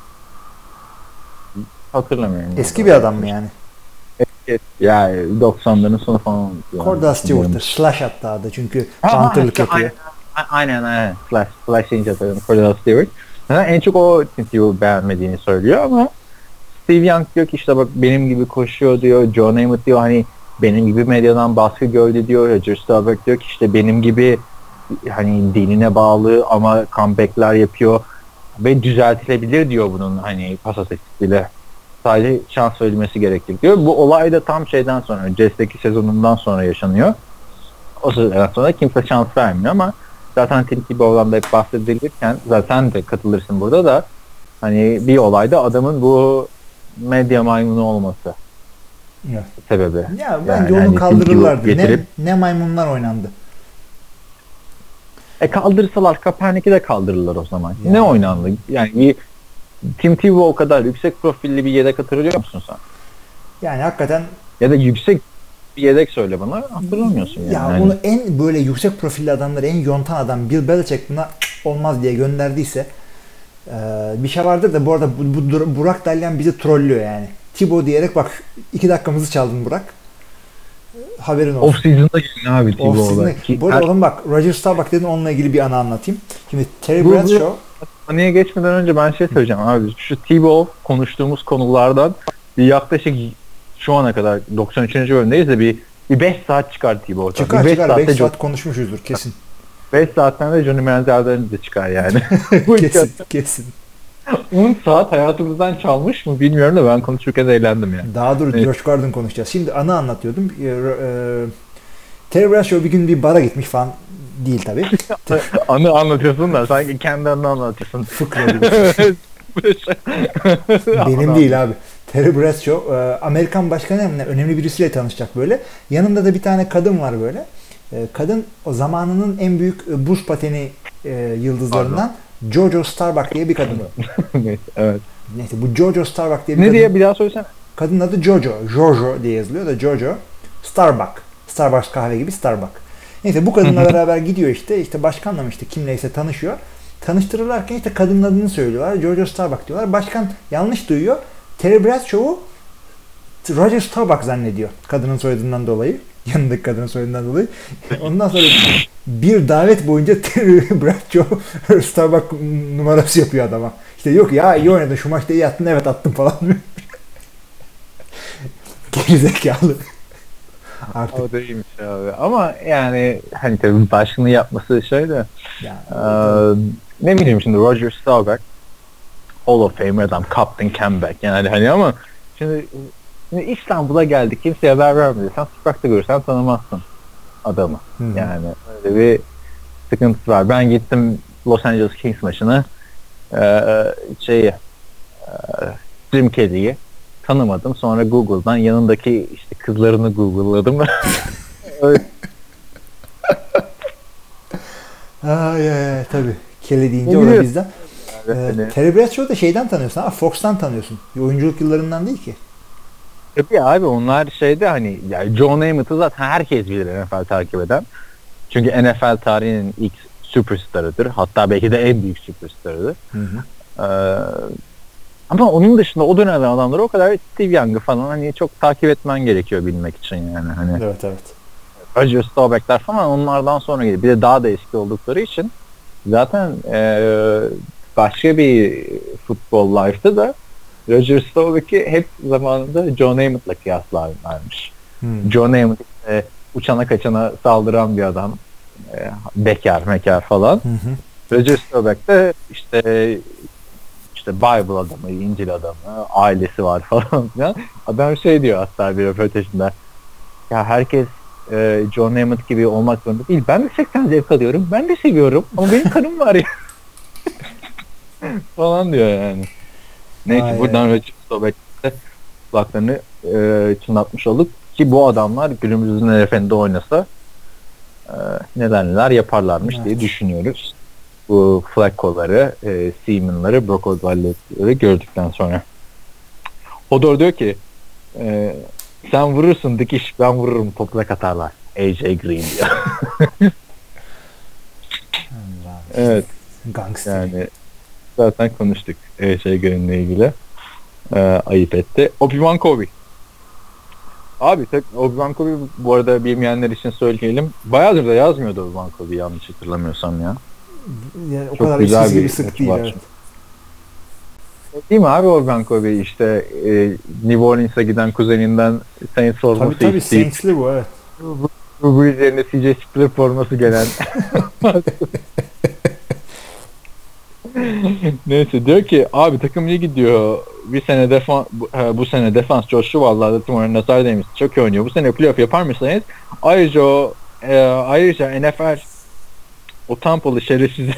Hatırlamıyorum. Eski bir adam mı yani? Yani 90'ların sonu falan. Cordell Stewart'tır. Slash hatta adı çünkü counter'lık yapıyor. Aynen. Slash deyince hatırlıyorum. Cordell Stewart. En çok o Tebow'u beğenmediğini söylüyor ama Steve Young diyor ki işte bak benim gibi koşuyor diyor. Joe Namath diyor hani benim gibi medyadan baskı gördü diyor. Roger Staubach diyor ki işte benim gibi hani dinine bağlı ama comeback'ler yapıyor. ve düzeltilebilir diyor bunun hani pas atışıyla. Sadece şans verilmesi gerekir diyor. Bu olay da tam şeyden sonra, Jazz'deki sezonundan sonra yaşanıyor. O sezondan sonra kimse şans vermiyor ama zaten Tim Tebow'dan da hep bahsedilirken zaten de katılırsın burada da hani bir olayda adamın bu medya maymunu olması Evet. sebebi. Ya bence yani onu kaldırırlardı. getirip, Ne maymunlar oynandı. kaldırsalar Kaepernick'i de kaldırırlar o zaman. Yani. Ne oynandı? Yani bir Tim Tebow kadar yüksek profilli bir yedek hatırlıyor musun sen? Yani hakikaten Ya da yüksek bir yedek söyle bana. Hatırlamıyorsun yani. ya bunu en böyle yüksek profilli adamları en yontan adam Bill Belichick buna olmaz diye gönderdiyse bir şey vardır da bu arada Burak Dalyan bizi trollüyor yani. Tebow diyerek bak 2 dakikamızı çaldın Burak. Haberin olsun. Off-season'da gelin abi Tebow'da. Bu arada oğlum bak Roger Staubach dedin onunla ilgili bir anı anlatayım. Şimdi Terry Bradshaw Konuya geçmeden önce ben şey söyleyeceğim abi. Şu Tebow konuştuğumuz konulardan bir yaklaşık şu ana kadar 93. bölümdeyiz de bir 5 saat çıkar Tebow. Çıkar 5 saat konuşmuşuzdur kesin. 5 saatten de Johnny Manziel'den de çıkar yani. kesin. 10 saat hayatımızdan çalmış mı bilmiyorum da ben konuşurken eğlendim yani. Daha dur Josh Gordon konuşacağız. Şimdi anı anlatıyordum. Terry Bradshaw bir gün bir bara gitmiş falan değil tabii. Anı anlatıyorsun da sanki kendi anını anlatıyorsun. Fıkra gibi. Benim değil abi. Terry Bradshaw Amerikan başkanı önemli birisiyle tanışacak böyle. Yanında da bir tane kadın var böyle. Kadın o zamanının en büyük buz pateni yıldızlarından Jojo Starbuck diye bir kadın. Evet. Neyse bu Jojo Starbuck diye bir kadın. Ne diye bir daha söylesene. Kadının adı Jojo. Jojo diye yazılıyor da Jojo Starbuck. Starbucks kahve gibi Starbuck. Neyse bu kadınla beraber gidiyor işte başkanla mı işte kimleyse tanışıyor. Tanıştırırlarken işte kadının adını söylüyorlar. Jojo Starbuck diyorlar. Başkan yanlış duyuyor. Terry Bradshaw'u Roger Staubach zannediyor. Kadının soyadından dolayı. Yanındaki kadının soyadından dolayı. Ondan sonra bir davet boyunca Terry Bradshaw Staubach numarası yapıyor adama. İşte yok ya iyi oynadın şu maçta iyi attın evet attım falan. Gerizekalı. Artık. O da iyiymiş abi. Ama yani hani tabii başkanı yapması şöyle. Ne bileyim şimdi Roger Staubach Hall of Famer adam, Captain Comeback yani hani ama şimdi İstanbul'a geldik kimseye haber vermedi. Sen sokakta görürsen tanımazsın adamı. Yani öyle bir sıkıntısı var. Ben gittim Los Angeles Kings maçına Jim Kelly'yi tanımadım. Sonra Google'dan yanındaki işte kızlarını Google'ladım. Tabii. Kelly deyince o da bizden. Terry Bradshaw'u da şeyden tanıyorsun ha, Fox'tan tanıyorsun. Oyunculuk yıllarından değil ki. Tabii abi onlar şeyde hani yani John Namath'ı zaten herkes bilir NFL takip eden. Çünkü NFL tarihinin ilk süperstarıdır. Hatta belki de en büyük süperstarıdır. Ama onun dışında o dönemde adamları o kadar Steve Young'ı falan hani çok takip etmen gerekiyor bilmek için yani. Hani evet. Roger Staubach'lar falan onlardan sonra geliyor. Bir de daha da eski oldukları için zaten başka bir futbol life'da da Roger Staubach'i hep zamanında John Namath'la kıyaslarlarmış. John Namath uçana kaçana saldıran bir adam. Bekar falan. Roger Staubach da işte Bible adamı, İncil adamı, ailesi var falan filan. Adam şey diyor hatta bir röportajında. Ya herkes John Namath gibi olmak zorunda değil. Ben de sekten zevk alıyorum. Ben de seviyorum. Ama benim karım var ya. falan diyor yani. Neyse buradan Roger Staubach'te kulaklarını çınlatmış olduk. Ki bu adamlar günümüzün NFL'de oynasa neler yaparlarmış diye düşünüyoruz. Bu Flacco'ları, Seaman'ları, Brock Osweiler'ları gördükten sonra. Hodor diyor ki sen vurursun dikiş, ben vururum toprak atarlar. AJ Green diyor. Evet. Gangster. Yani zaten konuştuk AJ Green'le ilgili. Ayıp etti. Obi-Wan Kenobi. Abi Obi-Wan Kenobi bu arada bilmeyenler için söyleyelim. Bayağıdır da yazmıyordu Obi-Wan Kenobi yanlış hatırlamıyorsam ya. Yani o kadar eskisi gibi sık değil. Evet. Değil mi abi Obi-Wan Kenobi işte New Orleans'a giden kuzeninden Saints forması tabii Saints'li bu evet. Bu üzerine CJ Spiller forması gelen Neyse diyor ki abi takım iyi gidiyor. Bir sene bu sene defans coştu vallahi Timur Nazar demiş. Çok iyi oynuyor. Bu sene playoff yapar mısınız? Ayrıca NFL o Tampalı şerefsize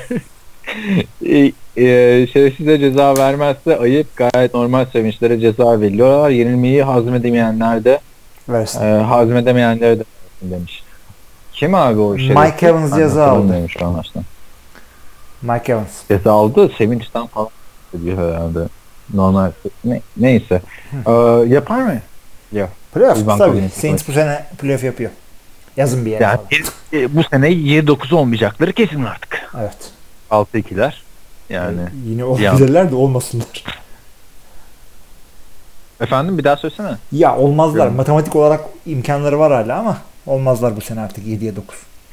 şerefsize ceza vermezse ayıp, gayet normal sevinçlere ceza veriliyorlar. Yenilmeyi hazmedemeyenler de hazmedemeyenlere de demiş. Kim abi o şerefsiz? Mike Evans ceza aldı. Mike Evans. Ceza aldı. Sevinçten falan diyor herhalde. Normal. Neyse. Yapar mı? Ya. Playoff tabii. Saints bu sene playoff yapıyor. Yazın bir yere yani falan. Bu sene 7-9 olmayacakları kesin artık. Evet. 6-2'ler. Yani. Yine olabilirler de olmasınlar. Efendim bir daha söylesene. Ya olmazlar. Yani. Matematik olarak imkanları var hala ama olmazlar bu sene artık 7'ye 9.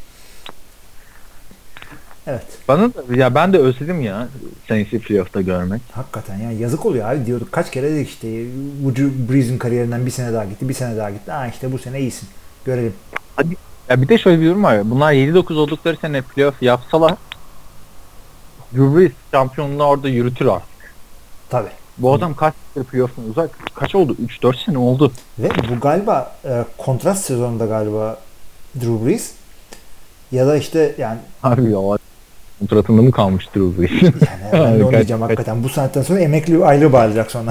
Evet. Ya ben de özledim ya Saints'i playoff'ta görmek. Hakikaten ya yazık oluyor abi diyorduk. Kaç kere dedik işte Breeze'in kariyerinden bir sene daha gitti. Bir sene daha gitti. İşte bu sene iyisin. Görelim. Hadi. Ya bir de şöyle bir durum var. Bunlar 7-9 oldukları sene playoff yapsalar Drew Brees şampiyonluğunu orada yürütür artık. Tabii. Bu adam kaç playoff'un uzak? Kaç oldu? 3-4 sene oldu. Ve bu galiba kontrat sezonunda galiba Drew Brees ya da işte yani Abi ya kontratında mı kalmış Drew Brees? yani ben de onu diyeceğim hakikaten. Bu saatten sonra emekli aylığı bağlayacak sonra.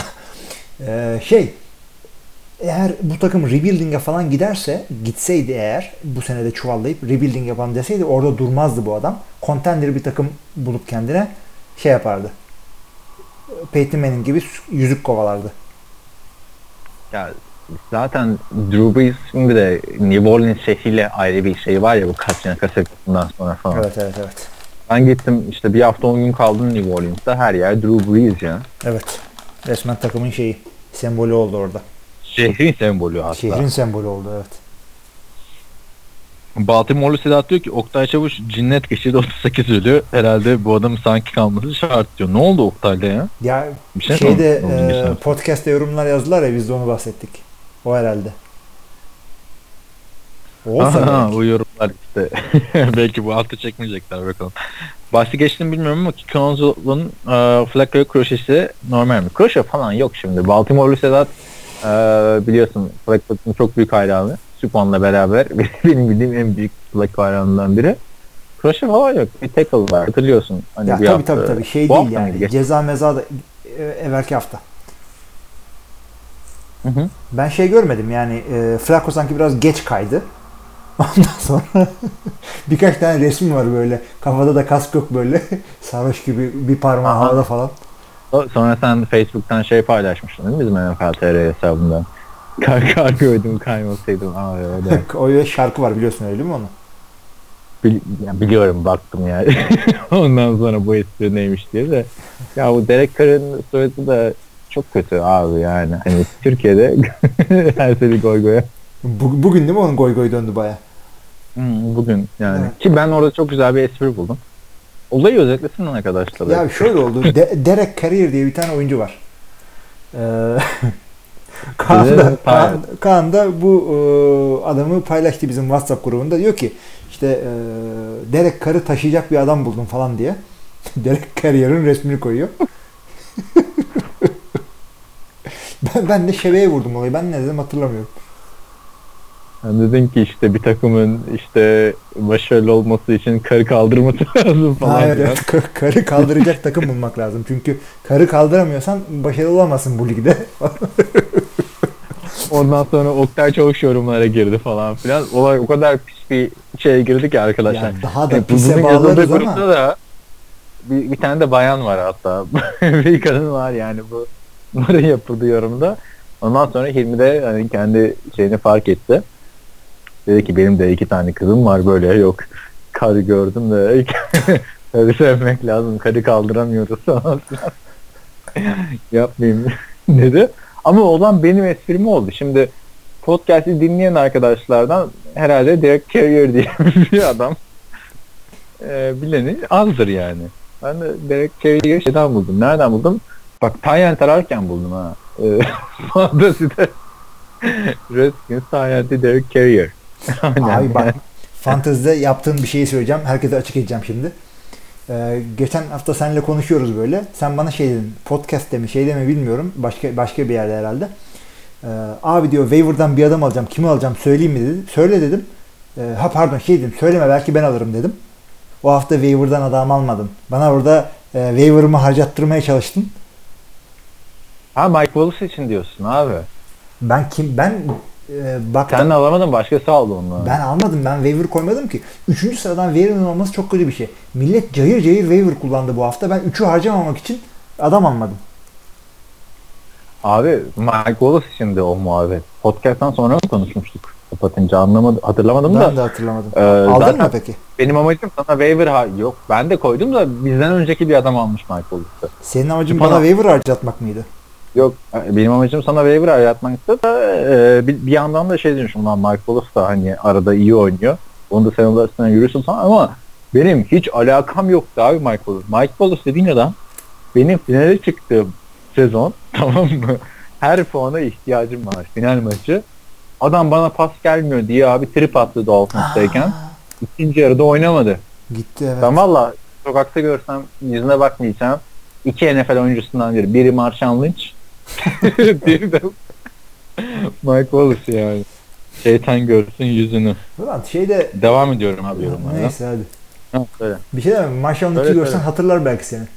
Eğer bu takım rebuilding'e falan gitseydi eğer bu senede çuvallayıp rebuilding yapalım deseydi orada durmazdı bu adam. Contender bir takım bulup kendine şey yapardı. Peyton Manning gibi yüzük kovalardı. Ya zaten Drew Brees'in bir de New Orleans şehriyle ayrı bir şey var ya bu kaç kasetinden sonra falan. Evet. Ben gittim işte bir hafta 10 gün kaldım New Orleans'ta, her yer Drew Brees ya. Evet. Resmen takımın sembolü oldu orada. Şehrin sembolü hatta. Şehrin sembolü oldu evet. Baltimore'lu Sedat diyor ki Oktay Çavuş cinnet geçirdi 38 ölü. Herhalde bu adamın sanki kalması şart diyor. Ne oldu Oktay'da ya? Ya bir şey podcast'te yorumlar yazdılar ya biz de onu bahsettik. O herhalde. O yorumlar işte. Belki bu hafta çekmeyecekler bakalım. Bahsi geçtim bilmiyorum ama Konsol'un Flacco kroşesi normal mi? Kroşe falan yok şimdi. Baltimore'lu Sedat biliyorsun Flacco'nun çok büyük hayranı. Süpon'la beraber benim bildiğim en büyük Flacco hayranından biri. Kroşe falan yok. Bir tackle var. Hatırlıyorsun. Hani ya tabii. Şey değil yani. Ceza meza da evvelki hafta. Hı. Ben görmedim yani Flacco sanki biraz geç kaydı. Ondan sonra birkaç tane resim var böyle. Kafada da kask yok böyle. Sarhoş gibi bir parmağı havada falan. Sonra sen Facebook'tan paylaşmıştın değil mi bizim NFL TR hesabından? Kar gördüm kaymasaydım. O şarkı var biliyorsun öyle mi onu? Biliyorum baktım yani. Ondan sonra bu espri neymiş diye de. Ya bu Derek Carr'ın soyadı da çok kötü abi yani. Hani Türkiye'de her sene goy goya. Bugün değil mi onun goy goy döndü baya? Bugün yani. Evet. Ki ben orada çok güzel bir espri buldum. Olayı özetlesin arkadaşlar. Ya şöyle oldu. Derek Carrier diye bir tane oyuncu var. Kaan da bu adamı paylaştı bizim WhatsApp grubunda. Diyor ki işte Derek Carr'ı taşıyacak bir adam buldum falan diye. Derek Carrier'ın resmini koyuyor. ben de şebeye vurdum olayı. Ben ne dedim hatırlamıyorum. Yani dedin ki işte bir takımın işte başarılı olması için karı kaldırması lazım falan. Hayır, evet. Karı kaldıracak takım bulmak lazım. Çünkü karı kaldıramıyorsan başarılı olamazsın bu ligde. Ondan sonra Oktay Çavuş yorumlara girdi falan filan. Olay o kadar pis bir şeye girdi ki arkadaşlar. Yani daha da pise bağlarız ama. Da bir tane de bayan var hatta. Bir kadın var yani bunların yapıldığı yorumda. Ondan sonra Hilmi de hani kendi şeyini fark etti. Dedi ki benim de 2 tane kızım var böyle yok. Karı gördüm de karı sevmek lazım. Karı kaldıramıyoruz falan filan. Yapmayayım dedi. Ama olan benim esprim oldu. Şimdi podcast'i dinleyen arkadaşlardan herhalde Derek Carrier diye bir adam bileni azdır yani. Ben de Derek Carrier'i şeyden buldum. Nereden buldum? Bak Tayent ararken buldum ha. Fantasy'de Redskins Tayent'i Derek Carrier. Abi bak Fantasy'de yaptığın bir şeyi söyleyeceğim. Herkese açık edeceğim şimdi. Geçen hafta seninle konuşuyoruz böyle. Sen bana şey dedin. Podcast'te mi şeyde mi bilmiyorum. Başka bir yerde herhalde. Abi diyor waiver'dan bir adam alacağım. Kimi alacağım söyleyeyim mi dedi. Söyle dedim. Ha pardon şey dedim. Söyleme belki ben alırım dedim. O hafta waiver'dan adam almadın. Bana orada waiver'ımı harcattırmaya çalıştın. Ha Mike Wallace için diyorsun abi. Ben baktım. Sen de alamadın, başkası aldı onu. Ben almadım. Ben waiver koymadım ki. 3. sıradan waiver'ın olması çok kötü bir şey. Millet cayır cayır waiver kullandı bu hafta. Ben 3'ü harcamamak için adam almadım. Abi Mike Wallace için de o muhabbet. Podcast'tan sonra mı konuşmuştuk? Kapatınca hatırlamadım da. Ben de hatırlamadım. Aldın mı peki? Benim amacım sana waiver yok. Ben de koydum da bizden önceki bir adam almış Mike Wallace'ı. Senin amacın bana waiver harcatmak mıydı? Yok, benim amacım sana waiver yaratmaktı da bir yandan da şey demişim, lan Mike Wallace da hani arada iyi oynuyor. Onu da sen arasından yürürsün falan ama benim hiç alakam yoktu abi Mike Wallace. Mike Wallace dediğin adam benim finale çıktığım sezon tamam mı? Her puana ihtiyacım var final maçı. Adam bana pas gelmiyor diye abi trip attı Dolphins'tayken. İkinci yarıda oynamadı. Gitti evet. Ben valla sokakta görsem yüzüne bakmayacağım. İki NFL oyuncusundan biri. Biri Marshawn Lynch. Diğeri de Mike Wallace yani. Şeytan görsün yüzünü. Ulan şeyde Devam ediyorum abi yorumlarına. neyse hadi. Ha, söyle. Bir şey demem. Maşallah Öyle, görsen öyle. hatırlar belki seni.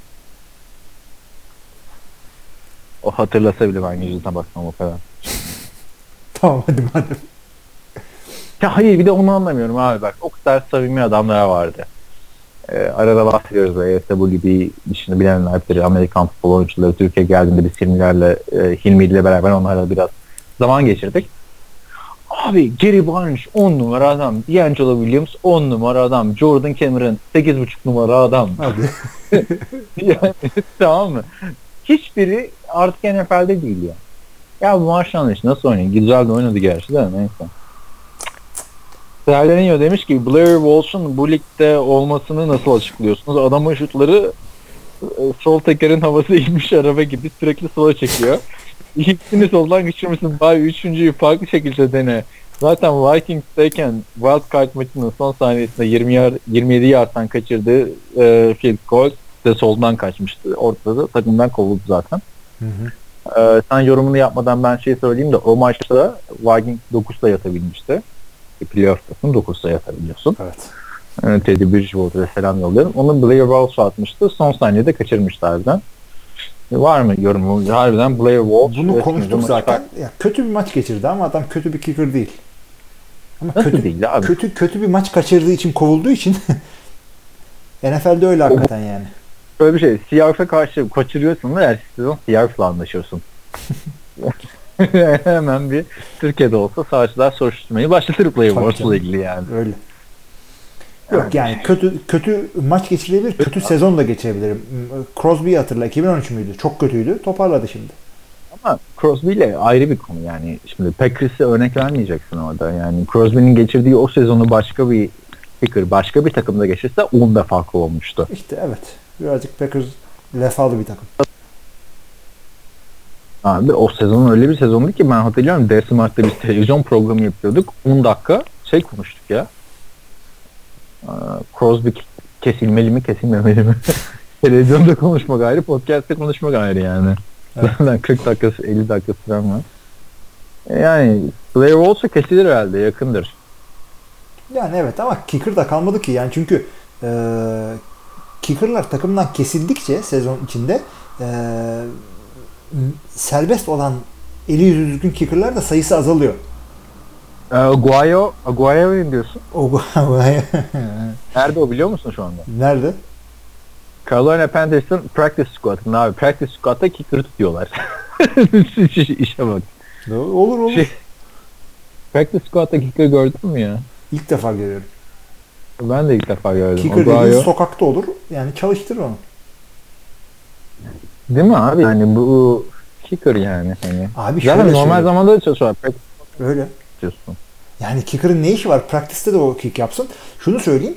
O hatırlasa bile ben yüzüne bakmam o kadar. Tamam hadi madem. Ya hayır bir de onu anlamıyorum abi bak. O kadar samimi adamlar vardı. Arada bahsediyoruz böyle ESW gibi işini bilenler bilir. Amerikan futbol oyuncuları Türkiye geldiğinde biz Hilmi ile beraber onlarla biraz zaman geçirdik. Abi Gary Barnes 10 numara adam. D'Angelo Williams 10 numara adam. Jordan Cameron 8,5 numara adam. Hadi. Yani tamam mı? Hiçbiri artık NFL'de değil ya. Ya bu Marshall Lynch nasıl oynuyor? Güzel de oynadı gerçi de neyse. Serleniyor demiş ki Blair Walsh'un bu ligde olmasını nasıl açıklıyorsunuz? Adamın şutları sol tekerin havası inmiş araba gibi sürekli sola çekiyor. İkisini soldan geçirmişsin. Bari üçüncüyü farklı şekilde dene. Zaten Vikings'teyken Wildcard maçının son saniyesinde 27 yardtan kaçırdığı field goal de soldan kaçmıştı. Ortada takımdan kovuldu zaten. Hı hı. Sen yorumunu yapmadan ben şey söyleyeyim de o maçta da Vikings 9'da yatabilmişti. Playoff'tasın 9'da yatabiliyorsun. Evet. Teddy Bridgewater'a selam yolluyorum. Onu Blair Walsh atmıştı. Son saniyede kaçırmıştı harbiden. Var mı yorumu? Harbiden Blair Walsh. Bunu konuştuk zaten. Ya, kötü bir maç geçirdi ama adam kötü bir kicker değil. Ama nasıl kötü değil abi? Kötü bir maç kaçırdığı için kovulduğu için NFL'de öyle hakikaten yani. Böyle bir şey. Seahawks'a karşı kaçırıyorsun da ertesi sezon Seahawks'la anlaşıyorsun. Hemen bir Türkiye'de olsa sağcılar soruşturmayı başlatır Blair Walsh'la ilgili yani. Öyle. Yok yani kötü maç geçirebilir, kötü sezon da geçirebilir. Crosby'yi hatırla 2013 müydü? Çok kötüydü. Toparladı şimdi. Ama Crosby ile ayrı bir konu yani. Şimdi Packers'e örnek vermeyeceksin orada. Yani Crosby'nin geçirdiği o sezonu başka bir kicker, başka bir takımda geçirse 10 defa kovulmuştu. İşte evet. Birazcık Packers vefalı bir takım. Abi o sezon öyle bir sezondu ki ben hatırlıyorum D-Smart'ta biz televizyon programı yapıyorduk. 10 dakika şey konuştuk ya. Crosby kesilmeli mi kesilmemeli mi? Televizyonda konuşmak ayrı, podcast'te konuşmak ayrı yani. Evet. Zaten 40 dakikası 50 dakika süren var. Yani Blair Walsh'a kesilir herhalde yakındır. Yani evet ama kicker da kalmadı ki yani çünkü kicker'lar takımdan kesildikçe sezon içinde serbest olan eli yüzü düzgün kicker'lar da sayısı azalıyor. Aguayo ne diyorsun? Nerede o biliyor musun şu anda? Nerede? Carolina Panthers'ın practice squad'ında abi. Practice squad'da kicker tutuyorlar. İşe bak. Olur. Practice squad'da kicker gördün mü ya? İlk defa görüyorum. Ben de ilk defa gördüm. Kicker dediğin sokakta olur. Yani çalıştır onu. Değil mi abi? Yani bu kicker yani. Hani. Abi zaten normal zamanda da çalışıyor. Öyle. Diyorsun. Yani kicker'ın ne işi var? Practice'te de o kick yapsın. Şunu söyleyeyim.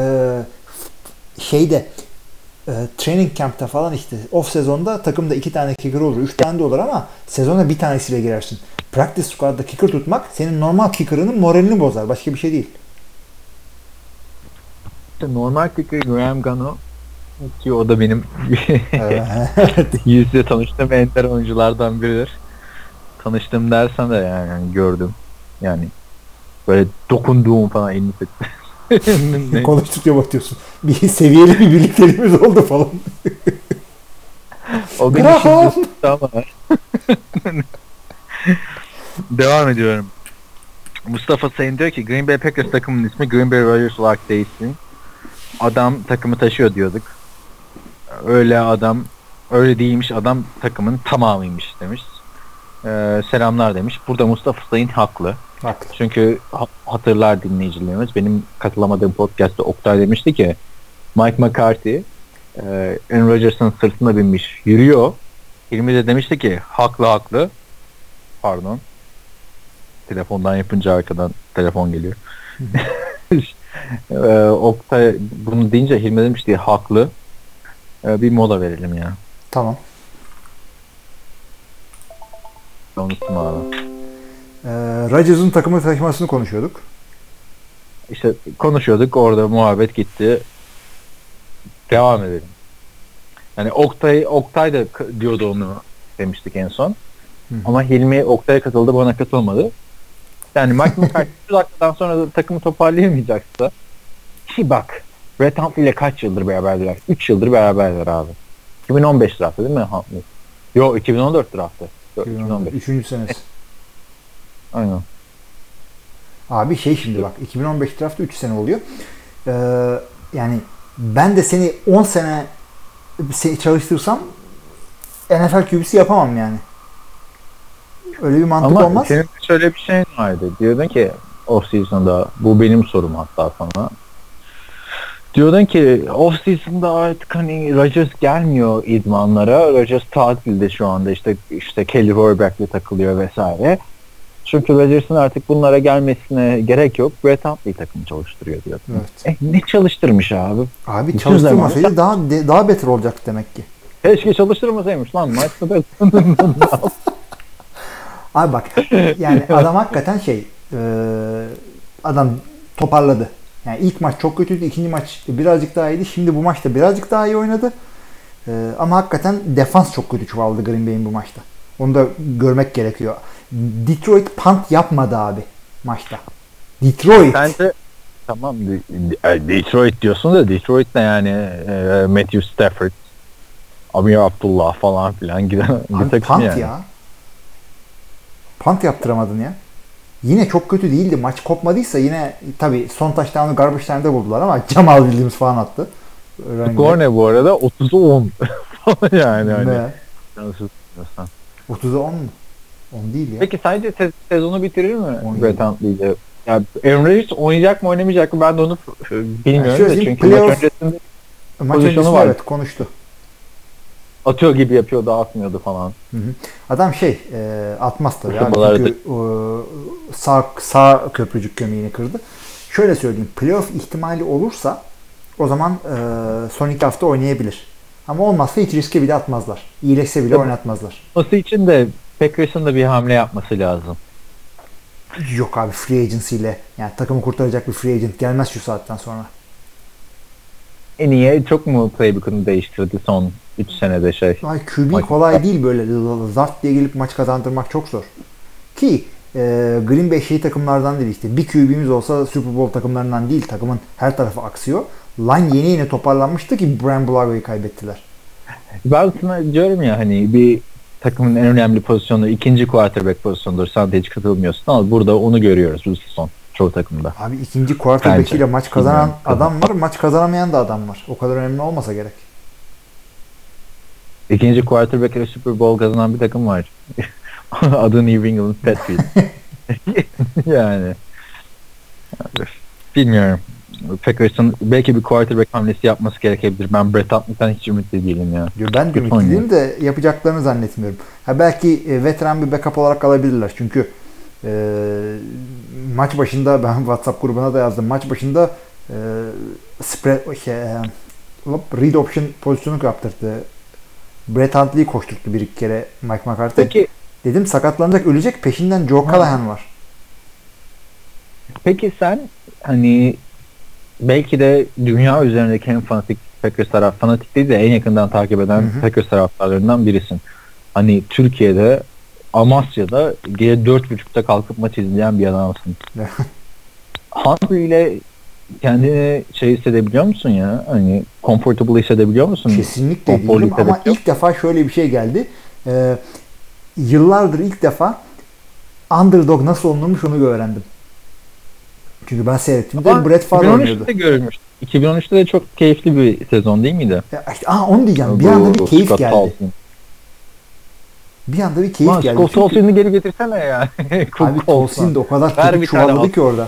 Training camp'ta falan işte off sezonda takımda 2 tane kicker olur, 3 tane de olur ama sezona bir tanesiyle girersin. Practice squad'da kicker tutmak senin normal kicker'ının moralini bozar. Başka bir şey değil. İşte normal kicker Graham Gano Ki o da benim yüz yüze tanıştığım ender oyunculardan biridir. Tanıştım dersen de yani gördüm. Yani böyle dokunduğum falan elini sıktı. Konuştukça bakıyorsun. Bir seviyeli bir birlikteliğimiz oldu falan. O beni şimdi sıktı ama. Devam ediyorum. Mustafa Sayın diyor ki Green Bay Packers takımının ismi Green Bay Rodgers olarak değişsin. Adam takımı taşıyor diyorduk. Öyle adam öyle değilmiş, adam takımın tamamıymış demiş. Selamlar demiş. Burada Mustafa Sayın haklı. Haklı. Çünkü hatırlar dinleyicilerimiz. Benim katılamadığım podcast'ta Oktay demişti ki Mike McCarthy Aaron Rodgers'ın sırtına binmiş yürüyor. Hilmi de demişti ki haklı. Pardon. Telefondan yapınca arkadan telefon geliyor. Oktay bunu deyince Hilmi demişti haklı. Bir mola verelim ya. Tamam. Unuttum abi. Rodgers'ın takımı taşımasını konuşuyorduk. İşte konuşuyorduk. Orada muhabbet gitti. Devam edelim. Yani Oktay da diyordu onu demiştik en son. Ama Hilmi Oktay'a katıldı, bana katılmadı. Yani Mike McCarthy şu dakikadan sonra da takımı toparlayamayacaksa ki bak Brett Huntley ile kaç yıldır beraberler? 3 yıldır beraberler abi. 2015 draftı değil mi Huntley? Yok 2014 draftı. 2015. 3. senesi. Aynen. Abi şimdi bak 2015 draftı 3 sene oluyor. Yani ben de seni 10 sene çalıştırsam NFL QB'si yapamam yani. Öyle bir mantık ama olmaz. Senin şöyle bir şey vardı. Diyordun ki off-season'da bu benim sorum hatta sana. Diyordun ki off-season'da artık hani Rodgers gelmiyor idmanlara. Rodgers tatilde şu anda işte Kelly Rohrbeck'le takılıyor vesaire. Çünkü Rodgers'ın artık bunlara gelmesine gerek yok. Brett Huntley takımı çalıştırıyor diyor. Evet. Ne çalıştırmış abi? Abi çalıştırmasaydı daha beter olacak demek ki. Keşke çalıştırmasaymış lan. Maçta Abi bak yani adam hakikaten adam toparladı. Yani ilk maç çok kötüydü. İkinci maç birazcık daha iyiydi. Şimdi bu maçta birazcık daha iyi oynadı. Ama hakikaten defans çok kötü çuvaldı Green Bay'in bu maçta. Onu da görmek gerekiyor. Detroit punt yapmadı abi maçta. Detroit. Bence tamam Detroit diyorsun da Detroit'te yani Matthew Stafford, Amir Abdullah falan filan giden Abi punt yani. ya. Punt yaptıramadın ya. Yine çok kötü değildi. Maç kopmadıysa yine tabii son touchdown'u garbage time'de buldular ama Jamal Williams falan attı. Skor ne bu arada? 30'a 10 falan yani. Hani. Ne? 30'a 10 mu? 10 değil ya. Peki sence sezonu bitirir mi Brett Huntley'de? Yani Aaron Rodgers oynayacak mı oynamayacak mı ben de onu bilmiyorum da çünkü maç öncesinde var. Evet konuştu. Atıyor gibi yapıyordu, atmıyordu falan. Hı. Adam atmaz tabii abi çünkü sağ köprücük gömeğini kırdı. Şöyle söyleyeyim, playoff ihtimali olursa o zaman son 2 hafta oynayabilir. Ama olmazsa hiç riske bile atmazlar. İyileşse bile oynatmazlar. Olması için de Packers'ın da bir hamle yapması lazım. Yok abi, free agency ile yani takımı kurtaracak bir free agent gelmez şu saatten sonra. En iyi çok mu playbook'unu değiştirdi son 3 senede Ay QB kolay değil, böyle zart diye gelip maç kazandırmak çok zor. Ki Green Bay takımlardan değil işte. Bir QB'miz olsa Super Bowl takımlarından değil. Takımın her tarafı aksıyor. Line yeni toparlanmıştı ki Brian Bulago'yu kaybettiler. Ben sana diyorum ya hani bir takımın en önemli pozisyonu ikinci quarterback pozisyonudur. Sen de hiç katılmıyorsun ama burada onu görüyoruz bu sezon çoğu takımda. Abi ikinci quarterback ile maç kazanan adam var, maç kazanamayan da adam var. O kadar önemli olmasa gerek. İkinci quarterback ile Super Bowl kazanan bir takım var. Adı New England Patriots. yani bilmiyorum. Packers'ın belki bir quarterback hamlesi yapması gerekebilir. Ben Brett Huntley'den hiç ümitli değilim ya. Ben de ümitli değilim de yapacaklarını zannetmiyorum. Belki veteran bir backup olarak alabilirler. Çünkü maç başında ben WhatsApp grubuna da yazdım. Maç başında read option pozisyonu yaptırdı. Brett Huntley'i koşturttu bir iki kere Mike McCarthy. Peki, dedim sakatlanacak, ölecek, peşinden Joe Callahan var. Peki sen hani belki de dünya üzerindeki en fanatik Packers fanatik değil de en yakından takip eden Packers taraftarlarından birisin. Hani Türkiye'de Amasya'da gece 4.30'da kalkıp maç izleyen bir adamsın. Huntley ile kendini hissedebiliyor musun ya? Hani comfortable hissedebiliyor musun? Kesinlikle değilim ama ilk defa şöyle bir şey geldi. Yıllardır ilk defa underdog nasıl olunurmuş onu öğrendim. Çünkü ben seyrettiğimde Brett Favre oynuyordu. 2013'te görmüş. 2013'te de çok keyifli bir sezon değil miydi? Onu diyeceğim. Bir anda bir keyif geldi. Bir anda bir keyif geldi. Scott Olsen'i geri getirsene ya. Abi Olsen de o kadar kötü çuvalladı ki orada.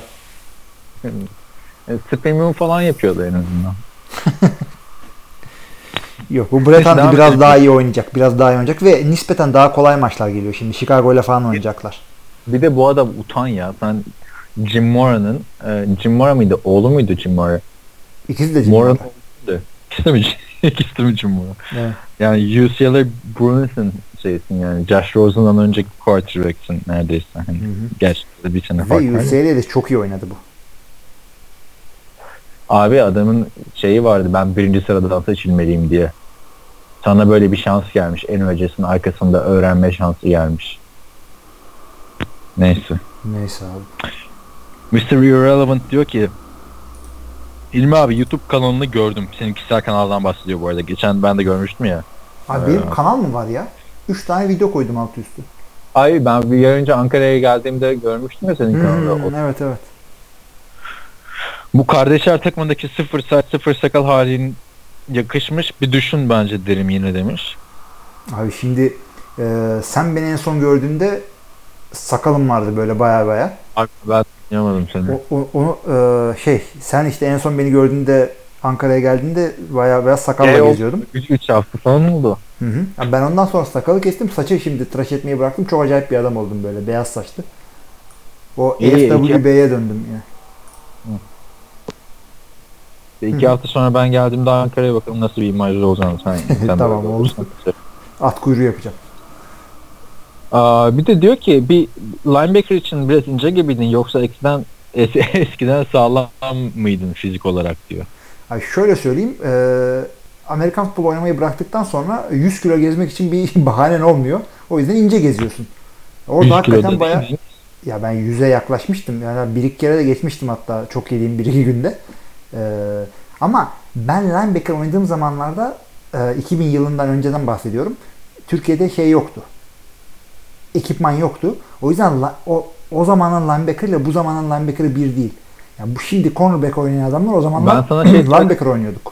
Spam'ı falan yapıyordu en azından. Yok, bu Brett Hundley biraz daha iyi oynayacak. Biraz daha iyi oynayacak ve nispeten daha kolay maçlar geliyor. Şimdi Chicago ile falan oynayacaklar. Bir de bu adam utan ya. Sen Jim Mora'nın Jim Mora mıydı? Oğlu muydu Jim Mora? İkisi de Jim Mora. İkisi mi Jim Mora? Evet. Yani UCLA Bruins'in şeysin yani. Josh Rosen'dan önceki quarterback'sin neredeyse. Hani gerçekten bir sene fark var. Ve UCLA'de çok iyi oynadı bu. Abi adamın şeyi vardı, ben birinci sıradan seçilmeliyim diye. Sana böyle bir şans gelmiş. En öncesinin arkasında öğrenme şansı gelmiş. Neyse abi. Mr. Irrelevant diyor ki İlmi abi YouTube kanalını gördüm. Senin kişisel kanaldan bahsediyor bu arada. Geçen ben de görmüştüm ya. Abi benim kanal mı var ya? 3 tane video koydum alt üstü. Ay ben bir yer önce Ankara'ya geldiğimde görmüştüm ya senin kanalda. Evet. Bu kardeşler takımındaki 0 saç 0 sakal halin yakışmış. Bir düşün bence derim yine demiş. Abi şimdi sen beni en son gördüğünde sakalım vardı böyle baya. Abi ben tanıyamadım seni. Onu sen işte en son beni gördüğünde Ankara'ya geldiğinde baya sakalla geziyordum. 3 hafta falan oldu. Yani ben ondan sonra sakalı kestim. Saçı şimdi tıraş etmeyi bıraktım. Çok acayip bir adam oldum böyle. Beyaz saçlı. O FWB'ye döndüm ya. 2 hafta sonra ben geldiğimde Ankara'ya bakalım nasıl bir imajda olacağını sen tamam oldu. At kuyruğu yapacağım. Bir de diyor ki bir linebacker için biraz ince gibiydin yoksa eskiden sağlam mıydın fizik olarak diyor. Abi şöyle söyleyeyim. Amerikan futbolu oynamayı bıraktıktan sonra 100 kilo gezmek için bir bahanen olmuyor. O yüzden ince geziyorsun. Orada hakikaten bayağı ya ben 100'e yaklaşmıştım. Yani bir iki kere de geçmiştim hatta çok yediğim bir iki günde. Ama ben linebacker oynadığım zamanlarda 2000 yılından önceden bahsediyorum. Türkiye'de şey yoktu. Ekipman yoktu. O yüzden o zamanın linebacker ile bu zamanın linebacker'ı bir değil. Yani bu şimdi cornerback oynayan adamlar o zamanlar ben sana linebacker oynuyorduk.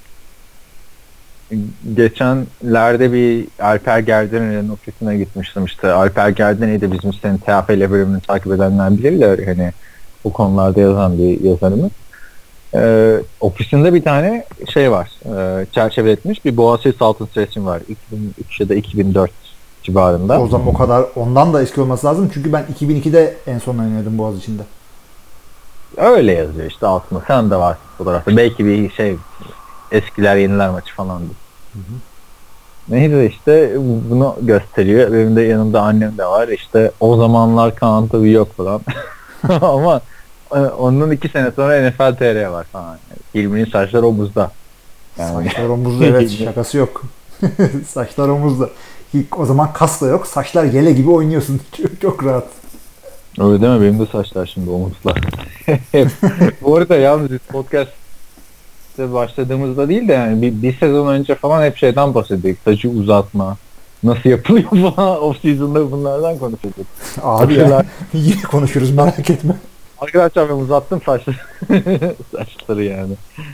Geçenlerde bir Alper Gerdener'in ofisine gitmiştim işte. Alper Gerdener'i de bizim senin TFL bölümünü takip edenler bilirler. Hani bu konularda yazan bir yazarımız. Ofisinde bir tane şey var. Çerçeveletmiş bir Boğaziçi altın resim var. 2003 ya da 2004 civarında. O zaman o kadar ondan da eski olması lazım. Çünkü ben 2002'de en son oynuyordum Boğaziçi'nde. Öyle yazıyor işte altında. Sen de var fotoğrafta. Belki bir şey eskiler yeniler maçı falandı. Neyse işte bunu gösteriyor. Benim de yanımda annem de var. İşte o zamanlar Kaan tabii yok falan. Ama ondan 2 sene sonra NFL TR var falan. İlminin saçları omuzda. Yani. Saçlar omuzda evet şakası yok. Saçlar omuzda. O zaman kas da yok. Saçlar yele gibi oynuyorsun. Çok rahat. Öyle deme benim de saçlar şimdi omuzda. Bu arada yalnız podcast'te başladığımızda değil de yani bir sezon önce falan hep şeyden bahsediyorduk. Saçı uzatma. Nasıl yapılıyor falan off-season'da bunlardan konuşuyorduk. Abi ya yine konuşuruz merak etme. Arkadaşlar ben uzattım saçları yani.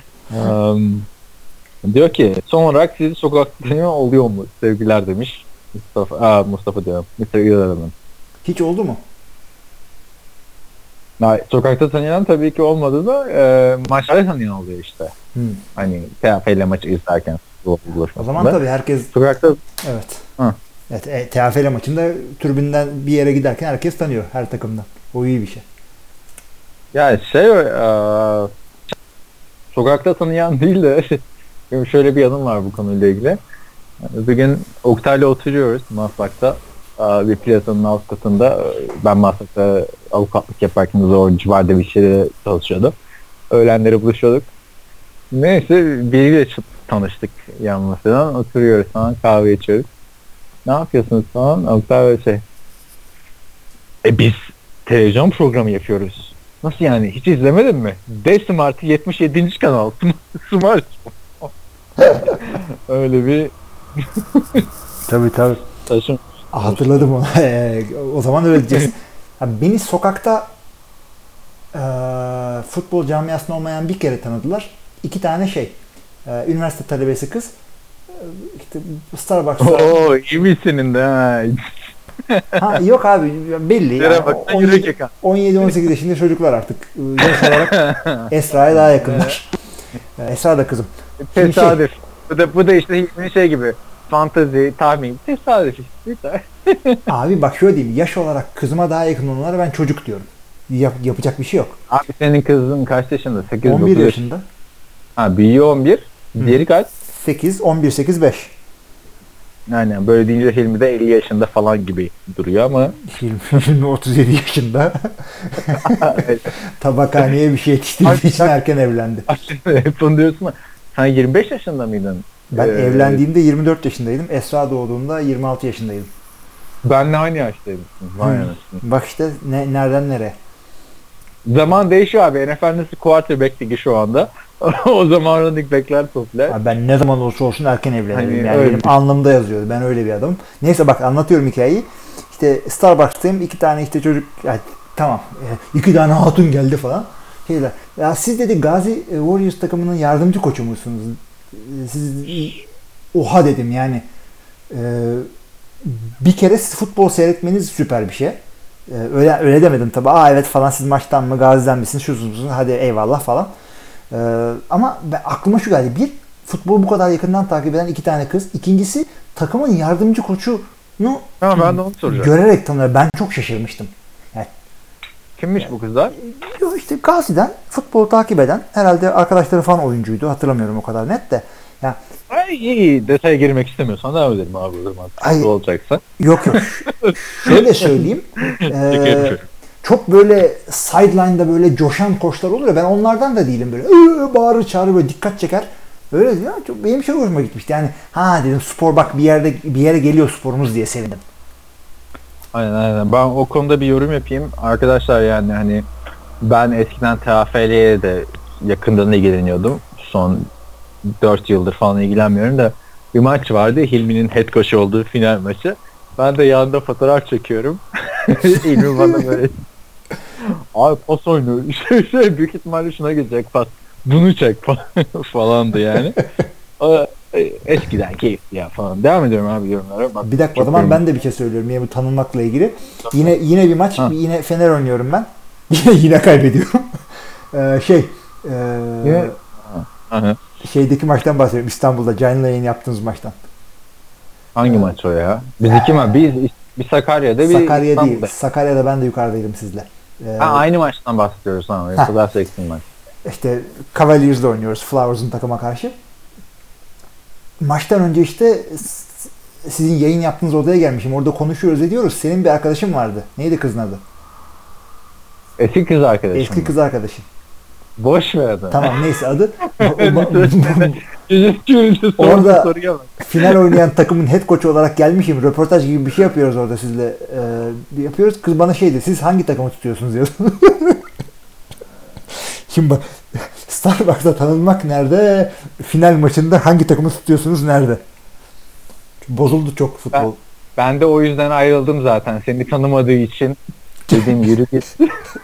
Diyor ki son olarak sizi sokakta oluyor mu? Sevgiler demiş. Mustafa diyorum. Mr. İrrelevant. Hiç oldu mu? Sokakta tanıyan tabii ki olmadı da maçlarda tanıyan oluyor işte. Hani TFL maçı izlerken. O zaman tabii herkes sokakta evet. Evet, TFL maçında tribünden bir yere giderken herkes tanıyor her takımdan. O iyi bir şey. Yani sokakta tanıyan değil de şöyle bir yanım var bu konuyla ilgili. Bir gün Oktay'la oturuyoruz Maslak'ta. Bir platonun alt katında. Ben Maslak'ta avukatlık yaparken o civarda bir şeyde çalışıyordum. Öğlenleri buluşuyorduk. Neyse biriyle tanıştık yan masadan. Oturuyoruz falan, kahve içiyoruz. Ne yapıyorsunuz falan. Oktay böyle şey. Biz televizyon programı yapıyoruz. Nasıl yani? Hiç izlemedin mi? D-Smart'ı 77. kanal. Smart. Öyle bir Tabii. taşım. Hatırladım onu. O zaman öyle diyeceksin. Beni sokakta futbol camiasında olmayan bir kere tanıdılar. 2 tane üniversite talebesi kız. İşte Starbucks'ta. Oo, iyi misinin de ha. Ha, yok abi belli. Yani, 17-18 yaşında çocuklar artık. Yaş olarak Esra'ya daha yakınlar. Esra da kızım. Tesadüf. Bu da işte şey gibi. Fantezi, tahmin. Tesadüf işte. Abi bak şöyle diyeyim. Yaş olarak kızıma daha yakın olanlara ben çocuk diyorum. Yapacak bir şey yok. Abi senin kızın kaç yaşında? 8, 11 yaşında. Ha, büyüğü 11. Diğeri kaç? 8, 11, 8, 5. Aynen, böyle deyince Hilmi de 50 yaşında falan gibi duruyor ama Hilmi 37 yaşında. evet. Tabakhaneye bir şey yetiştirdiği için erken evlendi. Hep onu diyorsun. Sen 25 yaşında mıydın? Ben evlendiğimde 24 yaşındaydım. Esra doğduğunda 26 yaşındaydım. Benle aynı yaştaymışsın. Vay anasını. Bak işte nereden nereye. Zaman değişiyor abi. NFL'deki quarterback ligi şu anda. O zaman running back'ler popüler. Abi ben ne zaman olursa olsun erken evlenirim. Hani yani benim alnımda yazıyordu. Ben öyle bir adamım. Neyse bak anlatıyorum hikayeyi. İşte Starbucks'tayım. 2 tane işte çocuk. Yani, tamam. 2 tane hatun geldi falan. Şeyler. Ya siz dedi Gazi Warriors takımının yardımcı koçu musunuz? Siz oha dedim yani. Bir kere futbol seyretmeniz süper bir şey. Öyle demedim tabii. Evet falan, siz maçtan mı, Gazi'den misiniz, şusunuz, hadi eyvallah falan. Ama aklıma şu geldi. Bir, futbolu bu kadar yakından takip eden 2 tane kız. İkincisi, takımın yardımcı koçunu ben de onu soracağım. Görerek tanıyor. Ben çok şaşırmıştım. Yani, kimmiş bu kızlar? İşte Gazi'den futbolu takip eden, herhalde arkadaşları falan oyuncuydu. Hatırlamıyorum o kadar net de. Ya, iyi detaya girmek istemiyorsan devam edelim abi o zaman. Nasıl olacaksa. Yok. Şöyle söyleyeyim. Çok böyle sideline'da böyle coşan koçlar olur ya, ben onlardan da değilim, böyle bağırır çağırır, böyle dikkat çeker. Öyle diyor. Benim şey hoşuma gitmişti. Yani dedim spor, bak bir yere geliyor sporumuz diye sevindim. Aynen. Ben o konuda bir yorum yapayım. Arkadaşlar yani hani ben eskiden TFL'ye de yakından ilgileniyordum. Son 4 yıldır falan ilgilenmiyorum da bir maç vardı. Hilmi'nin head coach olduğu final maçı. Ben de yanında fotoğraf çekiyorum. Hilmi bana böyle abi pas oynuyor. Büyük ihtimalle şuna gelecek pas. Bunu çek falandı yani. Eskiden keyifli ya falan. Devam ediyorum abi yorumlara. Bak, bir dakika o zaman ben de bir şey söylüyorum. Yine bu tanınmakla ilgili. Yine bir maç. Yine Fener oynuyorum ben. Yine kaybediyorum. Şeydeki maçtan bahsediyorum. İstanbul'da canlı yayın yaptığınız maçtan. Hangi maç o ya? Biz iki maç. Bir Sakarya'da bir Sakarya İstanbul'da. değil. Sakarya'da ben de yukarıdaydım sizle. Aynı maçtan bahsediyoruz ama. Yoksa daha seksin maç. İşte Cavaliers'da oynuyoruz. Flowers'ın takıma karşı. Maçtan önce işte sizin yayın yaptığınız odaya gelmişim. Orada konuşuyoruz ediyoruz. Senin bir arkadaşın vardı. Neydi kızın adı? Eski kız arkadaşım. Eski kız arkadaşın. Boş ver adamı. Tamam neyse adı. Orada final oynayan takımın head coach'u olarak gelmişim. Röportaj gibi bir şey yapıyoruz orada sizle. Yapıyoruz. Kız bana şeydi. Siz hangi takımı tutuyorsunuz diyor. Şimdi bak, Starbucks'ta tanınmak nerede? Final maçında hangi takımı tutuyorsunuz nerede? Bozuldu çok futbol. Ben de o yüzden ayrıldım zaten. Seni tanımadığı için dedim yürü git.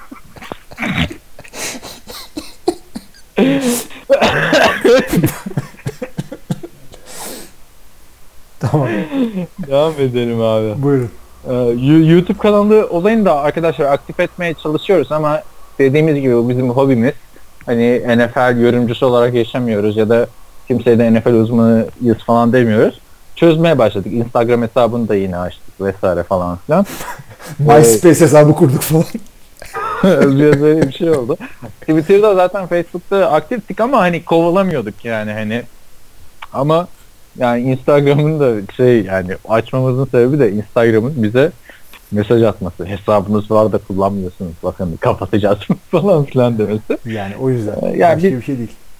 Tamam. Devam edelim abi. Buyurun. YouTube kanalı olayını da arkadaşlar aktif etmeye çalışıyoruz ama dediğimiz gibi bu bizim hobimiz. Hani NFL yorumcusu olarak yaşamıyoruz ya da kimseye de NFL uzmanıyız falan demiyoruz. Çözmeye başladık. Instagram hesabını da yine açtık vesaire falan filan. MySpace hesabı kurduk falan. Biraz öyle bir şey oldu. Twitter'da zaten, Facebook'ta aktiftik ama hani kovalamıyorduk yani hani. Ama yani Instagram'ın da yani açmamızın sebebi de Instagram'ın bize mesaj atması. Hesabınız var da kullanmıyorsunuz. Bakın kapatacağız falan filan demesi. Yani o yüzden. Yani bir şey değil.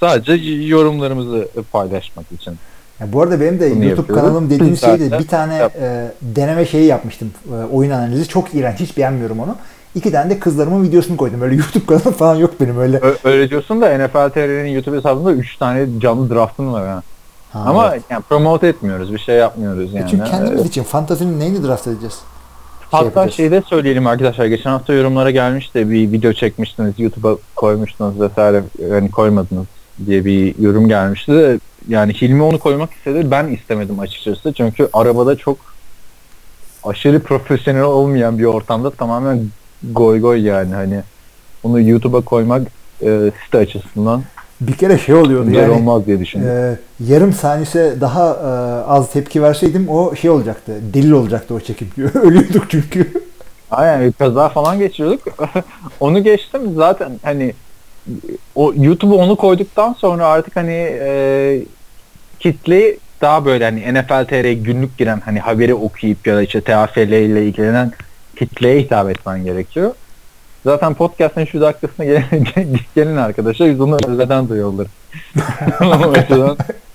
Sadece yorumlarımızı paylaşmak için. Ya bu arada benim de Bunu YouTube yapıyoruz. kanalım dediğiniz şeyde Zaten bir tane deneme şeyi yapmıştım. Oyun analizi. Çok iğrenç. Hiç beğenmiyorum onu. 2 tane de kızlarımın videosunu koydum. Öyle YouTube kanalım falan yok benim öyle. Öyle diyorsun da NFL TR'nin YouTube hesabında 3 tane canlı draftın var ha. Ha, Ama evet. yani promote etmiyoruz. Bir şey yapmıyoruz yani. Çünkü kendimiz için fantazinin neyini draft edeceğiz? Hatta yapacağız. şeyi de söyleyelim arkadaşlar. Geçen hafta yorumlara gelmişti. Bir video çekmiştiniz. YouTube'a koymuştunuz vesaire. Yani koymadınız diye bir yorum gelmişti de. Yani Hilmi onu koymak istedi. Ben istemedim açıkçası. Çünkü arabada çok aşırı profesyonel olmayan bir ortamda tamamen goy goy yani. Hani onu YouTube'a koymak site açısından Bir kere şey oluyordu güzel yani. olmaz diye düşündüm. Yarım saniyese daha az tepki verseydim o şey olacaktı. Delil olacaktı o çekim. Ölüyorduk çünkü. Aynen bir kaza falan geçiriyorduk. Onu geçtim zaten hani o YouTube'a onu koyduktan sonra artık hani kitle daha böyle hani NFL TR'ye günlük giren hani haberi okuyup ya da işte TFL ile ilgilenen kitleye hitap etmen gerekiyor. Zaten podcast'ın şu dakikasına gelin arkadaşlar biz onu önceden duyuyorlar. O açıdan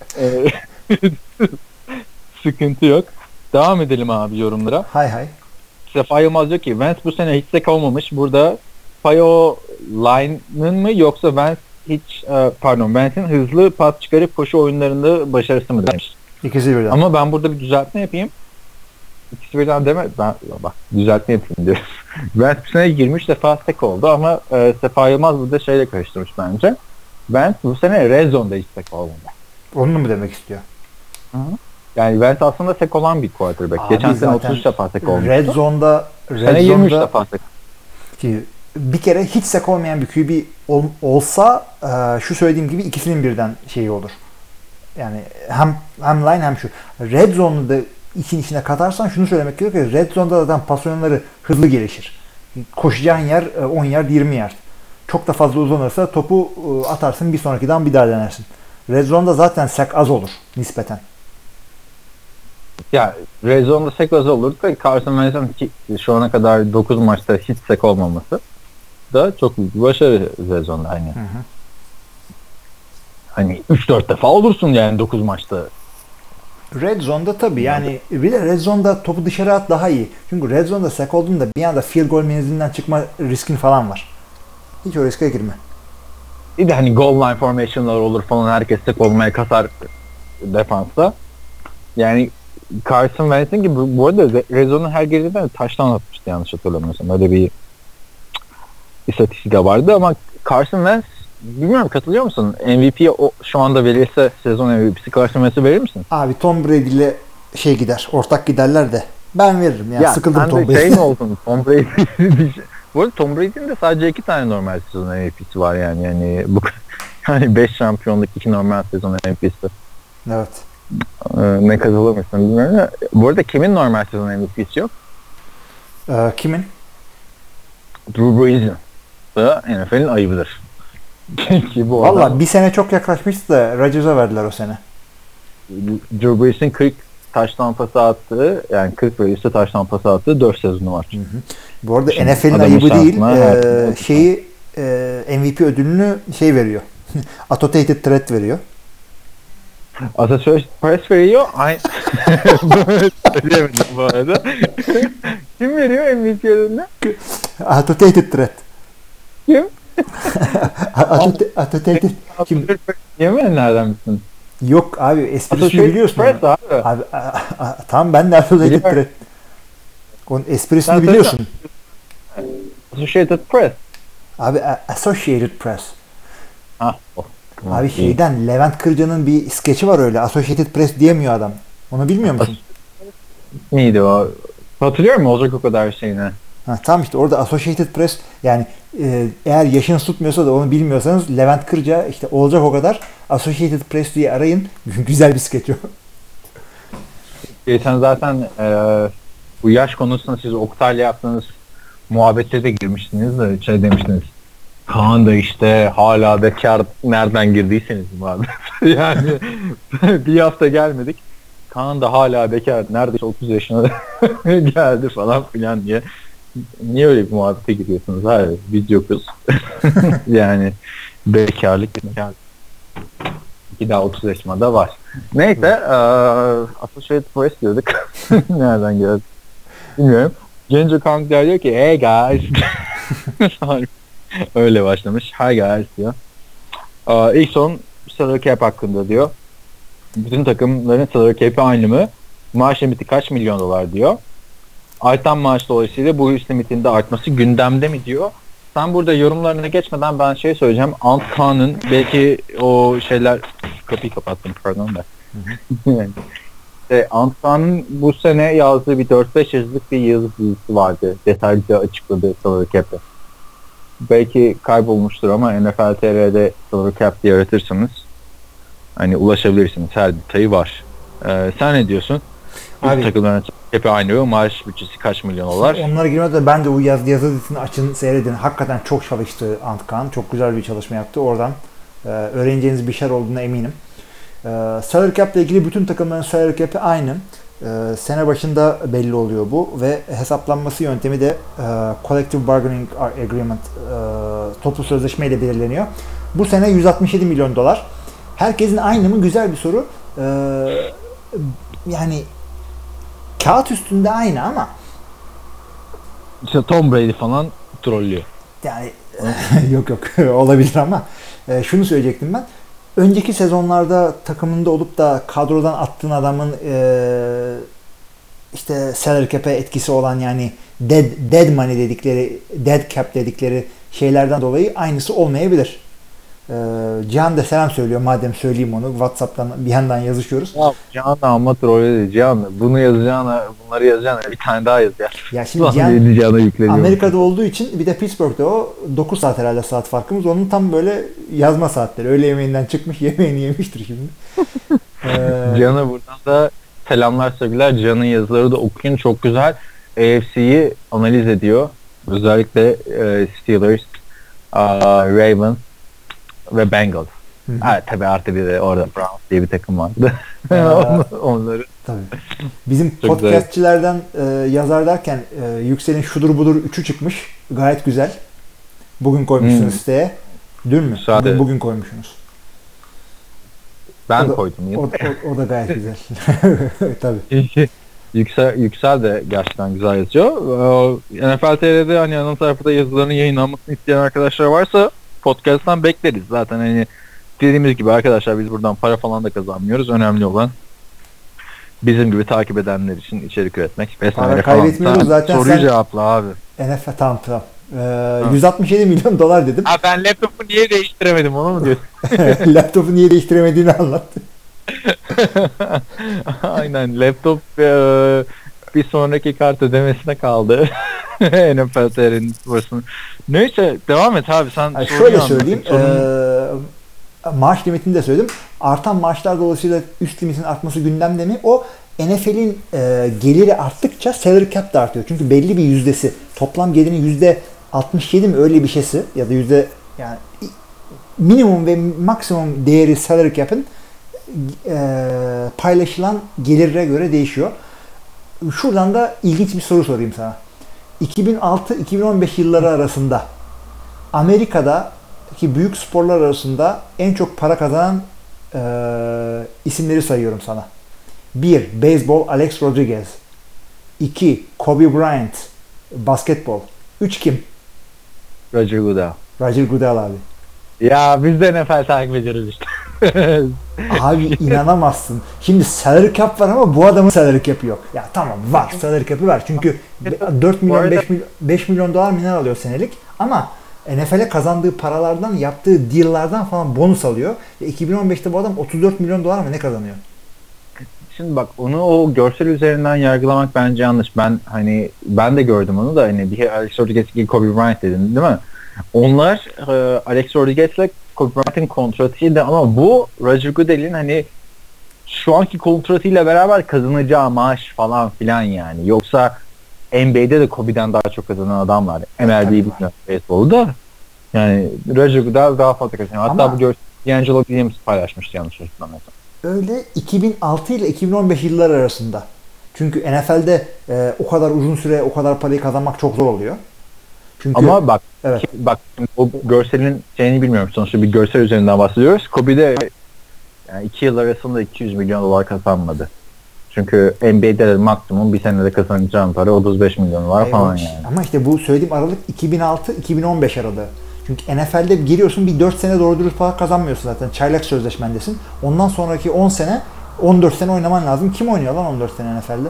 sıkıntı yok. Devam edelim abi yorumlara. Hay hay. Sefa Yılmaz diyor ki Vance bu sene hiç sek olmamış. Burada Payo Line'ın mı yoksa Vance'in hızlı pas çıkarıp koşu oyunlarında başarısı mı demiş. İkisi birden. Ama ben burada bir düzeltme yapayım. İkisi birden deme. Bak düzeltme yapayım diyor. Vance bu sene 23 defa sek oldu ama Sefa Yılmaz burada şeyle karıştırmış bence. Vance bu sene red zone'da hiç sek olmadı. Onu mu demek istiyor? Hı-hı. Yani Vance aslında sek olan bir quarterback. Abi Geçen sene zaten 30 defa sek olmuştu. Red Zone'da Sene 23 defa sek. ki bir kere hiç sek olmayan bir QB olsa şu söylediğim gibi ikisinin birden şeyi olur. Yani hem line hem şu. Red Zone'u da işin içine katarsan şunu söylemek gerekiyor. Red Zone'da zaten pas oyunları hızlı gelişir. Koşacağın yer 10 yard 20 yard. Çok da fazla uzanırsa topu atarsın bir sonrakiden bir daha denersin. Red Zone'da zaten sek az olur nispeten. Ya red zone'da sek az olurdu da Carson Wentz'in şu ana kadar 9 maçta hiç sek olmaması da çok büyük bir başarı red zone'da hani. Hı hı. Hani 3-4 defa olursun yani 9 maçta. Red Zone'da tabii yani bir de Red Zone'da topu dışarı at daha iyi. Çünkü Red Zone'da sack olduğunda bir anda field goal menzilinden çıkma riskin falan var. Hiç o riske girme. Bir de hani goal line formation'lar olur falan herkes sek olmaya kasar defansta. Yani Carson Wentz'in ki bu arada red zone'un her girdiğinde taştan atmıştı yanlış hatırlamıyorsam. Öyle bir istatistik de vardı ama Carson Wentz bilmiyorum katılıyor musun? MVP şu anda verilse sezon MVP'si Carson Wentz'e verir misin? Abi Tom Brady ile şey gider. Ortak giderler de. Ben veririm ya. Sıkıldım Tom Brady'den. Brady'den. Şey mi oldun? Tom Brady. Bu arada Tom Brady'nin de sadece 2 tane normal sezon MVP'si var yani bu yani 5 şampiyonluk 2 normal sezon MVP'si. Evet. Ne katılır bilmiyorum. Bu arada kimin normal sezon MVP'si yok? Kimin? Drew Brees'in. Da NFL'in ayıbıdır. Ki bu Valla adam, bir sene çok yaklaşmıştı da Rodgers'a verdiler o sene. Drew Brees'in 40 taştan pası attığı yani 40 ve üstü taştan pası attığı 4 sezonu var. Hı hı. Bu arada Şimdi NFL'in adamın ayıbı değil. şansına Şeyi MVP ödülünü şey veriyor. Associated Threat veriyor. Associated Press veriyor. Söyleyemedim bu arada. Kim veriyor MVP ödülünü? Associated Threat. Kim? Associated. Kim? Yemeyenlerden misin? Yok abi esprisini Associated biliyorsun. Press Abi, abi. tamam ben de Associated Biliyorum. Threat. Onun esprisini Sen biliyorsun. Associated Press. Abi Associated Press. Ha. Abi şeyden Levent Kırca'nın bir skeçi var öyle. Associated Press diyemiyor adam. Onu bilmiyor musun? Neydi o? Hatırlıyor musun olacak o kadar şeyini? Ha, tamam işte orada Associated Press yani eğer yaşınız tutmuyorsa da onu bilmiyorsanız Levent Kırca işte olacak o kadar Associated Press diye arayın. Güzel bir skeç o. Geçen zaten bu yaş konusunda siz Oktay'la yaptığınız muhabbete de girmiştiniz de şey demiştiniz. Kaan da işte hala bekar nereden girdiyseniz muhabbet. Yani bir hafta gelmedik. Kaan da hala bekar neredeyse 30 yaşına geldi falan filan diye. Niye öyle bir muhabbete giriyorsunuz? Hayır biz yokuz. Yani bekarlık. Ki daha 30 yaşıma var. Neyse Associated Press diyorduk. Nereden geldi? Bilmiyorum. Ginger Kang diyor ki hey guys. Öyle başlamış. Hi guys diyor. İlk son salary cap hakkında diyor. Bütün takımların salary cap'i aynı mı? Maaş limiti kaç milyon dolar diyor. Artan maaş dolayısıyla bu üst limitin de artması gündemde mi diyor. Sen burada yorumlarına geçmeden ben şey söyleyeceğim. Ant Kaan'ın belki o şeyler kapıyı kapattım pardon da. Ant Kaan'ın bu sene yazdığı bir 4-5 yazılık bir yazı dizisi vardı. Detaylıca açıkladığı salary cap'i. Belki kaybolmuştur ama NFL TR'de salary cap diye aratırsanız hani ulaşabilirsiniz. Her detayı var. Sen ne diyorsun? Abi, takımların cap'i aynı. Maaş bütçesi kaç milyon dolar? Onlara girmeden ben de o yazı dizisini açın seyredin. Hakikaten çok çalıştı Antkan. Çok güzel bir çalışma yaptı. Oradan öğreneceğiniz bir şey olduğuna eminim. Salary cap ile ilgili bütün takımların salary cap'i aynı. Sene başında belli oluyor bu ve hesaplanması yöntemi de Collective Bargaining Agreement toplu sözleşme ile belirleniyor. Bu sene 167 milyon dolar. Herkesin aynı mı? Güzel bir soru. Yani kağıt üstünde aynı ama İşte Tom Brady falan trollüyor. yani yok olabilir ama şunu söyleyecektim ben. Önceki sezonlarda takımında olup da kadrodan attığın adamın işte salary cap'e etkisi olan yani dead money dedikleri, dead cap dedikleri şeylerden dolayı aynısı olmayabilir. Cihan da selam söylüyor. Madem söyleyeyim onu. WhatsApp'tan bir yandan yazışıyoruz. Ya Cihan da ama troll dedi. Cihan bunu yazacağına, bunları yazacağına bir tane daha yaz ya. Ya şimdi Cihan Amerika'da olduğu için bir de Pittsburgh'de o 9 saat herhalde saat farkımız. Onun tam böyle yazma saatleri. Öğle yemeğinden çıkmış yemeğini yemiştir şimdi. Cihan'a buradan da selamlar sevgiler. Cihan'ın yazıları da okuyun. Çok güzel. AFC'yi analiz ediyor. Özellikle Steelers, Ravens ve Bengals. Tabii artı bir de orada Browns diye bir takım vardı. Onları. Tabii. Bizim çok podcastçilerden yazar derken Yüksel'in şudur budur 3'ü çıkmış. Gayet güzel. Bugün koymuşsunuz siteye. Dün mü? Bugün koymuşsunuz. Ben koydum. O da gayet güzel. Tabii. Yüksel de gerçekten güzel yazıyor. NFL TR'de hani ana tarafında yazılarının yayınlanmasını isteyen arkadaşlar varsa podcast'tan bekleriz. Zaten hani dediğimiz gibi arkadaşlar biz buradan para falan da kazanmıyoruz. Önemli olan bizim gibi takip edenler için içerik üretmek. Para kaybetmiyoruz zaten. Soruyu cevapla abi. NFL tamam. 167 milyon dolar dedim. Ben laptopu niye değiştiremedim onu mu diyorsun? Laptopu niye değiştiremediğini anlattı. Aynen laptop bir sonraki kart ödemesine kaldı. NFL TR'nin sporusunu. Neyse devam et abi sen. Şöyle söyleyeyim. Maaş limitini de söyledim. Artan maaşlar dolayısıyla üst limitin artması gündemde mi? O NFL'in geliri arttıkça salary cap de artıyor. Çünkü belli bir yüzdesi. Toplam gelirin %67 mi öyle bir şeysi ya da yani minimum ve maksimum değeri salary cap'in paylaşılan gelire göre değişiyor. Şuradan da ilginç bir soru sorayım sana. 2006-2015 yılları arasında Amerika'daki büyük sporlar arasında en çok para kazanan isimleri sayıyorum sana. 1. Beyzbol Alex Rodriguez. 2. Kobe Bryant. Basketbol. 3 kim? Roger Goodell. Roger Goodell abi. Ya biz de NFL takip ediyoruz işte. Abi inanamazsın. Şimdi salary cap var ama bu adamın salary cap'i yok. Ya tamam var. Salary cap'i var. Çünkü 4 milyon 5 milyon dolar mı ne alıyor senelik. Ama NFL'e kazandığı paralardan, yaptığı deal'lardan falan bonus alıyor. 2015'te bu adam 34 milyon dolar mı ne kazanıyor? Şimdi bak onu o görsel üzerinden yargılamak bence yanlış. Ben de gördüm onu da hani bir Alex Rodriguez, Kobe Bryant dedin değil mi? Onlar Alex Rodriguez'le Kobe Bryant'in kontratıydı ama bu Roger Goodell'in hani şu anki kontratıyla beraber kazanacağı maaş falan filan yani. Yoksa NBA'de de Kobe'den daha çok kazanan adam var. MLB bilmiyorum beyzbolda. Yani Roger Goodell daha fazla kazanıyor. Hatta ama bu D'Angelo Williams paylaşmıştı yanlış hatırlamıyorsam. Öyle 2006 ile 2015 yılları arasında. Çünkü NFL'de o kadar uzun süre o kadar parayı kazanmak çok zor oluyor. Çünkü Ama bak evet. bak o görselin şeyini bilmiyorum. Sonuçta bir görsel üzerinden bahsediyoruz. Kobe de yani 2 yıl arasında 200 milyon dolar kazanmadı. Çünkü NBA'de de maksimum bir senede kazanacağın para 35 milyon dolar falan yani. Ama işte bu söylediğim aralık 2006-2015 aralığı. Çünkü NFL'de giriyorsun bir 4 sene doğru dürüst para kazanmıyorsun zaten. Çaylak sözleşmendesin. Ondan sonraki 10 sene 14 sene oynaman lazım. Kim oynuyor lan 14 sene NFL'de?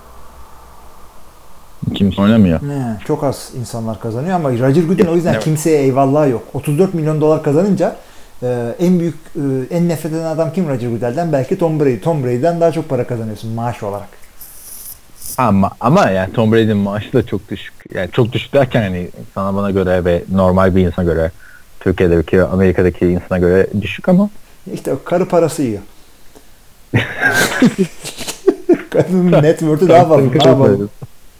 Kimse oynamıyor. Ne? Çok az insanlar kazanıyor ama Roger Goodell o yüzden Evet. kimseye eyvallah yok. 34 milyon dolar kazanınca en büyük, en nefret eden adam kim Roger Goodell'den? Belki Tom Brady. Tom Brady'den daha çok para kazanıyorsun maaş olarak. Ama yani Tom Brady'nin maaşı da çok düşük. Yani çok düşük derken hani sana bana göre ve normal bir insana göre, Türkiye'deki, Amerika'daki insana göre düşük ama İşte o karı parası yiyor. Kadının net worth'ü daha fazla. Ne yapalım?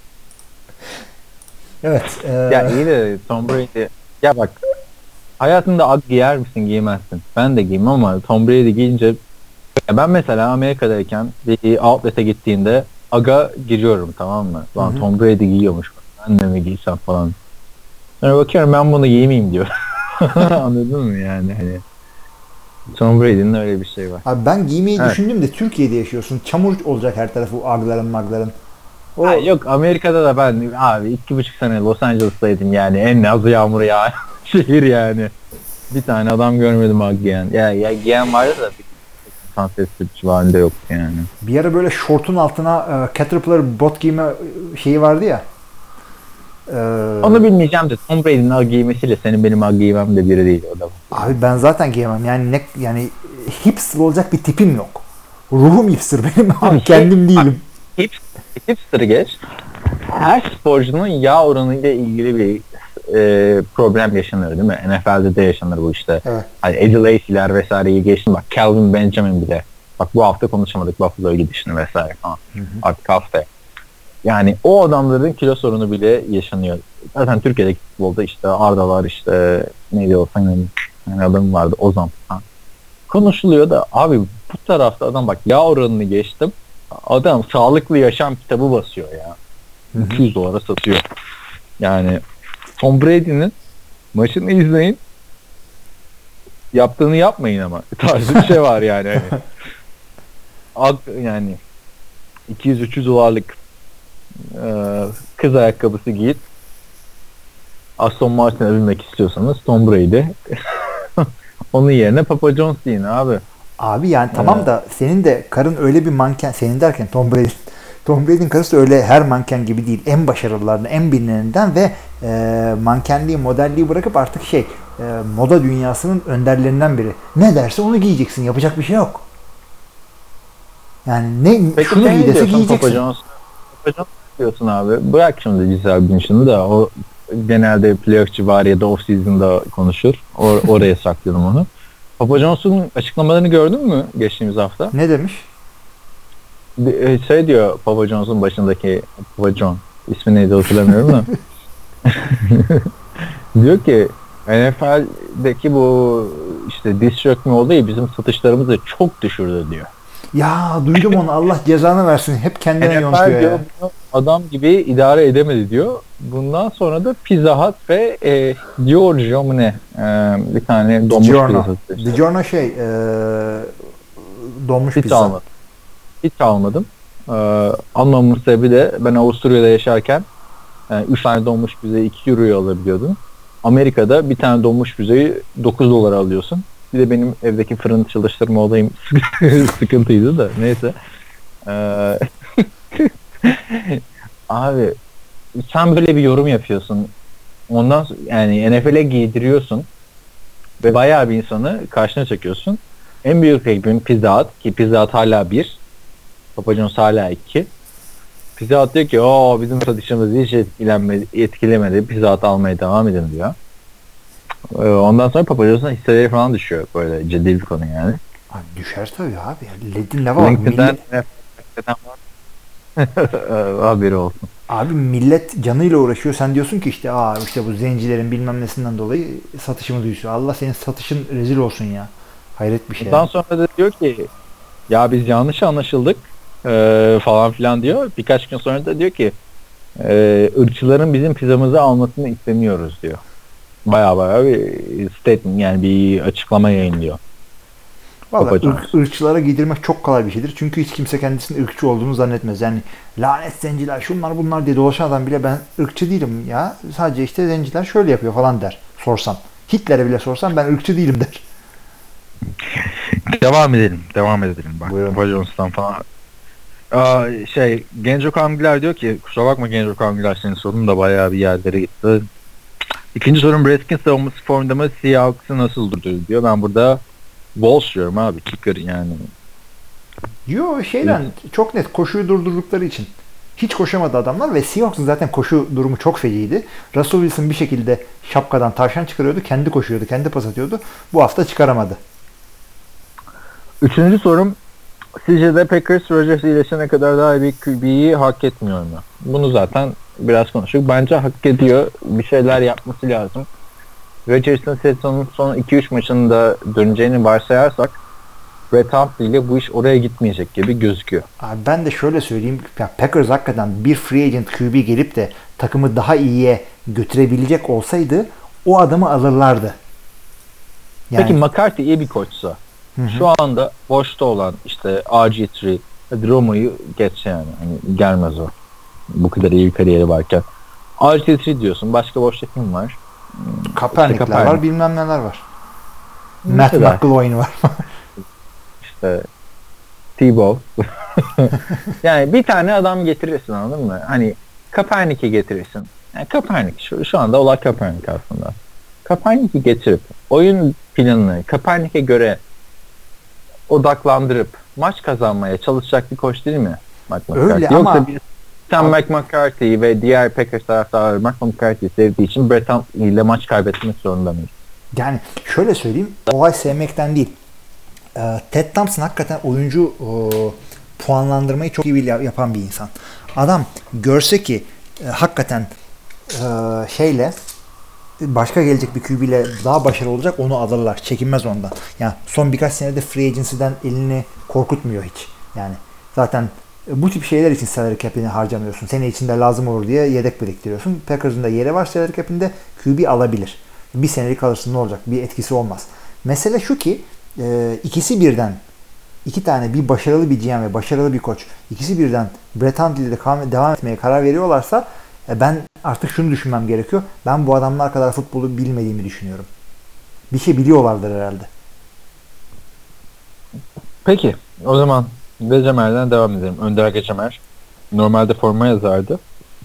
Evet. Ya iyi de Tom Brady, ya bak, hayatında ak giyer misin giymezsin. Ben de giymem ama Tom Brady giyince, ya ben mesela Amerika'dayken bir outlet'e gittiğinde aga giriyorum, tamam mı? Lan Hı hı. Tom Brady giyiyormuş. Ben de mi giysem falan. Sonra bakıyorum ben bunu giymeyeyim diyor. Anladın mı yani? Hani Tom Brady'nin öyle bir şey var. Abi ben giymeyi Evet. düşündüm de Türkiye'de yaşıyorsun. Çamur olacak her tarafı agların magların. O Ha, yok, Amerika'da da ben abi 2,5 sene Los Angeles'taydım yani, en az yağmur yağan şehir yani. Bir tane adam görmedim abi giyen. Ya giyen vardı da bir Sunset Strip civarında yok yani. bir ara böyle şortun altına Caterpillar bot giyme şeyi vardı ya. E, Onu bilmeyeceğim de Tom Brady'nin al giymesiyle senin benim al giymem de biri değil o da. Abi ben zaten giyemem. Yani hipster olacak bir tipim yok. Ruhum hipster benim ama kendim değilim. Hipster'ı geç. Her sporcunun yağ oranıyla ilgili bir problem yaşanır değil mi? NFL'de de yaşanır bu işte. Evet. Hani Eddie Lacy'ler vesaireyi geçtim. Bak Calvin Benjamin bile. Bak bu hafta konuşamadık Buffalo'ya gidişini vesaire falan. Artık haftaya. Yani o adamların kilo sorunu bile yaşanıyor. Zaten Türkiye'deki futbolda işte Ardalar, işte neydi o senin yani adam vardı, Ozan falan. Konuşuluyor da abi bu tarafta adam, bak yağ oranını geçtim. Adam sağlıklı yaşam kitabı basıyor ya. 200 dolara satıyor. Yani Tom Brady'nin maçını izleyin. Yaptığını yapmayın ama tarzı bir şey var yani. Yani 200-300 dolarlık kız ayakkabısı giyip Aston Martin'e binmek istiyorsanız Tom Brady. Onun yerine Papa John's giyin abi. Abi yani tamam da senin de karın öyle bir manken, senin derken Tom Brady. Tom Brady'nin karısı öyle her manken gibi değil. En başarılılarından, en bilineninden ve mankenliği, modelliği bırakıp artık moda dünyasının önderlerinden biri. Ne derse onu giyeceksin. Yapacak bir şey yok. Yani Peki şunu sen giy ne dese diyorsun giyeceksin. Papa John's? Papa John's diyorsun abi. Bırak şimdi Giselle Bündchen'ı da, o genelde playoff civarı ya da off season'da konuşur. Oraya saklıyorum onu. Papa John's'un açıklamalarını gördün mü geçtiğimiz hafta? Ne demiş? Şey diyor Papa John's'un başındaki, Papa John ismi neydi hatırlamıyorum da. Diyor ki NFL'deki bu işte diz çökme olayı bizim satışlarımızı çok düşürdü diyor. Ya duydum onu. Allah cezanı versin. Hep kendine NFL yontuyor diyor ya. bunu adam gibi idare edemedi diyor. Bundan sonra da Pizza Hut ve Giorgio mu ne? Bir tane donmuş pizza satıyor. DiGiorno donmuş Hiç pizza. almadım. Hiç almadım. Almamın sebebi de ben Avusturya'da yaşarken 3 tane donmuş pizzayı 2 euroya alabiliyordum. Amerika'da bir tane donmuş pizzayı 9 dolara alıyorsun. Bir de benim evdeki fırın çalıştırma olayım sıkıntıydı da neyse. Abi sen böyle bir yorum yapıyorsun. Ondan yani NFL'e giydiriyorsun ve bayağı bir insanı karşına çekiyorsun. En büyük rakibin Pizza Hut, ki Pizza Hut hala 1. Papa John's hala 2. Pizza Hut diyor ki bizim satışımız hiç etkilemedi. Pizza Hut almaya devam edin diyor. Ondan sonra Papa John's'un hisseleri falan düşüyor. Böyle ciddi bir konu yani. Abi düşer tabii abi. LinkedIn ne var? LinkedIn'den haberi olsun. Abi millet canıyla uğraşıyor. Sen diyorsun ki işte bu zencilerin bilmem nesinden dolayı satışımız düşüyor. Allah senin satışın rezil olsun ya. Hayret bir şey. Ondan sonra da diyor ki ya biz yanlış anlaşıldık falan filan diyor. Birkaç gün sonra da diyor ki ırkçıların bizim pizzamızı almasını istemiyoruz diyor. Baya bir statement, yani bir açıklama yayınlıyor. Valla ırkçılara giydirmek çok kolay bir şeydir. Çünkü hiç kimse kendisinin ırkçı olduğunu zannetmez. Yani lanet zenciler şunlar bunlar diye dolaşan adam bile ben ırkçı değilim ya. Sadece işte zenciler şöyle yapıyor falan der. Sorsam. Hitler'e bile sorsam ben ırkçı değilim der. Devam edelim. Bak, Buyurun. Papa John's'tan falan. Genco Kamgiler diyor ki, kusura bakma Genco Kamgiler, senin sorun da bayağı bir yerlere gitti. İkinci sorun, Redskins savunması formda mı, Seahawks'ı nasıl durdurdu diyor. Ben burada Walsh diyorum abi, kicker yani. Yo çok net koşuyu durdurdukları için. Hiç koşamadı adamlar ve Seahawks'ın zaten koşu durumu çok feciydi. Russell Wilson bir şekilde şapkadan tavşan çıkarıyordu. Kendi koşuyordu, kendi pas atıyordu. Bu hafta çıkaramadı. Üçüncü sorum, sizce de Packers Rodgers iyileşene kadar daha bir QB'yi hak etmiyor mu? Bunu zaten biraz konuştuk. Bence hak ediyor. Bir şeyler yapması lazım. Rodgers'ın sezonun son 2-3 maçında döneceğini varsayarsak Brett Hundley ile bu iş oraya gitmeyecek gibi gözüküyor. Abi ben de şöyle söyleyeyim. Ya Packers hakikaten bir free agent QB gelip de takımı daha iyiye götürebilecek olsaydı o adamı alırlardı. Yani, Peki McCarthy iyi bir koçsa, şu anda boşta olan işte RG3, Romo'yu geç yani. Hani gelmez o. Bu kadar iyi bir kariyeri varken. RG3 diyorsun. Başka boşta kim var? Kaepernick'ler var, bilmem neler var. Matt Mesela. McElwain var. İşte Tebow. Yani bir tane adam getirirsin, anladın mı? Hani Kaepernick'i getirirsin. Yani Kaepernick şu anda olay Kaepernick aslında. Kaepernick'i getirip oyun planını Kaepernick'e göre odaklandırıp maç kazanmaya çalışacak bir koç değil mi Mike McCarthy? Öyle Yoksa ama sen Mike McCarthy ve diğer Packers taraftarları Mike McCarthy'yi sevdiği için Brett Hundley ile maç kaybetmek zorunda mıyız? yani şöyle söyleyeyim. Olay sevmekten değil. Ted Thompson hakikaten oyuncu puanlandırmayı çok iyi yapan bir insan. Adam görse ki hakikaten başka gelecek bir QB ile daha başarılı olacak, onu alırlar. Çekinmez ondan. Yani son birkaç senede free agency'den elini korkutmuyor hiç. Yani zaten bu tip şeyler için salary cap'ini harcamıyorsun. Sene içinde lazım olur diye yedek biriktiriyorsun. Packers'ın da yeri var salary cap'inde, QB alabilir. Bir senelik alırsın, ne olacak? Bir etkisi olmaz. Mesele şu ki ikisi birden, iki tane, bir başarılı bir GM ve başarılı bir koç, ikisi birden Brett Hundley ile devam etmeye karar veriyorlarsa ben artık şunu düşünmem gerekiyor. Ben bu adamlar kadar futbolu bilmediğimi düşünüyorum. Bir şey biliyorlardır herhalde. Peki o zaman Gecemer'den devam edelim. Önder Gecemer normalde forma yazardı.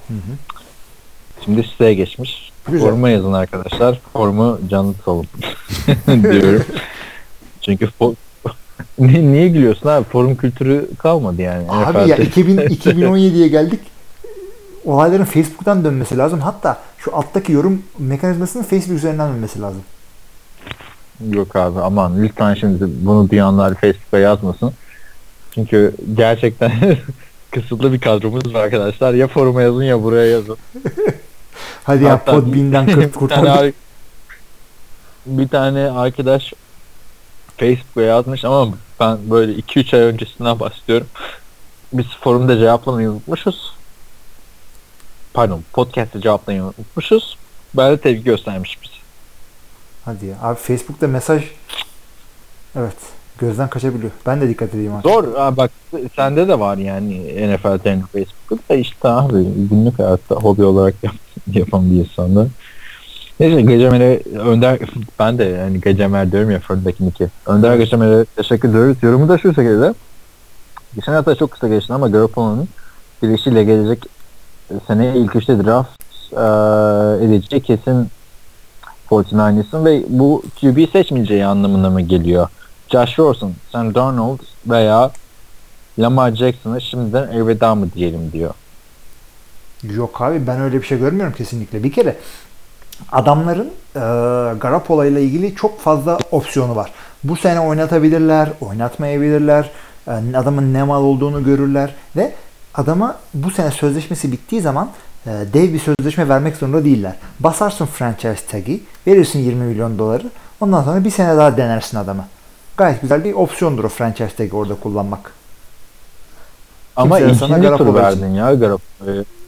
Şimdi siteye geçmiş. Güzel. Forma yazın arkadaşlar. Formu canlı tutalım diyorum. Çünkü niye gülüyorsun abi? Forum kültürü kalmadı yani. Abi ya 2017'ye geldik. Olayların Facebook'tan dönmesi lazım. Hatta şu alttaki yorum mekanizmasının Facebook üzerinden dönmesi lazım. Yok abi aman lütfen şimdi bunu duyanlar Facebook'a yazmasın. Çünkü gerçekten kısıtlı bir kadromuz var arkadaşlar. Ya foruma yazın ya buraya yazın. Hadi ya Podbean'den kurtardık. Bir tane arkadaş Facebook'a yazmış ama ben böyle 2-3 ay öncesinden bahsediyorum. Biz forumda cevaplamayı unutmuşuz. Pardon, podcast'te cevaplamayı unutmuşuz. Ben de tepki göstermiş bize. Hadi ya. Abi Facebook'ta mesaj evet gözden kaçabiliyor. Ben de dikkat edeyim artık. Zor. Abi bak sende de var yani NFL'den Facebook'ta işte abi günlük hayatta hobi olarak yapan bir insanda. Neyse Gecemer'e Önder, ben de yani Gecemer diyorum ya Fırındaki Niki. Önder Gecemer'e teşekkür ediyoruz. Yorumu da şu şekilde. Geçen hafta çok kısa geçti ama Garoppolo'nun birleşiyle gelecek seneye ilk üçte draft edeceği kesin 49ers'ın ve bu QB seçmeyeceği anlamına mı geliyor? Josh Rosen, Sam Darnold veya Lamar Jackson'a şimdiden elveda mı diyelim diyor. Yok abi ben öyle bir şey görmüyorum kesinlikle. Bir kere adamların Garoppolo ile ilgili çok fazla opsiyonu var. Bu sene oynatabilirler, oynatmayabilirler. Adamın ne mal olduğunu görürler ve adama bu sene sözleşmesi bittiği zaman dev bir sözleşme vermek zorunda değiller. Basarsın franchise tag'i, verirsin 20 milyon doları. Ondan sonra bir sene daha denersin adama. Gayet güzel bir opsiyondur o franchise tag'i orada kullanmak. Ama Kimse sana ikinci tur Garoppolo verdin ya Garoppolo'yu.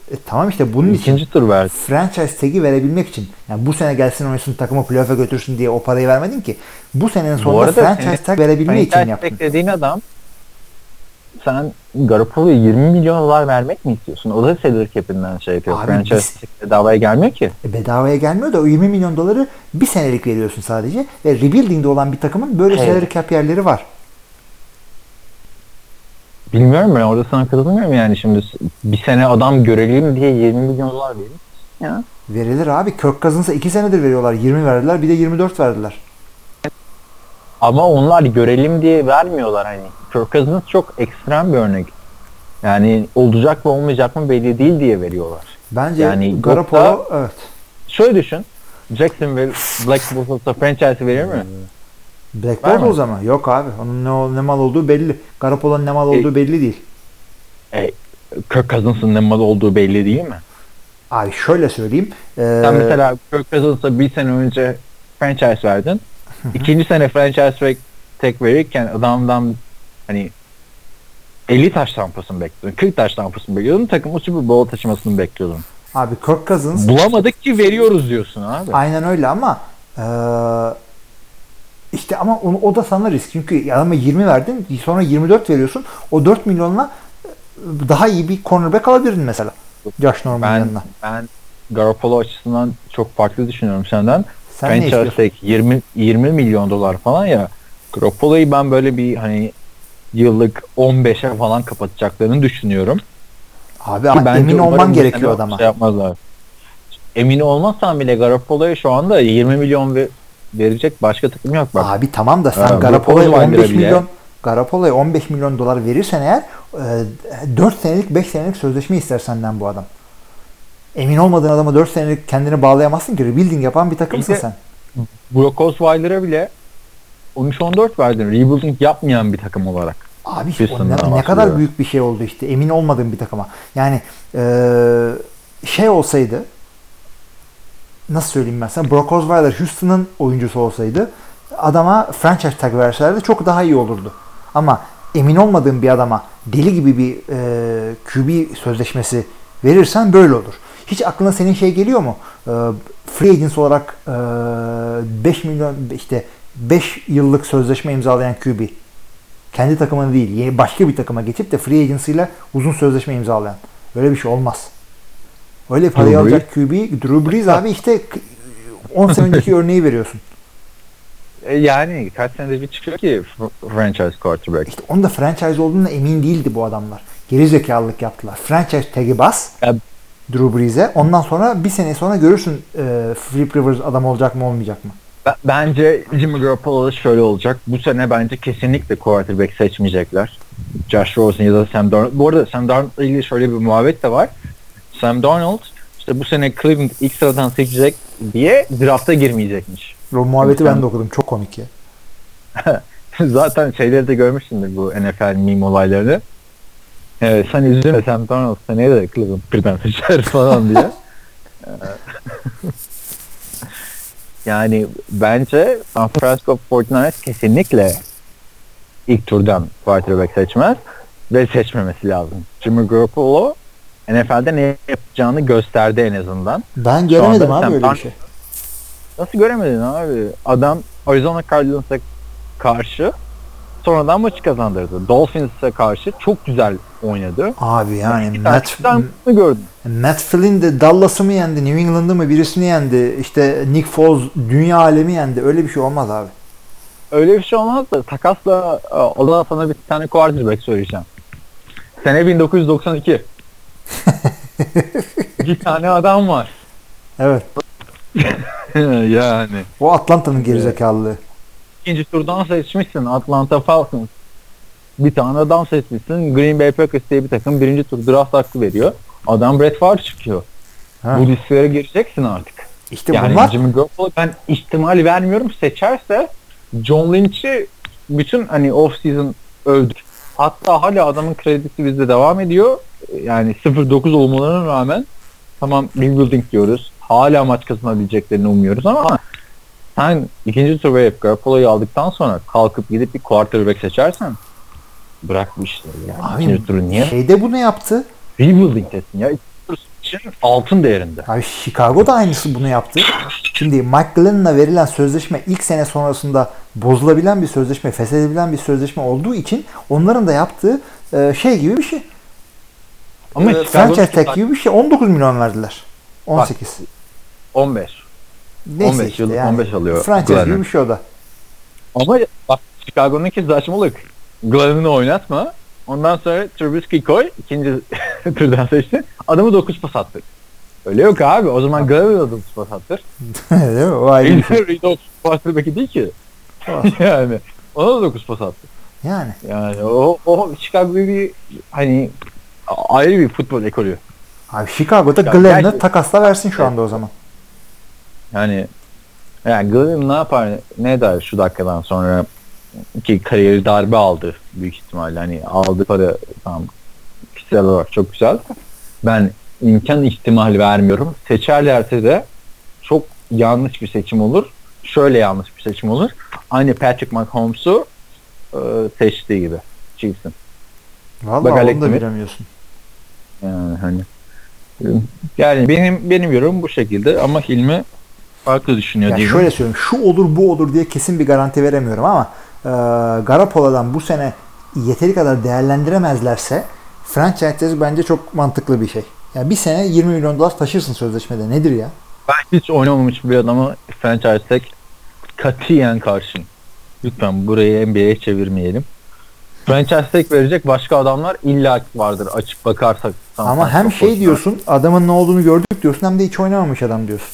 Tamam işte bunun için İkinci tur verdi. franchise tag'i verebilmek için. Yani bu sene gelsin oynasın takımı playoff'a götürsün diye o parayı vermedin ki. Bu senenin sonunda franchise tag verebilmek için yaptın. Franchise tag dediğin adam, sen Garoppolo'ya 20 milyon dolar vermek mi istiyorsun? O da salary cap'inden şey yapıyor. Abi Franchise tag bedavaya gelmiyor ki. Bedavaya gelmiyor da o 20 milyon doları bir senelik veriyorsun sadece ve rebuilding'de olan bir takımın böyle salary cap yerleri var. Bilmiyorum, ben orada sana katılmıyorum yani. Şimdi bir sene adam görelim diye 20 milyon dolar verir ya. Verilir abi. Kirk Cousins'a 2 senedir veriyorlar. 20 verdiler. Bir de 24 verdiler. Ama onlar görelim diye vermiyorlar hani. Kirk Cousins çok ekstrem bir örnek. Yani olacak mı olmayacak mı belli değil diye veriyorlar. Bence Yani Garoppolo evet. Şöyle düşün. Jacksonville Black Bulls'a franchise verir mi? Black Var mı? Bortles ama yok abi. Onun ne mal olduğu belli. Garoppolo'nun ne mal olduğu belli değil. Kirk Cousins'ın ne mal olduğu belli değil mi? Abi şöyle söyleyeyim. Sen mesela Kirk Cousins'a bir sene önce franchise verdin. İkinci sene franchise tek verirken adamdan hani 50 taş tampasını bekliyordun. 40 taş tampasını bekliyordun. Takımı Super Bowl taşımasını bekliyordun. Abi Kirk Cousins Bulamadık ki veriyoruz diyorsun abi. aynen öyle ama işte ama o da sana risk. Çünkü adama 20 verdin sonra 24 veriyorsun. O 4 milyonla daha iyi bir cornerback alabilirdin mesela. Josh Norman'ın yanına. Ben Garoppolo açısından çok farklı düşünüyorum senden. Sen ne franchise istiyorsun? tag 20 milyon dolar falan ya. Garoppolo'yu ben böyle bir hani yıllık 15'e falan kapatacaklarını düşünüyorum. Abi ama emin olman gerekiyor adama. Şey yapmazlar. Emin olmazsan bile Garoppolo'ya şu anda 20 milyon verecek başka takım yok bak. Abi tamam da sen Garoppolo'ya 15 milyon dolar verirsen eğer 4 senelik 5 senelik sözleşme ister senden bu adam. Emin olmadığın adama 4 senelik kendini bağlayamazsın ki. Rebuilding yapan bir takımsın sen. Brock Osweiler'a bile 13-14 verdin. Rebuilding yapmayan bir takım olarak. Abi ne kadar büyük bir şey oldu işte. Emin olmadığım bir takıma. Yani şey olsaydı nasıl söyleyeyim ben sana, Brock Osweiler Houston'ın oyuncusu olsaydı adama franchise tag verselerdi çok daha iyi olurdu. Ama emin olmadığım bir adama deli gibi bir QB sözleşmesi verirsen böyle olur. Hiç aklına senin şey geliyor mu? Free agents olarak 5 milyon işte 5 yıllık sözleşme imzalayan QB. Kendi takımını değil, başka bir takıma geçip de free agency'yle uzun sözleşme imzalayan. Öyle bir şey olmaz. Öyle parayı alacak QB, Drew Brees abi işte 10 sene önceki örneği veriyorsun. Yani kaç senedir bir çıkıyor ki franchise quarterback. İşte onun da franchise olduğuna emin değildi bu adamlar. Geri zekalılık yaptılar. Franchise tag'i bas Drew Brees'e. Ondan sonra bir sene sonra görürsün Philip Rivers adam olacak mı olmayacak mı? Bence Jimmy Garoppolo'da şöyle olacak. Bu sene bence kesinlikle quarterback seçmeyecekler. Josh Rosen ya da Sam Darnold. Bu arada Sam Darnold'la ilgili şöyle bir muhabbet de var. Sam Darnold işte bu sene Cleveland ilk sıradan seçecek diye drafta girmeyecekmiş. O muhabbeti ben de okudum. Çok komik ya. Zaten şeyleri de görmüşsündür bu NFL meme olaylarını. Sen üzülme Sam Darnold seneye de Cleveland birden seçer falan diye. Yani bence San Francisco 49ers kesinlikle ilk turdan quarterback seçmez ve seçmemesi lazım. Jimmy Garoppolo NFL'de ne yapacağını gösterdi en azından. Ben göremedim abi öyle bir şey. Nasıl göremedin abi? Adam Arizona Cardinals'a karşı sonradan maçı kazandırdı. Dolphins'e karşı çok güzel oynadı. Abi yani Matt Flynn de Dallas'ı mı yendi, New England'ı mı birisini yendi, işte Nick Foles dünya alemi yendi. Öyle bir şey olmaz abi. Öyle bir şey olmaz da takasla o zaman sana bir tane quarterback söyleyeceğim. Sene 1992. Bir tane adam var. Evet. Yani. O Atlanta'nın gerizekalılığı. İkinci turdan seçmişsin Atlanta Falcons. Bir tane adam seçmişsin. Green Bay Packers diye bir takım birinci tur draft hakkı veriyor. Adam Brett Favre çıkıyor. Ha. Bu listelere gireceksin artık. İşte yani bunlar... Jimmy Garoppolo ben ihtimal vermiyorum. Seçerse John Lynch'i bütün hani off-season övdük. Hatta hala adamın kredisi bizde devam ediyor. Yani 0-9 olmalarına rağmen tamam rebuilding diyoruz. Hala maç kazanabileceklerini umuyoruz ama sen ikinci tur verip Garoppolo'yu aldıktan sonra kalkıp gidip bir quarterback seçersen bırak bu işleri yani. Abi, ikinci turu niye? Şeyde bunu yaptı. Rebuilding desin ya. için altın değerinde. Abi Chicago da aynısı bunu yaptı. Şimdi Mike Glennon'a verilen sözleşme ilk sene sonrasında bozulabilen bir sözleşme, feshedebilen bir sözleşme olduğu için onların da yaptığı şey gibi bir şey. Ama franchise tag gibi bir şey. 19 milyon verdiler. 18. Bak, 15. Neyse 15 işte yıllık yani. 15 alıyor. Franchise Glennon. gibi bir şey o da. Ama bak Chicago'nunki saçmalık. Glennon'u oynatma. Ondan sonra Trubisky koy. İkinci türden seçti. Adamı 9 pas attır. Öyle yok abi. O zaman Glennon'a 9 pas attır. Değil mi? O ayrı bir şey. Reed 9 pas attır belki değil ki. Yani ona da 9 pas attı. Yani o Chicago'yu bir hani ayrı bir futbol ekolü. Abi Chicago'da Glennon'ı takasla versin şu anda o zaman. Yani Glennon ne yapar ne der şu dakikadan sonra ki kariyeri darbe aldı büyük ihtimalle. Hani aldığı para tamam kişisel olarak çok güzel. Ben imkan ihtimali vermiyorum. Seçerlerse de çok yanlış bir seçim olur. Şöyle yanlış bir seçim olur. Aynı Patrick Mahomes'u seçtiği gibi. Chiefs'in. Vallahi onu da bilemiyorsun. Yani hani benim yorumum bu şekilde ama Hilmi farklı düşünüyor yani diye. Şöyle söyleyeyim. Şu olur bu olur diye kesin bir garanti veremiyorum ama Garoppolo'dan bu sene yeteri kadar değerlendiremezlerse franchise bence çok mantıklı bir şey. Yani bir sene 20 milyon dolar taşırsın sözleşmede. Nedir ya? Ben hiç oynamamış bir adama franchise tag katiyen karşıyım. Lütfen burayı NBA'ye çevirmeyelim. Franchise tag verecek başka adamlar illa vardır açıp bakarsak. Ama hem şey diyorsun adamın ne olduğunu gördük diyorsun hem de hiç oynamamış adam diyorsun.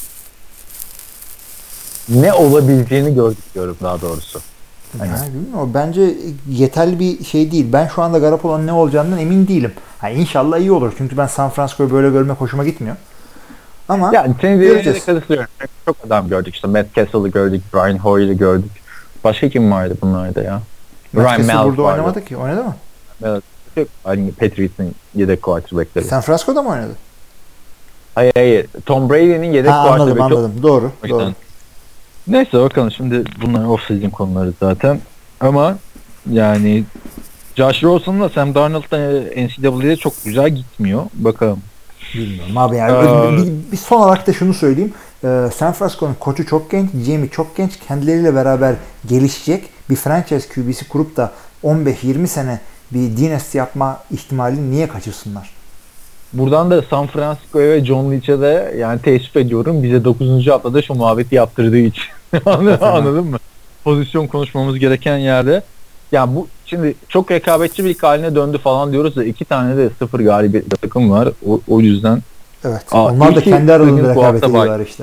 Ne olabileceğini gördük diyorum daha doğrusu. Yani bilmiyorum, bence yeterli bir şey değil. Ben şu anda Garoppolo'nun ne olacağından emin değilim. İnşallah iyi olur. Çünkü ben San Francisco'yu böyle görmek hoşuma gitmiyor. Ama yani senin dediğine katılıyorum. Çok adam gördük işte. Matt Castle'ı gördük. Brian Hoyer'ı gördük. Başka kim vardı bunlarda ya? Matt Castle burada vardı. oynamadı ki. Oynadı mı? Evet. Hani Patriots'ın yedek quarterback'leri. San Francisco'da mı oynadı? Hayır. Tom Brady'nin yedek quarterback'ı. Anladım. Doğru. Neyse bakalım şimdi bunlar off-season konuları zaten. Ama yani Josh Rosen'la Sam Darnold'da NCAA'de çok güzel gitmiyor. Bakalım. Bilmiyorum abi yani. Bir son olarak da şunu söyleyeyim. San Francisco'nun koçu çok genç, GM'i çok genç. Kendileriyle beraber gelişecek bir franchise QB'si kurup da 15-20 sene bir dynasty yapma ihtimalini niye kaçırsınlar? Buradan da San Francisco'ya ve John Leach'e de yani teessüf ediyorum. Bize 9. haftada şu muhabbeti yaptırdığı için. Anladın mı? Pozisyon konuşmamız gereken yerde. Yani bu şimdi çok rekabetçi bir lig haline döndü falan diyoruz da 2 tane de 0 galibiyet takım var. O yüzden. Evet. Onlar da kendi aralarında rekabet ediyorlar işte.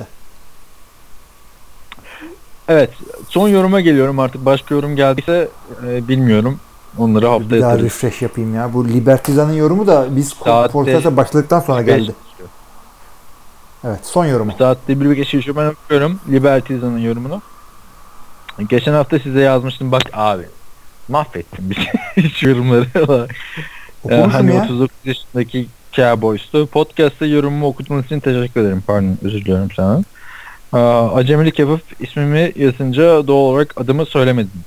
Evet. Son yoruma geliyorum artık. Başka yorum geldiyse bilmiyorum. Onları haftaya bir daha refresh yapayım ya. Bu Libertizan'ın yorumu da biz podcast'a başladıktan sonra geldi. Evet. Son yorumu. Saatte bir geçiyor. Ben okuyorum Libertizan'ın yorumunu. Geçen hafta size yazmıştım. Bak abi. Mahvettim bir şey yorumları. Hani ya. 39 yaşındaki Cowboys'tu. Podcast'ta yorumumu okuduğunuz için teşekkür ederim. Pardon, özür diliyorum sana. Acemilik yapıp ismimi yazınca doğal olarak adımı söylemediniz.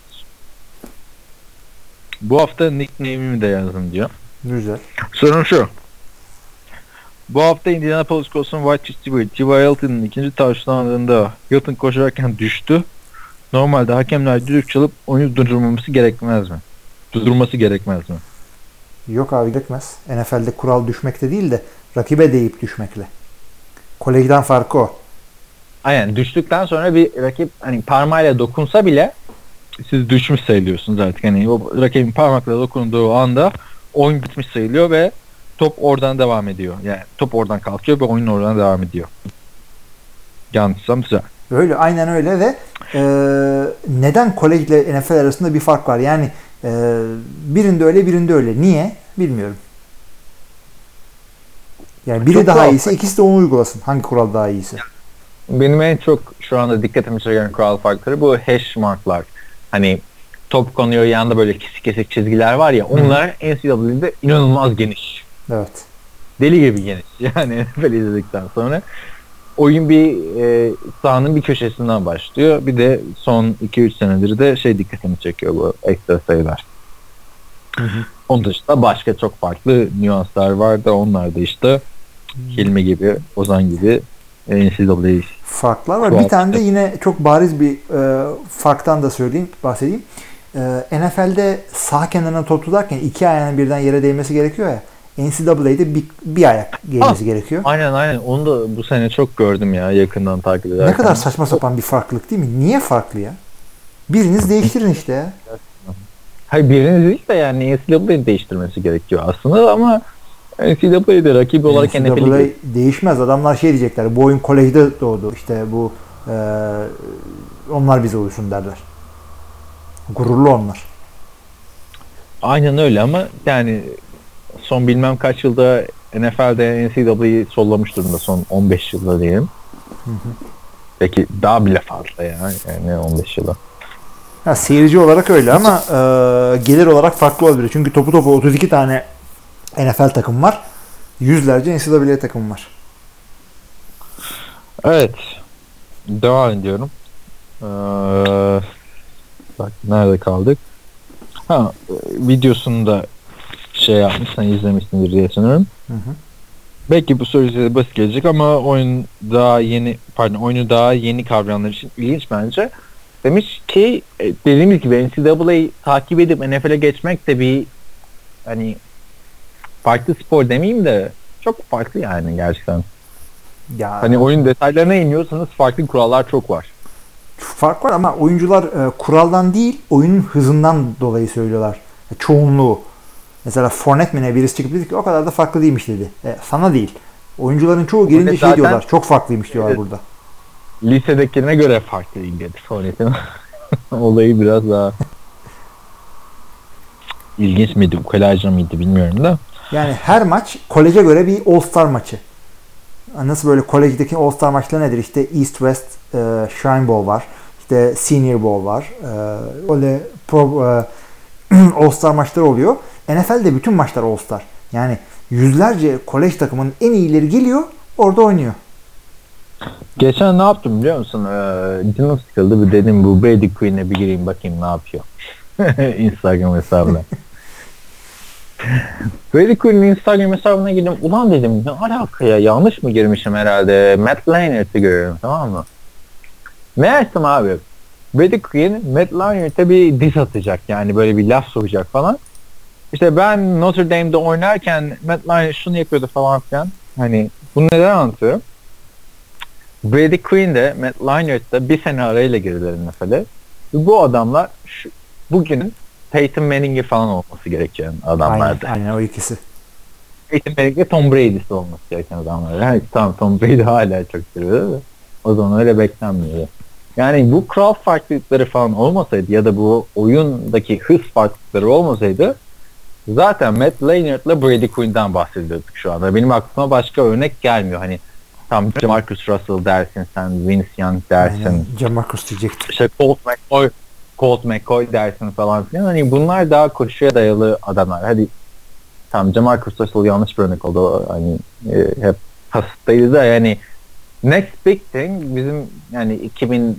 Bu hafta nickname'imi de yazdım diyor. Güzel. Sorun şu. Bu hafta Indianapolis Colts'un wide receiver T.Y. Hilton'un ikinci touchdown'ında Hilton koşarken düştü. Normalde hakemler düdük çalıp oyunu durdurması gerekmez mi? Yok abi gerekmez. NFL'de kural düşmekte değil de rakibe değip düşmekle. Kolejden farkı o. Aynen düştükten sonra bir rakip hani parmağıyla dokunsa bile siz düşmüş sayılıyorsunuz artık. Hani o rakibin parmakla dokunduğu anda oyun bitmiş sayılıyor ve top oradan devam ediyor. Yani top oradan kalkıyor ve oyun oradan devam ediyor. Yanlışsam güzel. Öyle, aynen öyle ve neden kolej ile NFL arasında bir fark var? Yani birinde öyle, birinde öyle. Niye? Bilmiyorum. Yani biri çok daha iyiyse ikisi de onu uygulasın. Hangi kural daha iyiyse? Benim en çok şu anda dikkatimi çeken kural farkları bu hash marklar. Hani top konuyor yanında böyle kesik çizgiler var ya, onlar NCAA'de inanılmaz geniş. Evet. Deli gibi geniş. Yani NFL izledikten sonra oyun bir sahanın bir köşesinden başlıyor. Bir de son 2-3 senedir de dikkatimi çekiyor bu ekstra sayılar. Onun dışında başka çok farklı nüanslar var da onlar da işte Hilmi gibi, Ozan gibi NCAA Farklar var. Tuhaf. Bir tane de yine çok bariz bir farktan da bahsedeyim. NFL'de sağ kenarına top tutarken iki ayağının birden yere değmesi gerekiyor ya. NCAA'de bir ayak gelmesi gerekiyor. Aynen. Onu da bu sene çok gördüm ya yakından takip ederken. Ne kadar saçma sapan bir farklılık değil mi? Niye farklı ya? Biriniz değiştirin işte ya. Hayır biriniz değil de yani NCAA'yı değiştirmesi gerekiyor aslında ama NCAA'de rakibi olarak NCAA NFL'i değişmez. Adamlar şey diyecekler. Bu oyun kolejde doğdu. İşte bu onlar bize uysun derler. Gururlu onlar. aynen öyle ama yani son bilmem kaç yılda NFL'de NCAA'yı sollamış durumda son 15 yılda diyelim. Peki daha bile fazla yani 15 yıla. Ha, seyirci olarak öyle ama gelir olarak farklı olabilir. Çünkü topu 32 tane NFL takım var. Yüzlerce NCAA takım var. Evet. Devam ediyorum. Bak nerede kaldık? Videosunu da şey yapmış, sen izlemişsindir diye sanıyorum. Belki bu soru size basit gelecek ama oyunu daha yeni kavrayanlar için ilginç bence. Demiş ki dediğimiz gibi NCAA'yı takip edip NFL'e geçmek de bir hani farklı spor demeyeyim de çok farklı yani gerçekten. Ya, Hani oyun detaylarına iniyorsanız farklı kurallar çok var. Fark var ama oyuncular kuraldan değil oyunun hızından dolayı söylüyorlar. Çoğunluğu. Mesela Fournette mi ne birisi çıkıp dedi ki o kadar da farklı değilmiş dedi. Sana değil. Oyuncuların çoğu gelince şey diyorlar. Çok farklıymış diyorlar burada. Lisedekine göre farklı değil dedi Fournette'in. Olayı biraz daha ilginç miydi, ukalaca mıydı bilmiyorum da. Yani her maç koleje göre bir All-Star maçı. Nasıl böyle kolejdeki All-Star maçları nedir? İşte East-West Shrine Bowl var. İşte Senior Bowl var. Öyle All-Star maçları oluyor. NFL'de bütün maçlar All-Star. Yani yüzlerce kolej takımının en iyileri geliyor, orada oynuyor. Geçen ne yaptım biliyor musun? Canım sıkıldı. Bir dedim bu Brady Quinn'e bir gireyim bakayım ne yapıyor. Instagram hesabına. Brady Quinn'in Instagram hesabına girdim. Ulan dedim ne alaka ya? Yanlış mı girmişim herhalde? Matt Leinart'ı görüyorum tamam mı? Meğersem abi Brady Quinn Matt Leinart'a bir diss atacak. Yani böyle bir laf sokacak falan. İşte ben Notre Dame'de oynarken Matt Leinart şunu yapıyordu falan filan. Hani bunu neden anlatıyorum? Brady Quinn de Matt Leinart da bir sene arayla girdiler NFL'e. Bu adamlar bugünün Peyton Manning'i falan olması gereken adamlardı. Aynen o ikisi. Peyton Manning'le Tom Brady'si olması gereken adamlar. Yani tamam Tom Brady hala çok seviyor da o zaman öyle beklenmiyordu. Yani bu kural farklılıkları falan olmasaydı ya da bu oyundaki hız farklılıkları olmasaydı zaten Matt Leinart'la Brady Quinn'den bahsediyorduk şu anda. Benim aklıma başka örnek gelmiyor. Hani tam Jamarcus Russell dersin sen, Vince Young dersin. Aynen. Jamarcus diyecektim. İşte Colt McCoy dersin falan filan. Hani bunlar daha koşuya dayalı adamlar. Hadi tam Jamarcus Russell yanlış bir örnek oldu. Hani hep hastaydı da yani next big thing bizim yani 2005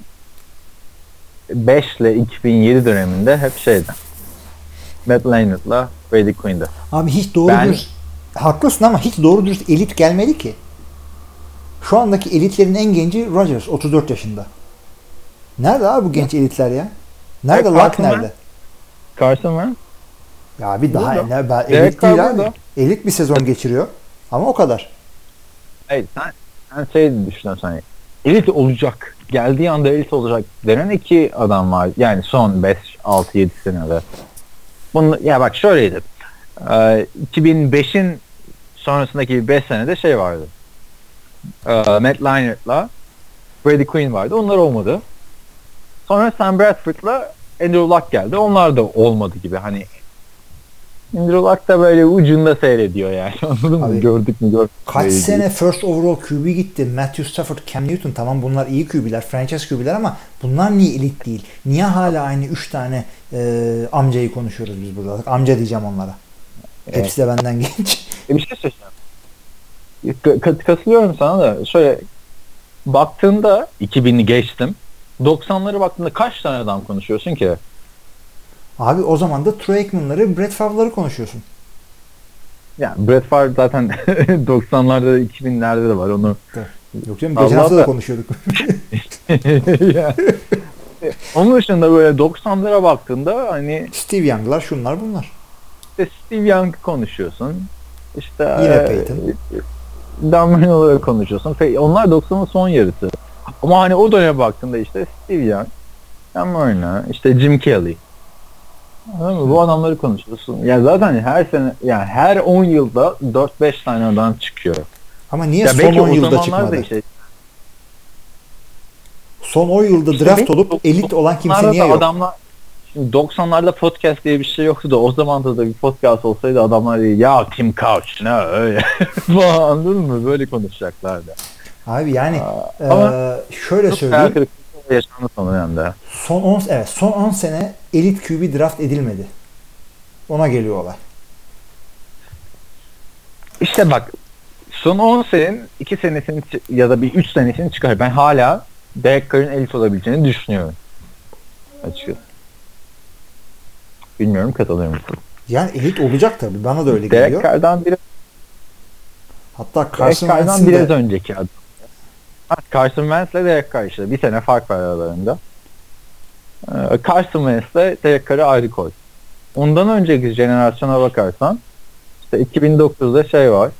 ile 2007 döneminde hep şeydi. Matt Leinart'la Brady Quinn'di. Abi hiç doğru dürüst haklısın ama hiç doğru dürüst elit gelmedi ki. Şu andaki elitlerin en genci Rodgers 34 yaşında. Nerede abi bu genç elitler ya? Nerede Luck nerede? Carson var. Ya bir daha elit Derek değil Carr abi. burada. Elit bir sezon geçiriyor. Ama o kadar. Hayır sen şey düşünüyorsun hani elit olacak. Geldiği anda elit olacak denen iki adam var. Yani son 5, 6, 7 senede. Bunu, ya bak şöyleydi. 2005'in sonrasındaki 5 senede şey vardı. Matt Leinart'la Brady Quinn vardı. Onlar olmadı. Sonra Sam Bradford'la Andrew Luck geldi. Onlar da olmadı gibi. Hani Andrew Luck da böyle ucunda seyrediyor yani. Anladın mı? Gördük mü gördük. Kaç sene first overall QB gitti. Matthew Stafford, Cam Newton tamam bunlar iyi QB'ler, franchise QB'ler ama bunlar niye elit değil? Niye hala aynı 3 tane amcayı konuşuyoruz biz burada? Amca diyeceğim onlara. Evet. Hepsi de benden genç. Bir şey söyleyeceğim. Katılıyorum sana da şöyle baktığında 2000'i geçtim. 90'ları baktığında kaç tane adam konuşuyorsun ki? Abi o zaman da Troy Aikman'ları, Brett Favre'ları konuşuyorsun. Yani Brett Favre zaten 90'larda 2000'lerde de var onu. Yok canım, geçen hafta da konuşuyorduk. Ya. Onun dışında böyle 90'lara baktığında hani Steve Young'lar, şunlar bunlar. işte Steve Young konuşuyorsun. İşte Yine Peyton. Dan Marino'ları konuşuyorsun. Onlar 90'ın son yarısı. Ama hani o döneme baktığında işte Steve Young, Dan Marino, işte Jim Kelly. Anladın mı? Bu adamları konuşuyorsun. Ya zaten her sene, yani her 10 yılda 4-5 tane adam çıkıyor. Ama niye Ya son belki 10 o yılda zamanlar çıkmadı? da işte Son 10 yılda İşte draft belki olup elit olan kimse onlarda niye da yok? adamlar, şimdi 90'larda podcast diye bir şey yoktu da o zamanda da bir podcast olsaydı adamlar ya Tim Couch ne öyle falan, anladın mı? Böyle konuşacaklardı. Abi yani Ama şöyle çok söyleyeyim. hayal kırıklığı yaşandı son dönemde. Son 10 sene elit QB draft edilmedi. Ona geliyor olay. İşte bak, son 10 senenin 2 senesini ya da bir 3 senesini çıkar. Ben hala Derek Carr'ın elit olabileceğini düşünüyorum. Açıkçası. Bilmiyorum, katılıyor musun? Yani elit olacak tabii. Bana da öyle Derek geliyor. Carr'dan biraz, Hatta Derek Carson Carr'dan Wentz'in biraz de önceki adam. Carson Wentz'le Derek Carr işte. Bir sene fark var aralarında. Carson Wentz'le Derek Carr'ı ayrı koy. Ondan önceki jenerasyona bakarsan işte 2009'da şey var.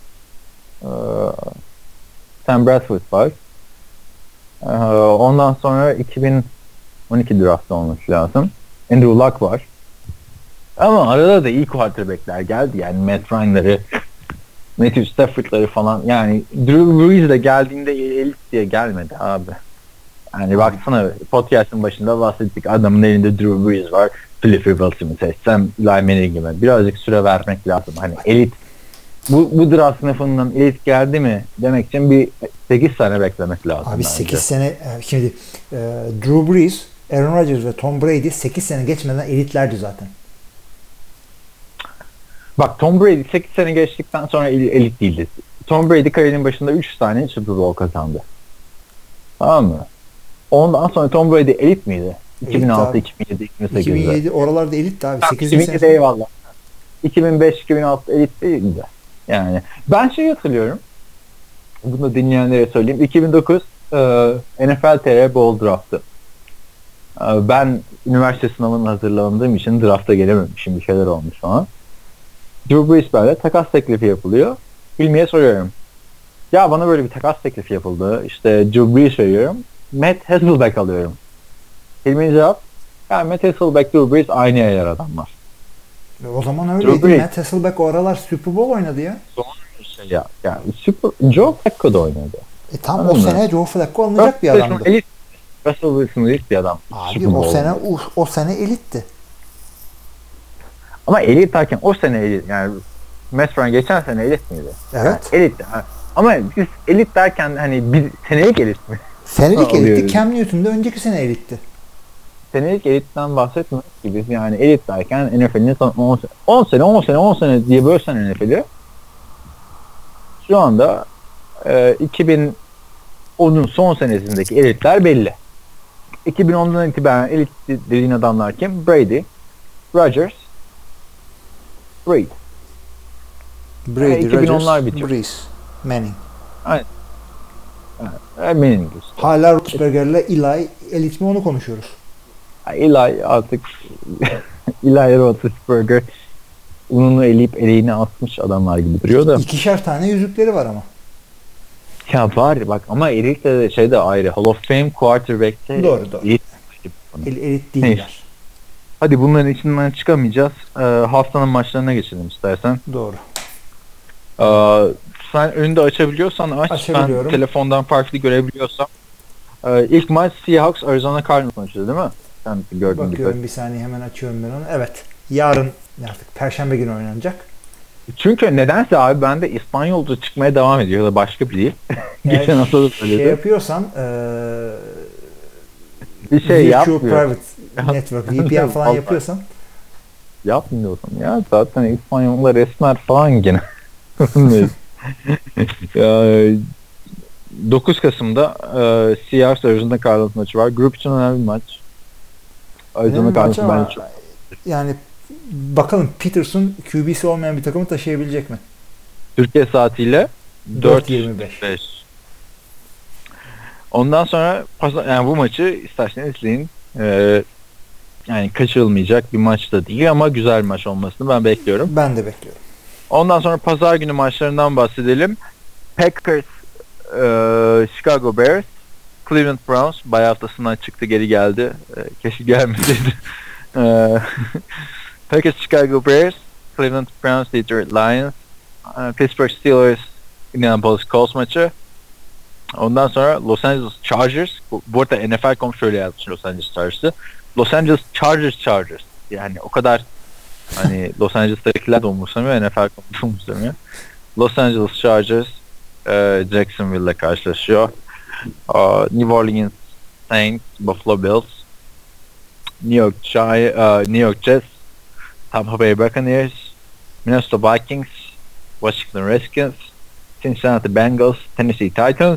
Sam Bradford var. Ondan sonra 2012 draftı olması lazım. Andrew Luck var. Ama arada da iyi quarterback'ler geldi. Yani Matt Ryan'ları, Matthew Stafford'ları falan. Yani Drew Brees de geldiğinde elit diye gelmedi abi. Yani baksana, podcast'ın başında bahsettik. Adamın elinde Drew Brees var. Cliff Rivals'ı seçsem, Eli Manning gibi. Birazcık süre vermek lazım. Hani elit, bu draft sınıfından elit geldi mi demek için bir 8 sene beklemek lazım. abi bence. 8 sene şimdi Drew Brees, Aaron Rodgers ve Tom Brady 8 sene geçmeden elitlerdi zaten. Bak, Tom Brady 8 sene geçtikten sonra elit değildi. Tom Brady kariyerinin başında 3 tane Super Bowl kazandı. Tamam mı? Ondan sonra Tom Brady elit miydi? 2006, 2007, 2008'de. 2007 oralarda elitti abi. 8. 2007'de sene. eyvallah. 2005, 2006 elit değildi. Yani ben şey hatırlıyorum. Bunu da dinleyenlere söyleyeyim. 2009 NFL TR Bowl draftı. Ben üniversite sınavına hazırlandığım için drafta gelememişim. Bir şeyler olmuş falan. Drew Brees böyle takas teklifi yapılıyor. Hilmi'ye soruyorum. Ya bana böyle bir takas teklifi yapıldı. İşte Drew Brees veriyorum. Matt Hasselbeck alıyorum. Hilmi'nin cevap, ya Matt Hasselbeck, Drew Brees aynı yer adamlar. O zaman öyleydi. Drew Brees. Matt Hasselbeck o aralar Super Bowl oynadı ya. Şey ya, yani Joe Flacco'da oynadı. Tam Anladın o mı? sene Joe Flacco alınacak bir adamdı. Russell Wilson elit bir adam. Abi Super o Bowl. sene o sene elitti. Ama elit derken o sene elit, yani Matt Ryan geçen sene elit miydi? Evet. Yani elit. Ama biz elit derken hani bir senelik elit mi? Senelik elitti. Alıyoruz. Cam Newton da önceki sene elitti. Senelik elitten bahsetmiyoruz ki biz, yani elit derken NFL'in son 10 sene diye bölsen NFL'i şu anda 2010'un son senesindeki elitler belli. 2010'dan itibaren elit dediğin adamlar kim? Brady, Rodgers, Reid. Brady, 2010'lar Rodgers, bitiyor. Brees, Manning. Benim işte. Hala Roethlisberger'le Eli elit mi, onu konuşuyoruz. Eli artık Eli Roethlisberger ununu eleyip eleğini asmış adamlar gibi duruyor da. 2'şer tane yüzükleri var ama. Ya var bak, ama elit de şey de ayrı. Hall of Fame quarterback'te Doğru. elit. Elit değiller. Hadi bunların içinden çıkamayacağız. Haftanın maçlarına geçelim istersen. Doğru. Sen önünde açabiliyorsan aç. Açabiliyorum. Ben telefondan farklı görebiliyorsam. İlk maç Seahawks Arizona Cardinals maçıydı değil mi? Sen gördün. Bakıyorum bir saniye, hemen açıyorum ben onu. Evet. Yarın artık Perşembe günü oynanacak. Çünkü nedense abi bende İspanyolca çıkmaya devam ediyor ya da başka bir dil. Geçen hafta da söyledim. Şey yapıyorsan bir şey Virtual yapmıyor. Private Network, VPN falan Vallahi. yapıyorsan Yapmıyorsun ya, zaten İspanyollar esmer falan gene. Ya, 9 Kasım'da Seahawks Arizona Cardinals maçı var. Grup için önemli bir maç. Arizona Cardinals bence çok. yani bakalım Peterson QB'si olmayan bir takımı taşıyabilecek mi? Türkiye saatiyle 4.25. 4.25. Ondan sonra yani bu maçı isterseniz izleyin. Yani kaçırılmayacak bir maç da değil ama güzel bir maç olmasını ben bekliyorum. Ben de bekliyorum. Ondan sonra pazar günü maçlarından bahsedelim. Packers, Chicago Bears, Cleveland Browns bayağı haftasından çıktı, geri geldi. Keşke gelmeseydi. Packers, Chicago Bears, Cleveland Browns, Detroit Lions, Pittsburgh Steelers, Indianapolis Colts maçı. Ondan sonra Los Angeles Chargers. Bu arada NFL.com şöyle yazmış Los Angeles Chargers'ı. Los Angeles Chargers. Yani o kadar hani Los Angeles'takiler de umursamıyor, NFL.com da umursamıyor. Los Angeles Chargers Jacksonville'le karşılaşıyor. New Orleans Saints, Buffalo Bills, New York Jets, Tampa Bay Buccaneers, Minnesota Vikings, Washington Redskins, Cincinnati Bengals, Tennessee Titans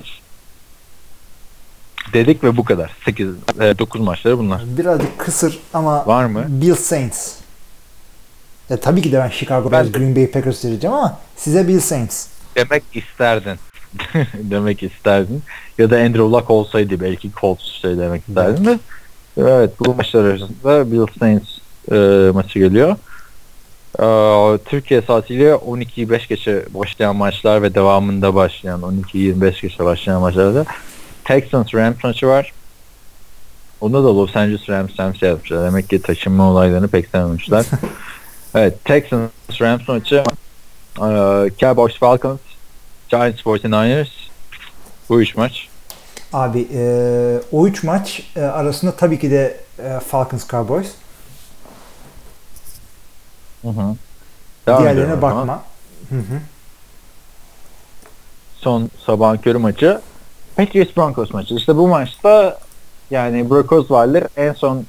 dedik ve bu kadar. 9 maçları bunlar. Birazcık kısır ama var mı? Bills Saints. Ya tabii ki de ben Chicago Bears, Green Bay Packers diyeceğim ama size Bills Saints. Demek isterdin. Demek isterdin. Ya da Andrew Luck olsaydı belki Colts demek isterdin de. Evet, bu maçlar arasında Bills Saints maçı geliyor. Türkiye saatiyle 12'yi 5 geçe başlayan maçlar ve devamında başlayan 12-25 geçe başlayan maçlarda Texans Rams maçı var. Onda da Los Angeles Rams yapmışlar. Demek ki taşınma olaylarını pek sevmemişler. Evet, Texans Rams maçı, Cowboys Falcons, Giants 49ers. Bu 3 maç. Abi o 3 maç arasında tabii ki de Falcons Cowboys. Hı. Diğerlerine bakma. Hı. Son sabahın körü maçı Patriots Broncos maçı. İşte bu maçta yani Brock Osweiler en son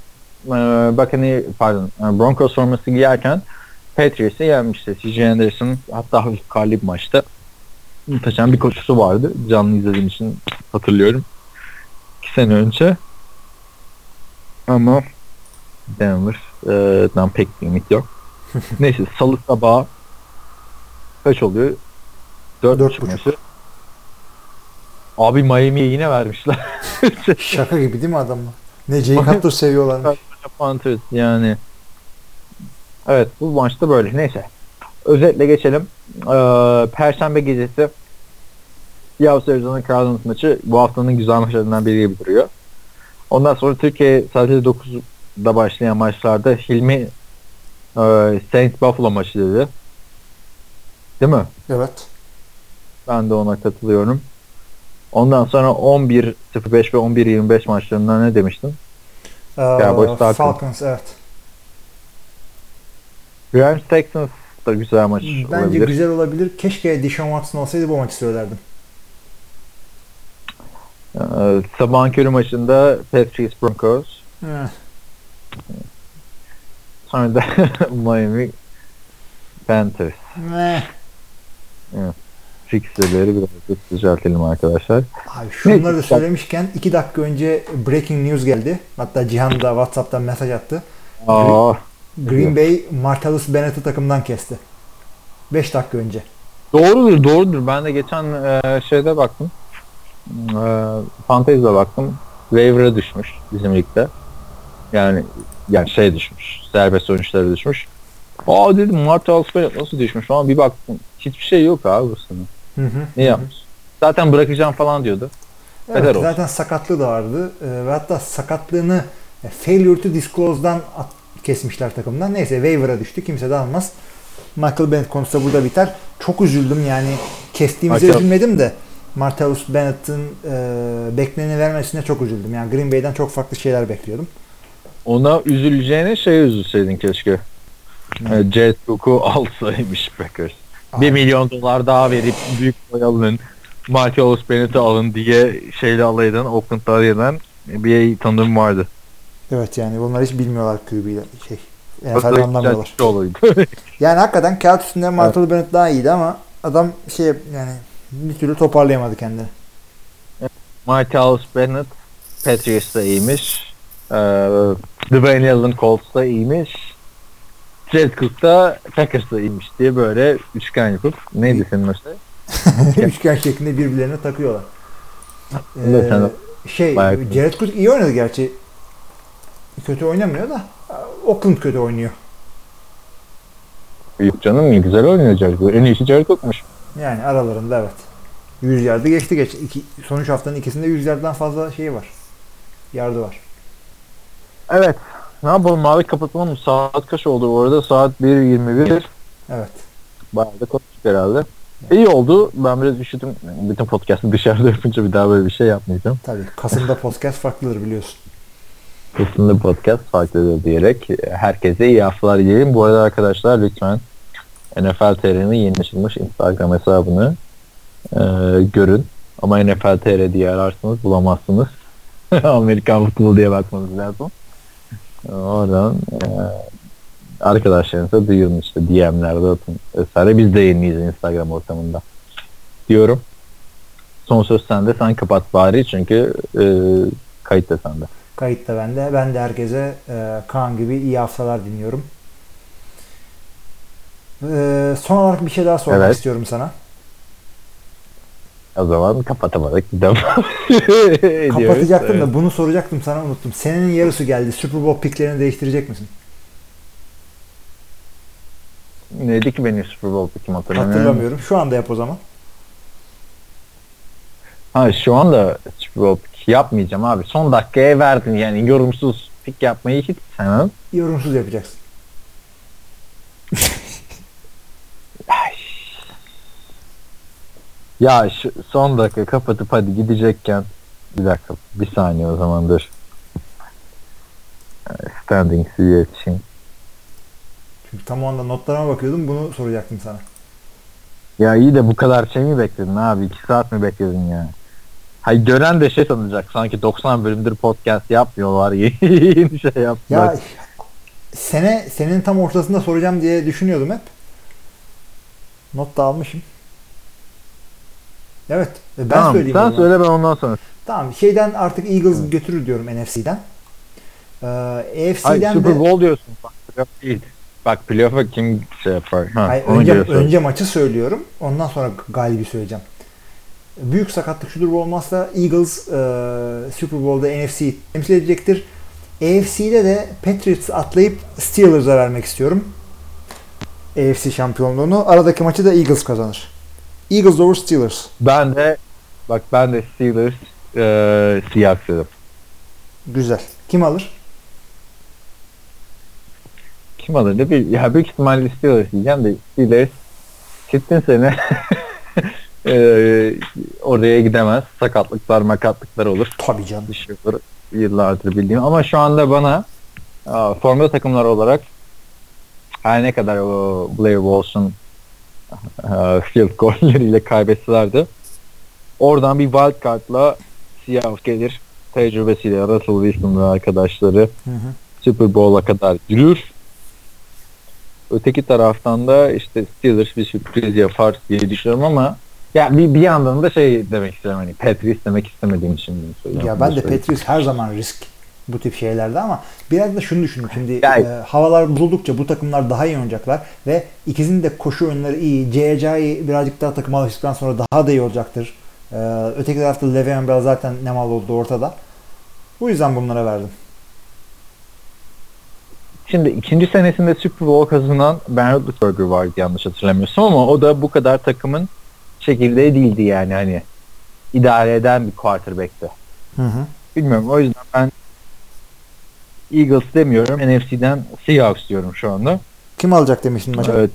Broncos forması giyerken Patriots'ı yenmişti. C.J. Anderson hatta hafif karlı bir maçta. Muhteşem bir koşusu vardı. Canlı izlediğim için hatırlıyorum. 2 sene önce. Ama Denver'dan pek bir ümit yok. Neyse, salı sabahı kaç oluyor? 4.30 maçı. Abi Miami'ye yine vermişler. Şaka gibi değil mi adamlar? Ne Jay Cutler seviyorlarmış. Panthers yani. Evet, bu maçta böyle. Neyse. Özetle geçelim. Perşembe gecesi Seahawks Arizona Cardinals maçı bu haftanın güzel maçlarından biri gibi duruyor. Ondan sonra Türkiye sadece 9'da başlayan maçlarda Hilmi Saints Buffalo maçı dedi. Değil mi? Evet. Ben de ona katılıyorum. Ondan sonra 11.05 ve 11.25 maçlarından ne demiştin? Falcons, evet. Rams Texans da güzel maç Bence olabilir. güzel olabilir. Keşke Deshaun Watson olsaydı bu maçı söylerdim. Sabahın körü maçında Patriots Broncos. Sonra da Miami Panthers. Evet. Fixerleri biraz düzeltelim arkadaşlar. Abi şunları da söylemişken 2 dakika önce breaking news geldi. Hatta Cihan da WhatsApp'tan mesaj attı. Green Bay Martellus Bennett'i takımdan kesti. 5 dakika önce. Doğrudur. Ben de geçen şeyde baktım. Fantasy'de baktım. Waiver'a düşmüş bizim ligde. Yani şey düşmüş. Serbest oyunculara düşmüş. Dedim Martellus Bennett nasıl düşmüş falan, bir baktım. Hiçbir şey yok abi bu sene. Ne yapmış? Zaten bırakacağım falan diyordu. Evet, zaten sakatlığı da vardı. Ve hatta sakatlığını failure to disclose'dan kesmişler takımdan. Neyse, waiver'a düştü. Kimse de almaz. Michael Bennett konusu da burada biter. Çok üzüldüm yani. Kestiğimize üzülmedim de Martellus Bennett'ın bekleneni vermesine çok üzüldüm. Yani Green Bay'den çok farklı şeyler bekliyordum. Ona üzüleceğine üzülseydin keşke. Jared Cook'u alsaymış Packers. $1 milyon daha verip büyük boy alın, Martellus Bennett'i alın diye Alay'dan, Oakland Alay'dan bir tanıdığım vardı. Evet, yani bunlar hiç bilmiyorlar QB'yle NFL'de anlamıyorlar. Yani hakikaten kağıt üstünde Martellus Bennett daha iyiydi ama adam yani bir türlü toparlayamadı kendini. Martellus Bennett Patriots'ta iyiymiş. Dwayne Allen Colts'ta iyiymiş. Jared Cook da Packers'a inmiş diye böyle üçgen yapıp neydi senin o şey? Üçgen şeklinde birbirlerine takıyorlar. Ee, Jared Cook iyi oynadı gerçi. Kötü oynamıyor da Oakland kötü oynuyor. Yok canım, güzel oynuyor Jared Cook. En iyisi Jared Cook'muş. Yani aralarında evet. 100 yardı geçti. Sonuç haftanın ikisinde 100 yardan fazla şeyi var. Yardı var. Evet. Ne yapalım abi, kapatalım mı? Saat kaç oldu bu arada? Saat 1:21. Evet. Bayağı da konuştuk herhalde. İyi oldu. Ben biraz üşüdüm. Bütün podcast'ı dışarıda yapınca bir daha böyle bir şey yapmayacağım. Tabii. Kasım'da podcast farklıdır biliyorsun. Kesinlikle podcast farklıdır diyerek herkese iyi haftalar dileyelim. Bu arada arkadaşlar lütfen NFL TR'nin yeni açılmış Instagram hesabını görün. Ama NFL TR diye ararsanız bulamazsınız. Amerikan futbolu diye bakmanız lazım. Oradan arkadaşlarınıza duyurun, işte DM'lerde atın vesaire. Biz de yeniyiz Instagram ortamında diyorum. Son söz sende. Sen kapat bari çünkü kayıt da sende. Kayıt da bende. Ben de herkese Kaan gibi iyi haftalar diliyorum. Son olarak bir şey daha sormak istiyorum sana. O zaman kapatamadık. Devam Kapatacaktım da bunu soracaktım sana, unuttum. Senenin yarısı geldi. Super Bowl picklerini değiştirecek misin? Neydi ki benim Super Bowl pickim, hatırlamıyorum. Şu anda yap o zaman. Ha, şu anda Super Bowl pick yapmayacağım abi. Son dakikaya verdim yani, yorumsuz pick yapmayı hiç sevmem. Yorumsuz yapacaksın. Ya şu son dakika kapatıp hadi gidecekken bir dakika, bir saniye o zamandır. Standing C'ye yetişeyim. Çünkü tam o anda notlarıma bakıyordum, bunu soracaktım sana. Ya iyi de bu kadar şey mi bekledin abi? 2 saat mi bekledin ya? Hayır, gören de şey sanacak, sanki 90 bölümdür podcast yapmıyorlar. Yeni şey yaptılar. Ya senenin tam ortasında soracağım diye düşünüyordum hep. Not da almışım. Evet. Ben tamam, söyleyeyim. sen söyle, ben ondan sonra. Tamam. Şeyden artık Eagles götürür diyorum, NFC'den. AFC'den Super Bowl diyorsun. Bak, playoff değil. Bak, playoff'a kim şey yapar? Ha, hayır, önce maçı söylüyorum. Ondan sonra galibi söyleyeceğim. Büyük sakatlık şudur bu olmazsa Eagles Super Bowl'da NFC'yi temsil edecektir. AFC'de de Patriots atlayıp Steelers'a vermek istiyorum. AFC şampiyonluğunu. Aradaki maçı da Eagles kazanır. Eagles over Steelers. Ben de Steelers Seahawks dedim. Güzel. Kim alır? Kim alır? Ya büyük ihtimalle Steelers diyeceğim de Steelers gittin sene oraya gidemez. Makatlıklar olur. Tabii canım. Düşüyorlar yıllardır bildiğim. Ama şu anda bana formda takımlar olarak her ne kadar o Blair Walsh'un field golleriyle kaybetselerdi, oradan bir wild card'la Seahawks gelir. Tecrübesiyle Russell Wilson ve arkadaşları Super Bowl'a kadar yürür. Öteki taraftan da işte Steelers bir sürpriz yapar diye düşünüyorum ama ya bir yandan da şey demek istiyorum, hani Patriots demek istemediğim için bunu söylüyorum. Ya ben de Patriots her zaman risk bu tip şeylerde, ama biraz da şunu düşündüm şimdi, havalar bozuldukça bu takımlar daha iyi oynayacaklar ve ikisinin de koşu oyunları iyi. C.J. birazcık daha takıma alıştıktan sonra daha da iyi olacaktır. Öteki tarafta Le'Veon Bell zaten ne mal oldu ortada. Bu yüzden bunlara verdim. Şimdi ikinci senesinde Super Bowl kazanan Ben Roethlisberger vardı yanlış hatırlamıyorsam, ama o da bu kadar takımın çekirdeği değildi yani, hani idare eden bir quarterback'ti. Bilmiyorum, o yüzden ben Eagles demiyorum, NFC'den Seahawks diyorum şu anda. Kim alacak demiştin maçı?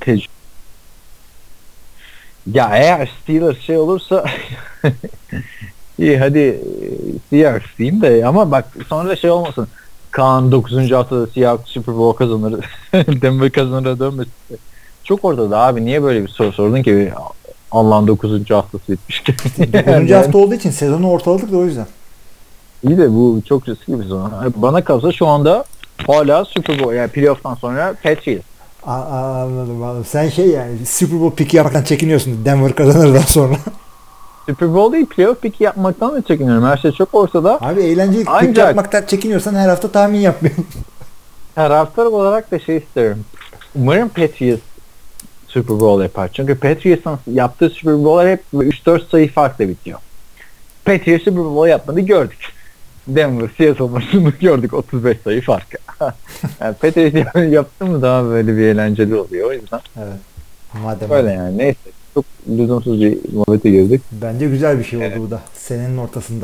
Ya eğer Steelers şey olursa iyi, hadi Seahawks diyeyim de, ama bak sonra da şey olmasın. Kaan 9. haftada Seahawks Super Bowl kazanır. Denver kazanır'a dönmesin. Çok ortada abi. Niye böyle bir soru sordun ki? Allah'ın 9. haftası bitmiş ki. 9. hafta olduğu için sezonu ortaladık da o yüzden. İyi de bu çok riskli bir sezon. Bana kalsa şu anda hala Super Bowl, yani playoff'tan sonra Patriots. Anladım. Sen yani Super Bowl pick yapmaktan çekiniyorsun Denver kazanırdan sonra. Super Bowl değil, playoff pick yapmaktan da çekiniyorum. Her şey çok ortada. Abi eğlenceli pick yapmaktan çekiniyorsan her hafta tahmin yapmayalım. Taraftar olarak da şey isterim. Umarım Patriots Super Bowl yapar. Çünkü Patriots'ın yaptığı Super Bowl'lar hep 3-4 sayı farkla bitiyor. Patriots Super Bowl yapmadı, gördük. Denver Seattle maçını gördük, 35 sayı farkı. Yani Patriots yaptı mı daha böyle bir eğlenceli oluyor, o yüzden. Evet. Madem Böyle yani, neyse. Çok lüzumsuz bir muhabbete girdik. bence güzel bir şey oldu Evet. bu da. Senenin ortasında.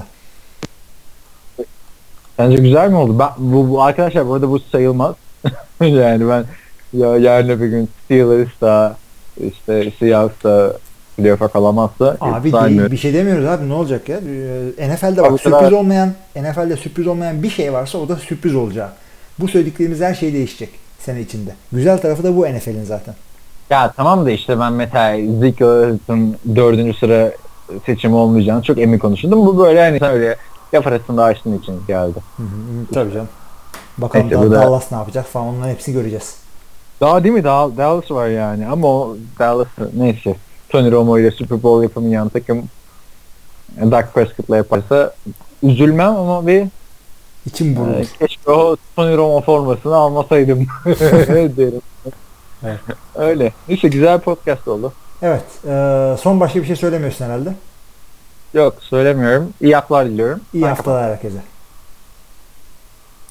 Bence güzel mi oldu? Bu arkadaşlar, bu arada bu sayılmaz. Yani ben yarın öbür gün Steelers da işte Seahawks da playoff'a kalamazsa Abi değil, bir şey demiyoruz abi, ne olacak ya? NFL'de Abi bak, sürpriz olmayan bir şey varsa o da sürpriz olacak. Bu söylediklerimiz her şey değişecek sene içinde. Güzel tarafı da bu NFL'in zaten. Ya tamam da işte ben mesela Zeke Elliot'ın 4. sıra seçimi olmayacağını çok emin konuşurdum. Bu böyle hani sen öyle laf arasında açtığın için geldi. Tabii canım. Bakalım Neyse, bu da- Dallas ne yapacak falan, onların hepsini göreceğiz. Daha değil mi? Daha Dallas var yani. Ama o Dallas neyse. Tony Romo ile Super Bowl yapamayan takım Dak Prescott'la yaparsa üzülmem ama bir İçim burulur. keşke o Tony Romo formasını almasaydım derim. Evet. Öyle. Neyse, güzel bir podcast oldu. Evet. Son başka bir şey söylemiyorsun herhalde. Yok, söylemiyorum. İyi haftalar diliyorum. İyi haftalar herkese.